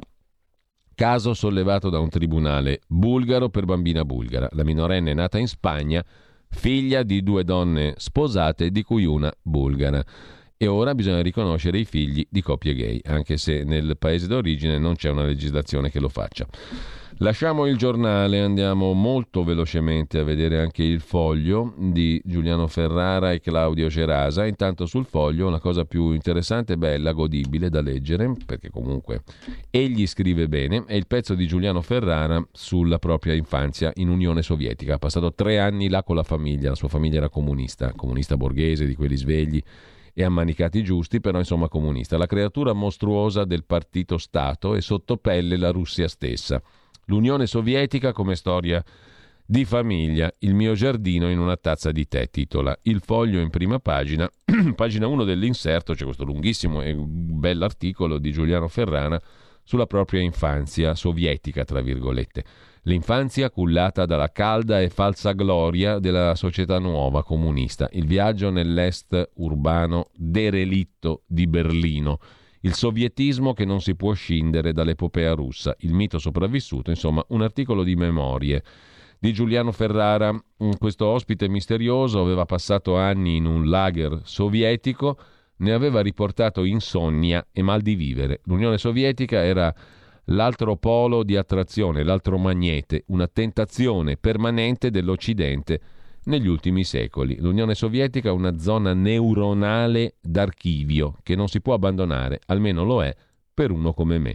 caso sollevato da un tribunale bulgaro per bambina bulgara. La minorenne è nata in Spagna, figlia di due donne sposate, di cui una bulgara. E ora bisogna riconoscere i figli di coppie gay, anche se nel paese d'origine non c'è una legislazione che lo faccia. Lasciamo il giornale, andiamo molto velocemente a vedere anche il Foglio di Giuliano Ferrara e Claudio Cerasa. Intanto sul Foglio la cosa più interessante, bella, godibile da leggere, perché comunque egli scrive bene, è il pezzo di Giuliano Ferrara sulla propria infanzia in Unione Sovietica. Ha passato tre anni là con la famiglia, la sua famiglia era comunista, comunista borghese, di quelli svegli e ammanicati giusti, però insomma comunista. La creatura mostruosa del partito Stato e sotto pelle la Russia stessa. L'Unione Sovietica come storia di famiglia, il mio giardino in una tazza di tè, titola il Foglio in prima pagina. Pagina uno dell'inserto c'è questo lunghissimo e bell'articolo di Giuliano Ferrara sulla propria infanzia sovietica, tra virgolette. L'infanzia cullata dalla calda e falsa gloria della società nuova comunista, il viaggio nell'est urbano derelitto di Berlino, il sovietismo che non si può scindere dall'epopea russa, il mito sopravvissuto, insomma un articolo di memorie di Giuliano Ferrara. Questo ospite misterioso aveva passato anni in un lager sovietico, ne aveva riportato insonnia e mal di vivere. L'Unione Sovietica era l'altro polo di attrazione, l'altro magnete, una tentazione permanente dell'Occidente negli ultimi secoli. L'Unione Sovietica è una zona neuronale d'archivio che non si può abbandonare, almeno lo è per uno come me.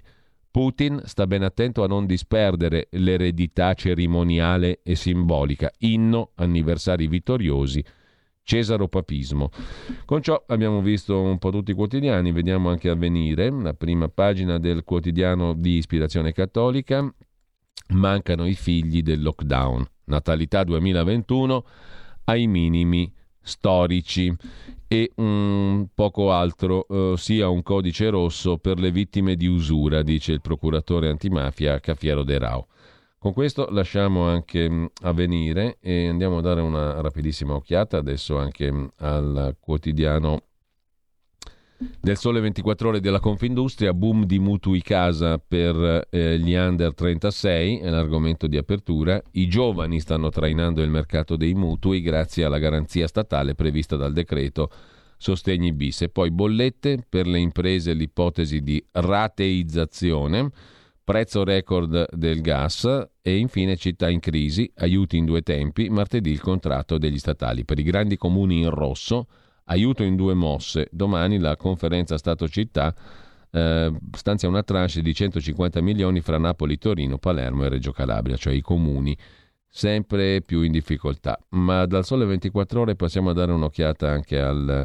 Putin sta ben attento a non disperdere l'eredità cerimoniale e simbolica, inno, anniversari vittoriosi, cesaropapismo. Con ciò abbiamo visto un po' tutti i quotidiani, vediamo anche Avvenire, la prima pagina del quotidiano di ispirazione cattolica. Mancano i figli del lockdown, natalità duemilaventuno ai minimi storici, e un poco altro, eh, sia un codice rosso per le vittime di usura, dice il procuratore antimafia Cafiero De Rao. Con questo lasciamo anche mh, Avvenire e andiamo a dare una rapidissima occhiata adesso anche mh, al quotidiano del Sole ventiquattro Ore della Confindustria. Boom di mutui casa per eh, gli under trentasei è l'argomento di apertura. I giovani stanno trainando il mercato dei mutui grazie alla garanzia statale prevista dal decreto Sostegni bis. E poi bollette per le imprese, l'ipotesi di rateizzazione, prezzo record del gas e infine città in crisi, aiuti in due tempi, martedì il contratto degli statali. Per i grandi comuni in rosso, aiuto in due mosse. Domani la conferenza Stato-Città eh, stanzia una tranche di centocinquanta milioni fra Napoli, Torino, Palermo e Reggio Calabria, cioè i comuni sempre più in difficoltà. Ma dal Sole ventiquattro Ore passiamo a dare un'occhiata anche al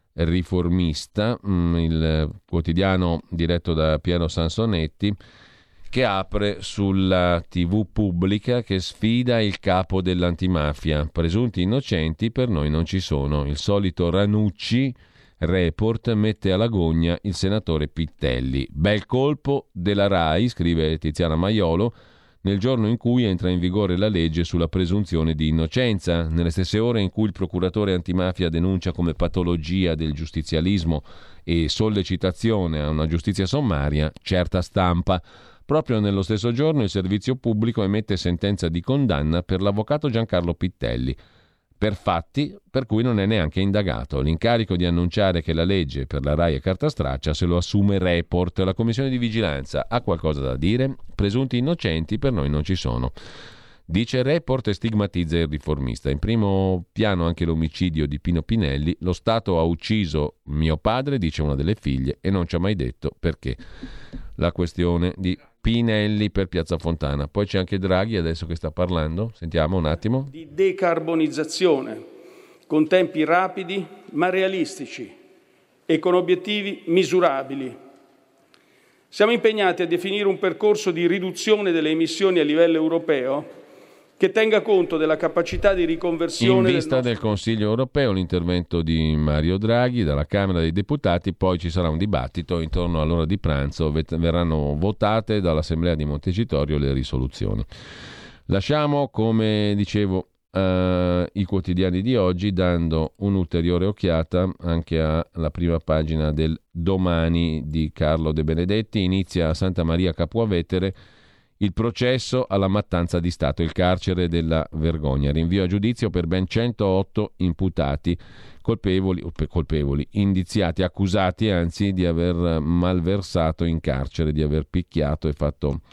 Riformista, il quotidiano diretto da Piero Sansonetti, che apre sulla tivù pubblica che sfida il capo dell'antimafia. Presunti innocenti per noi non ci sono. Il solito Ranucci, Report, mette alla gogna il senatore Pittelli. Bel colpo della RAI, scrive Tiziana Maiolo, nel giorno in cui entra in vigore la legge sulla presunzione di innocenza, nelle stesse ore in cui il procuratore antimafia denuncia come patologia del giustizialismo e sollecitazione a una giustizia sommaria certa stampa. Proprio nello stesso giorno il servizio pubblico emette sentenza di condanna per l'avvocato Giancarlo Pittelli, per fatti per cui non è neanche indagato. L'incarico di annunciare che la legge per la RAI è carta straccia se lo assume Report. La commissione di vigilanza ha qualcosa da dire? Presunti innocenti per noi non ci sono. Dice Report e stigmatizza il Riformista. In primo piano anche l'omicidio di Pino Pinelli. Lo Stato ha ucciso mio padre, dice una delle figlie, e non ci ha mai detto perché. La questione di Pinelli per Piazza Fontana. Poi c'è anche Draghi adesso che sta parlando. Sentiamo un attimo. Di decarbonizzazione con tempi rapidi ma realistici e con obiettivi misurabili. Siamo impegnati a definire un percorso di riduzione delle emissioni a livello europeo che tenga conto della capacità di riconversione. In vista del, del Consiglio europeo l'intervento di Mario Draghi dalla Camera dei Deputati, poi ci sarà un dibattito intorno all'ora di pranzo, verranno votate dall'Assemblea di Montecitorio le risoluzioni. Lasciamo, come dicevo, uh, i quotidiani di oggi, dando un'ulteriore occhiata anche alla prima pagina del Domani di Carlo De Benedetti. Inizia a Santa Maria Capua Vetere il processo alla mattanza di Stato, il carcere della vergogna. Rinvio a giudizio per ben centootto imputati, colpevoli, colpevoli, indiziati, accusati anzi di aver malversato in carcere, di aver picchiato e fatto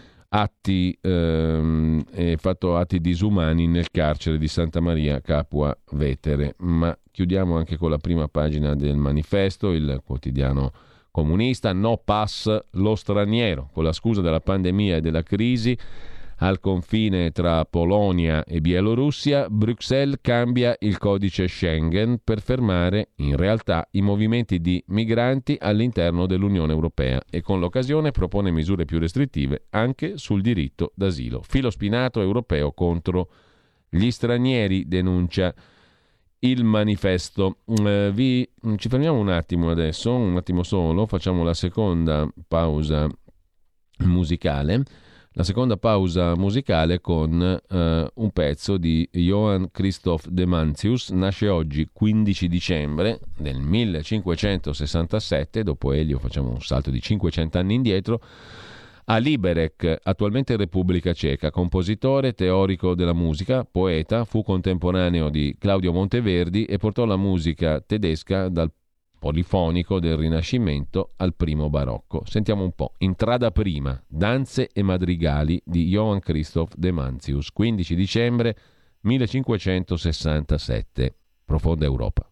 atti, ehm, e fatto atti disumani nel carcere di Santa Maria Capua Vetere. Ma chiudiamo anche con la prima pagina del Manifesto, il quotidiano comunista. No pass lo straniero. Con la scusa della pandemia e della crisi al confine tra Polonia e Bielorussia, Bruxelles cambia il codice Schengen per fermare in realtà i movimenti di migranti all'interno dell'Unione Europea e con l'occasione propone misure più restrittive anche sul diritto d'asilo. Filo spinato europeo contro gli stranieri, denuncia il Manifesto. Eh, vi, ci fermiamo un attimo adesso, un attimo solo, facciamo la seconda pausa musicale. La seconda pausa musicale con eh, un pezzo di Johann Christoph de Mantius. Nasce oggi, quindici dicembre del millecinquecentosessantasette, dopo Elio facciamo un salto di cinquecento anni indietro, a Liberec, attualmente Repubblica Ceca. Compositore, teorico della musica, poeta, fu contemporaneo di Claudio Monteverdi e portò la musica tedesca dal polifonico del Rinascimento al primo barocco. Sentiamo un po'. Intrada prima, danze e madrigali di Johann Christoph de Mantius, quindici dicembre millecinquecentosessantasette. Profonda Europa.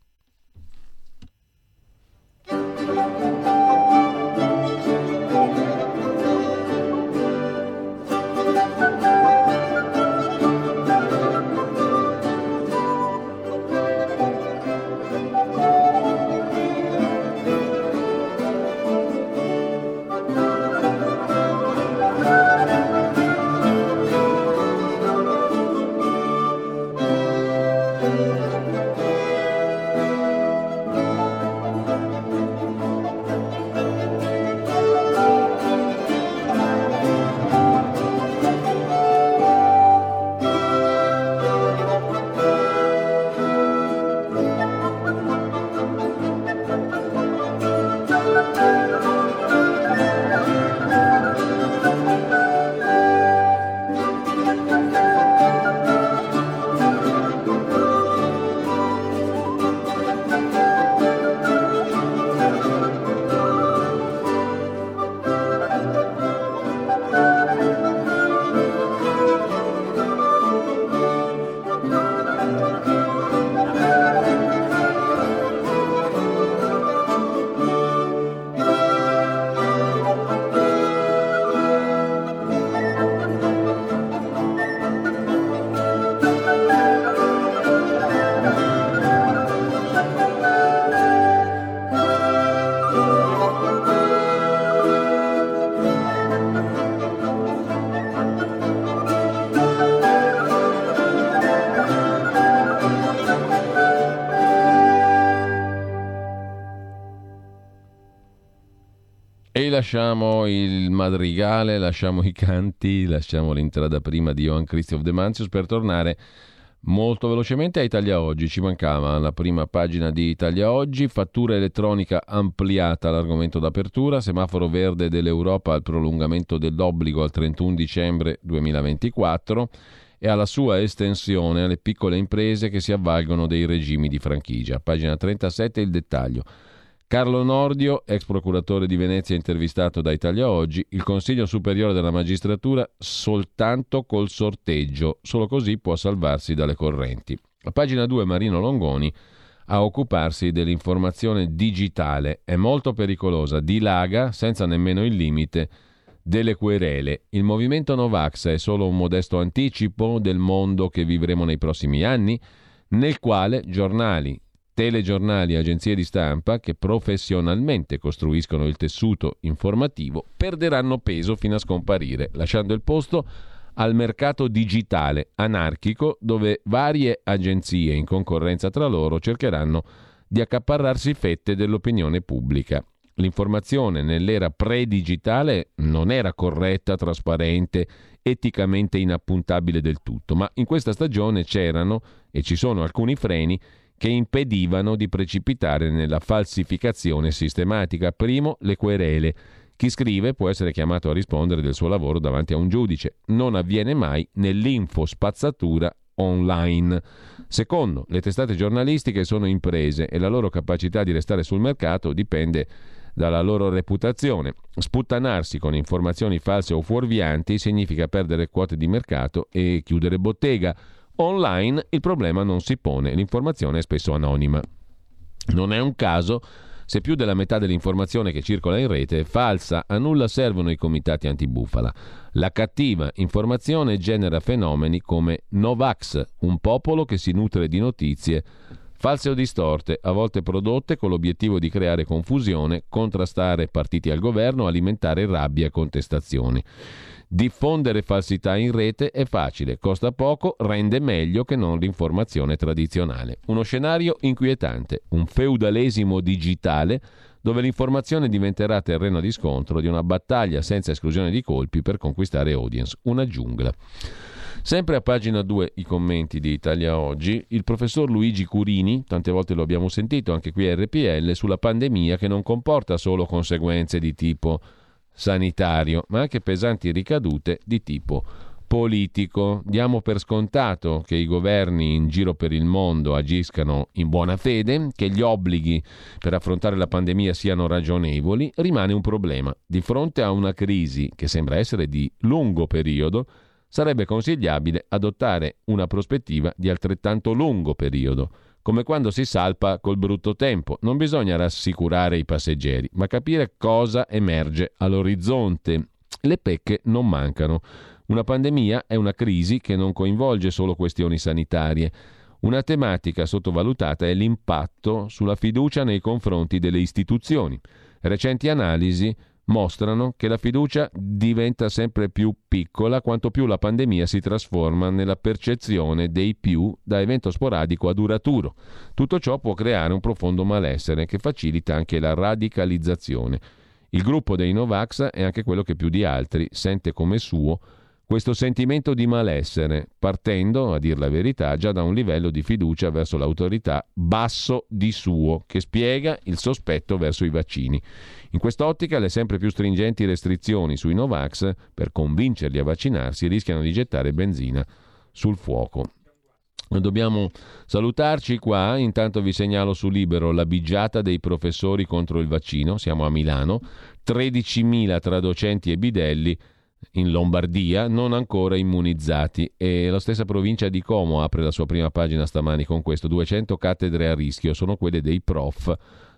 E lasciamo il madrigale, lasciamo i canti, lasciamo l'entrata prima di Johann Christoph de Mantius per tornare molto velocemente a Italia Oggi. Ci mancava la prima pagina di Italia Oggi, fattura elettronica ampliata, l'argomento d'apertura, semaforo verde dell'Europa al prolungamento dell'obbligo al trentuno dicembre duemilaventiquattro e alla sua estensione alle piccole imprese che si avvalgono dei regimi di franchigia. Pagina trentasette il dettaglio. Carlo Nordio, ex procuratore di Venezia intervistato da Italia Oggi, il Consiglio Superiore della Magistratura soltanto col sorteggio, solo così può salvarsi dalle correnti. A pagina due Marino Longoni a occuparsi dell'informazione digitale, è molto pericolosa, dilaga senza nemmeno il limite delle querele. Il movimento Novax è solo un modesto anticipo del mondo che vivremo nei prossimi anni, nel quale giornali, telegiornali e agenzie di stampa che professionalmente costruiscono il tessuto informativo perderanno peso fino a scomparire, lasciando il posto al mercato digitale anarchico dove varie agenzie in concorrenza tra loro cercheranno di accaparrarsi fette dell'opinione pubblica. L'informazione nell'era pre-digitale non era corretta, trasparente, eticamente inappuntabile del tutto, ma in questa stagione c'erano e ci sono alcuni freni che impedivano di precipitare nella falsificazione sistematica. Primo, le querele. Chi scrive può essere chiamato a rispondere del suo lavoro davanti a un giudice. Non avviene mai nell'infospazzatura online. Secondo, le testate giornalistiche sono imprese e la loro capacità di restare sul mercato dipende dalla loro reputazione. Sputtanarsi con informazioni false o fuorvianti significa perdere quote di mercato e chiudere bottega. Online il problema non si pone, l'informazione è spesso anonima. Non è un caso se più della metà dell'informazione che circola in rete è falsa. A nulla servono i comitati antibufala. La cattiva informazione genera fenomeni come Novax, un popolo che si nutre di notizie false o distorte, a volte prodotte con l'obiettivo di creare confusione, contrastare partiti al governo, alimentare rabbia e contestazioni. Diffondere falsità in rete è facile, costa poco, rende meglio che non l'informazione tradizionale. Uno scenario inquietante, un feudalesimo digitale dove l'informazione diventerà terreno di scontro di una battaglia senza esclusione di colpi per conquistare audience, una giungla. Sempre a pagina due i commenti di Italia Oggi, il professor Luigi Curini, tante volte lo abbiamo sentito anche qui a R P L, sulla pandemia che non comporta solo conseguenze di tipo sanitario, ma anche pesanti ricadute di tipo politico. Diamo per scontato che i governi in giro per il mondo agiscano in buona fede, che gli obblighi per affrontare la pandemia siano ragionevoli. Rimane un problema. Di fronte a una crisi che sembra essere di lungo periodo, sarebbe consigliabile adottare una prospettiva di altrettanto lungo periodo. Come quando si salpa col brutto tempo, non bisogna rassicurare i passeggeri, ma capire cosa emerge all'orizzonte. Le pecche non mancano. Una pandemia è una crisi che non coinvolge solo questioni sanitarie. Una tematica sottovalutata è l'impatto sulla fiducia nei confronti delle istituzioni. Recenti analisi mostrano che la fiducia diventa sempre più piccola quanto più la pandemia si trasforma nella percezione dei più da evento sporadico a duraturo. Tutto ciò può creare un profondo malessere che facilita anche la radicalizzazione. Il gruppo dei Novax è anche quello che più di altri sente come suo questo sentimento di malessere, partendo, a dir la verità, già da un livello di fiducia verso l'autorità basso di suo, che spiega il sospetto verso i vaccini. In quest'ottica, le sempre più stringenti restrizioni sui Novax per convincerli a vaccinarsi rischiano di gettare benzina sul fuoco. Dobbiamo salutarci qua, intanto vi segnalo su Libero la bigiata dei professori contro il vaccino, siamo a Milano, tredicimila tra docenti e bidelli in Lombardia non ancora immunizzati, e la stessa provincia di Como apre la sua prima pagina stamani con questo: duecento cattedre a rischio, sono quelle dei prof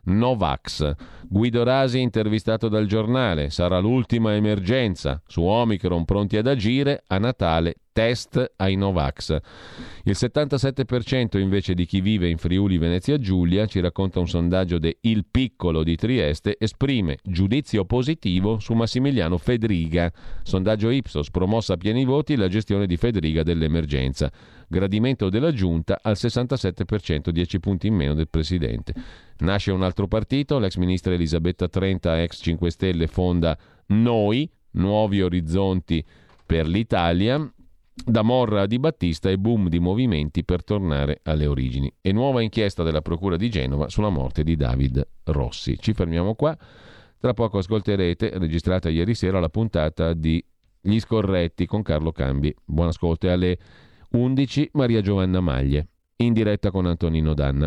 Novax. Guido Rasi intervistato dal Giornale, sarà l'ultima emergenza, su Omicron pronti ad agire, a Natale Test ai Novax. Il settantasette per cento invece di chi vive in Friuli Venezia Giulia, ci racconta un sondaggio de Il Piccolo di Trieste, esprime giudizio positivo su Massimiliano Fedriga. Sondaggio Ipsos, promossa a pieni voti la gestione di Fedriga dell'emergenza. Gradimento della giunta al sessantasette per cento, dieci punti in meno del presidente. Nasce un altro partito, l'ex ministra Elisabetta Trenta, ex cinque Stelle, fonda Noi, Nuovi Orizzonti per l'Italia. Da Morra a Di Battista e boom di movimenti per tornare alle origini. E nuova inchiesta della Procura di Genova sulla morte di David Rossi. Ci fermiamo qua. Tra poco ascolterete, registrata ieri sera, la puntata di Gli Scorretti con Carlo Cambi. Buon ascolto. E alle undici Maria Giovanna Maglie, in diretta con Antonino Danna.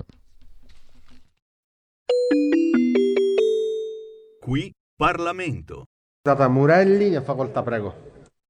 Qui Parlamento. Data Murelli, a facoltà, prego.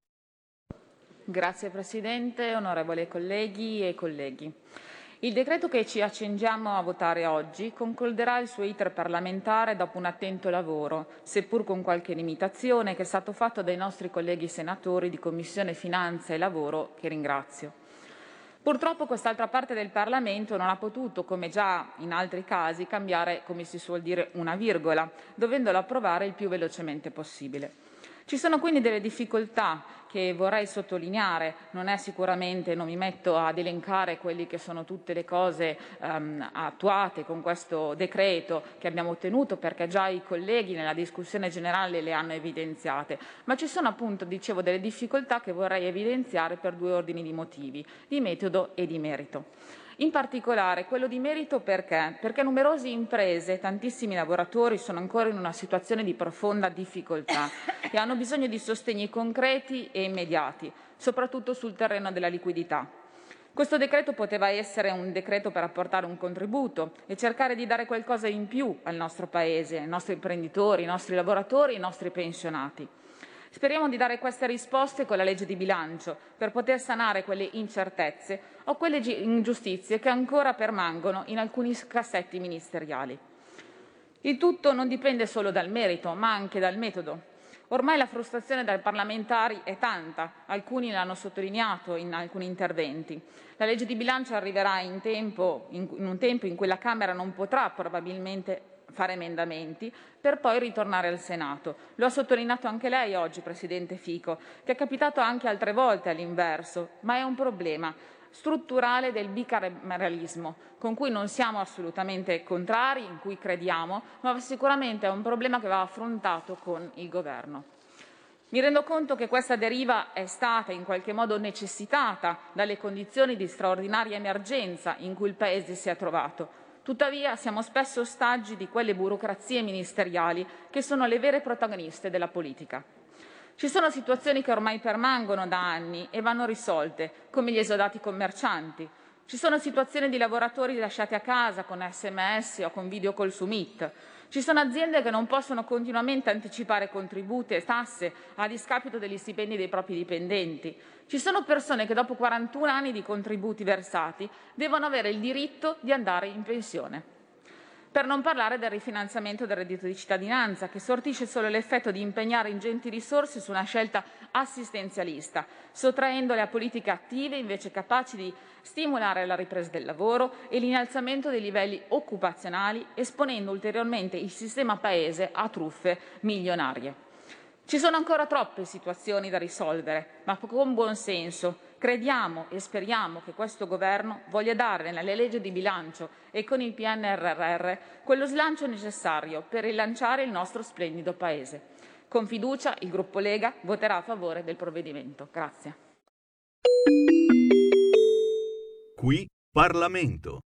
Grazie Presidente, onorevoli colleghi e colleghi. Il decreto che ci accingiamo a votare oggi concluderà il suo iter parlamentare dopo un attento lavoro, seppur con qualche limitazione, che è stato fatto dai nostri colleghi senatori di Commissione Finanza e Lavoro, che ringrazio. Purtroppo quest'altra parte del Parlamento non ha potuto, come già in altri casi, cambiare, come si suol dire, una virgola, dovendolo approvare il più velocemente possibile. Ci sono quindi delle difficoltà che vorrei sottolineare, non è sicuramente, non mi metto ad elencare quelli che sono tutte le cose um, attuate con questo decreto che abbiamo ottenuto, perché già i colleghi nella discussione generale le hanno evidenziate, ma ci sono appunto, dicevo, delle difficoltà che vorrei evidenziare per due ordini di motivi, di metodo e di merito. In particolare quello di merito perché? Perché numerose imprese e tantissimi lavoratori sono ancora in una situazione di profonda difficoltà e hanno bisogno di sostegni concreti e immediati, soprattutto sul terreno della liquidità. Questo decreto poteva essere un decreto per apportare un contributo e cercare di dare qualcosa in più al nostro Paese, ai nostri imprenditori, ai nostri lavoratori, ai nostri pensionati. Speriamo di dare queste risposte con la legge di bilancio per poter sanare quelle incertezze o quelle ingiustizie che ancora permangono in alcuni cassetti ministeriali. Il tutto non dipende solo dal merito, ma anche dal metodo. Ormai la frustrazione dai parlamentari è tanta, alcuni l'hanno sottolineato in alcuni interventi. La legge di bilancio arriverà in, tempo, in un tempo in cui la Camera non potrà probabilmente fare emendamenti per poi ritornare al Senato. Lo ha sottolineato anche lei oggi, Presidente Fico, che è capitato anche altre volte all'inverso, ma è un problema strutturale del bicameralismo, con cui non siamo assolutamente contrari, in cui crediamo, ma sicuramente è un problema che va affrontato con il Governo. Mi rendo conto che questa deriva è stata in qualche modo necessitata dalle condizioni di straordinaria emergenza in cui il Paese si è trovato. Tuttavia siamo spesso ostaggi di quelle burocrazie ministeriali che sono le vere protagoniste della politica. Ci sono situazioni che ormai permangono da anni e vanno risolte, come gli esodati commercianti. Ci sono situazioni di lavoratori lasciati a casa con sms o con video call su Meet. Ci sono aziende che non possono continuamente anticipare contributi e tasse a discapito degli stipendi dei propri dipendenti. Ci sono persone che dopo quarantuno anni di contributi versati devono avere il diritto di andare in pensione. Per non parlare del rifinanziamento del reddito di cittadinanza, che sortisce solo l'effetto di impegnare ingenti risorse su una scelta assistenzialista, sottraendole a politiche attive invece capaci di stimolare la ripresa del lavoro e l'innalzamento dei livelli occupazionali, esponendo ulteriormente il sistema Paese a truffe milionarie. Ci sono ancora troppe situazioni da risolvere, ma con buon senso. Crediamo e speriamo che questo Governo voglia dare nella legge di bilancio e con il P N R R R quello slancio necessario per rilanciare il nostro splendido Paese. Con fiducia il Gruppo Lega voterà a favore del provvedimento. Grazie. Qui Parlamento.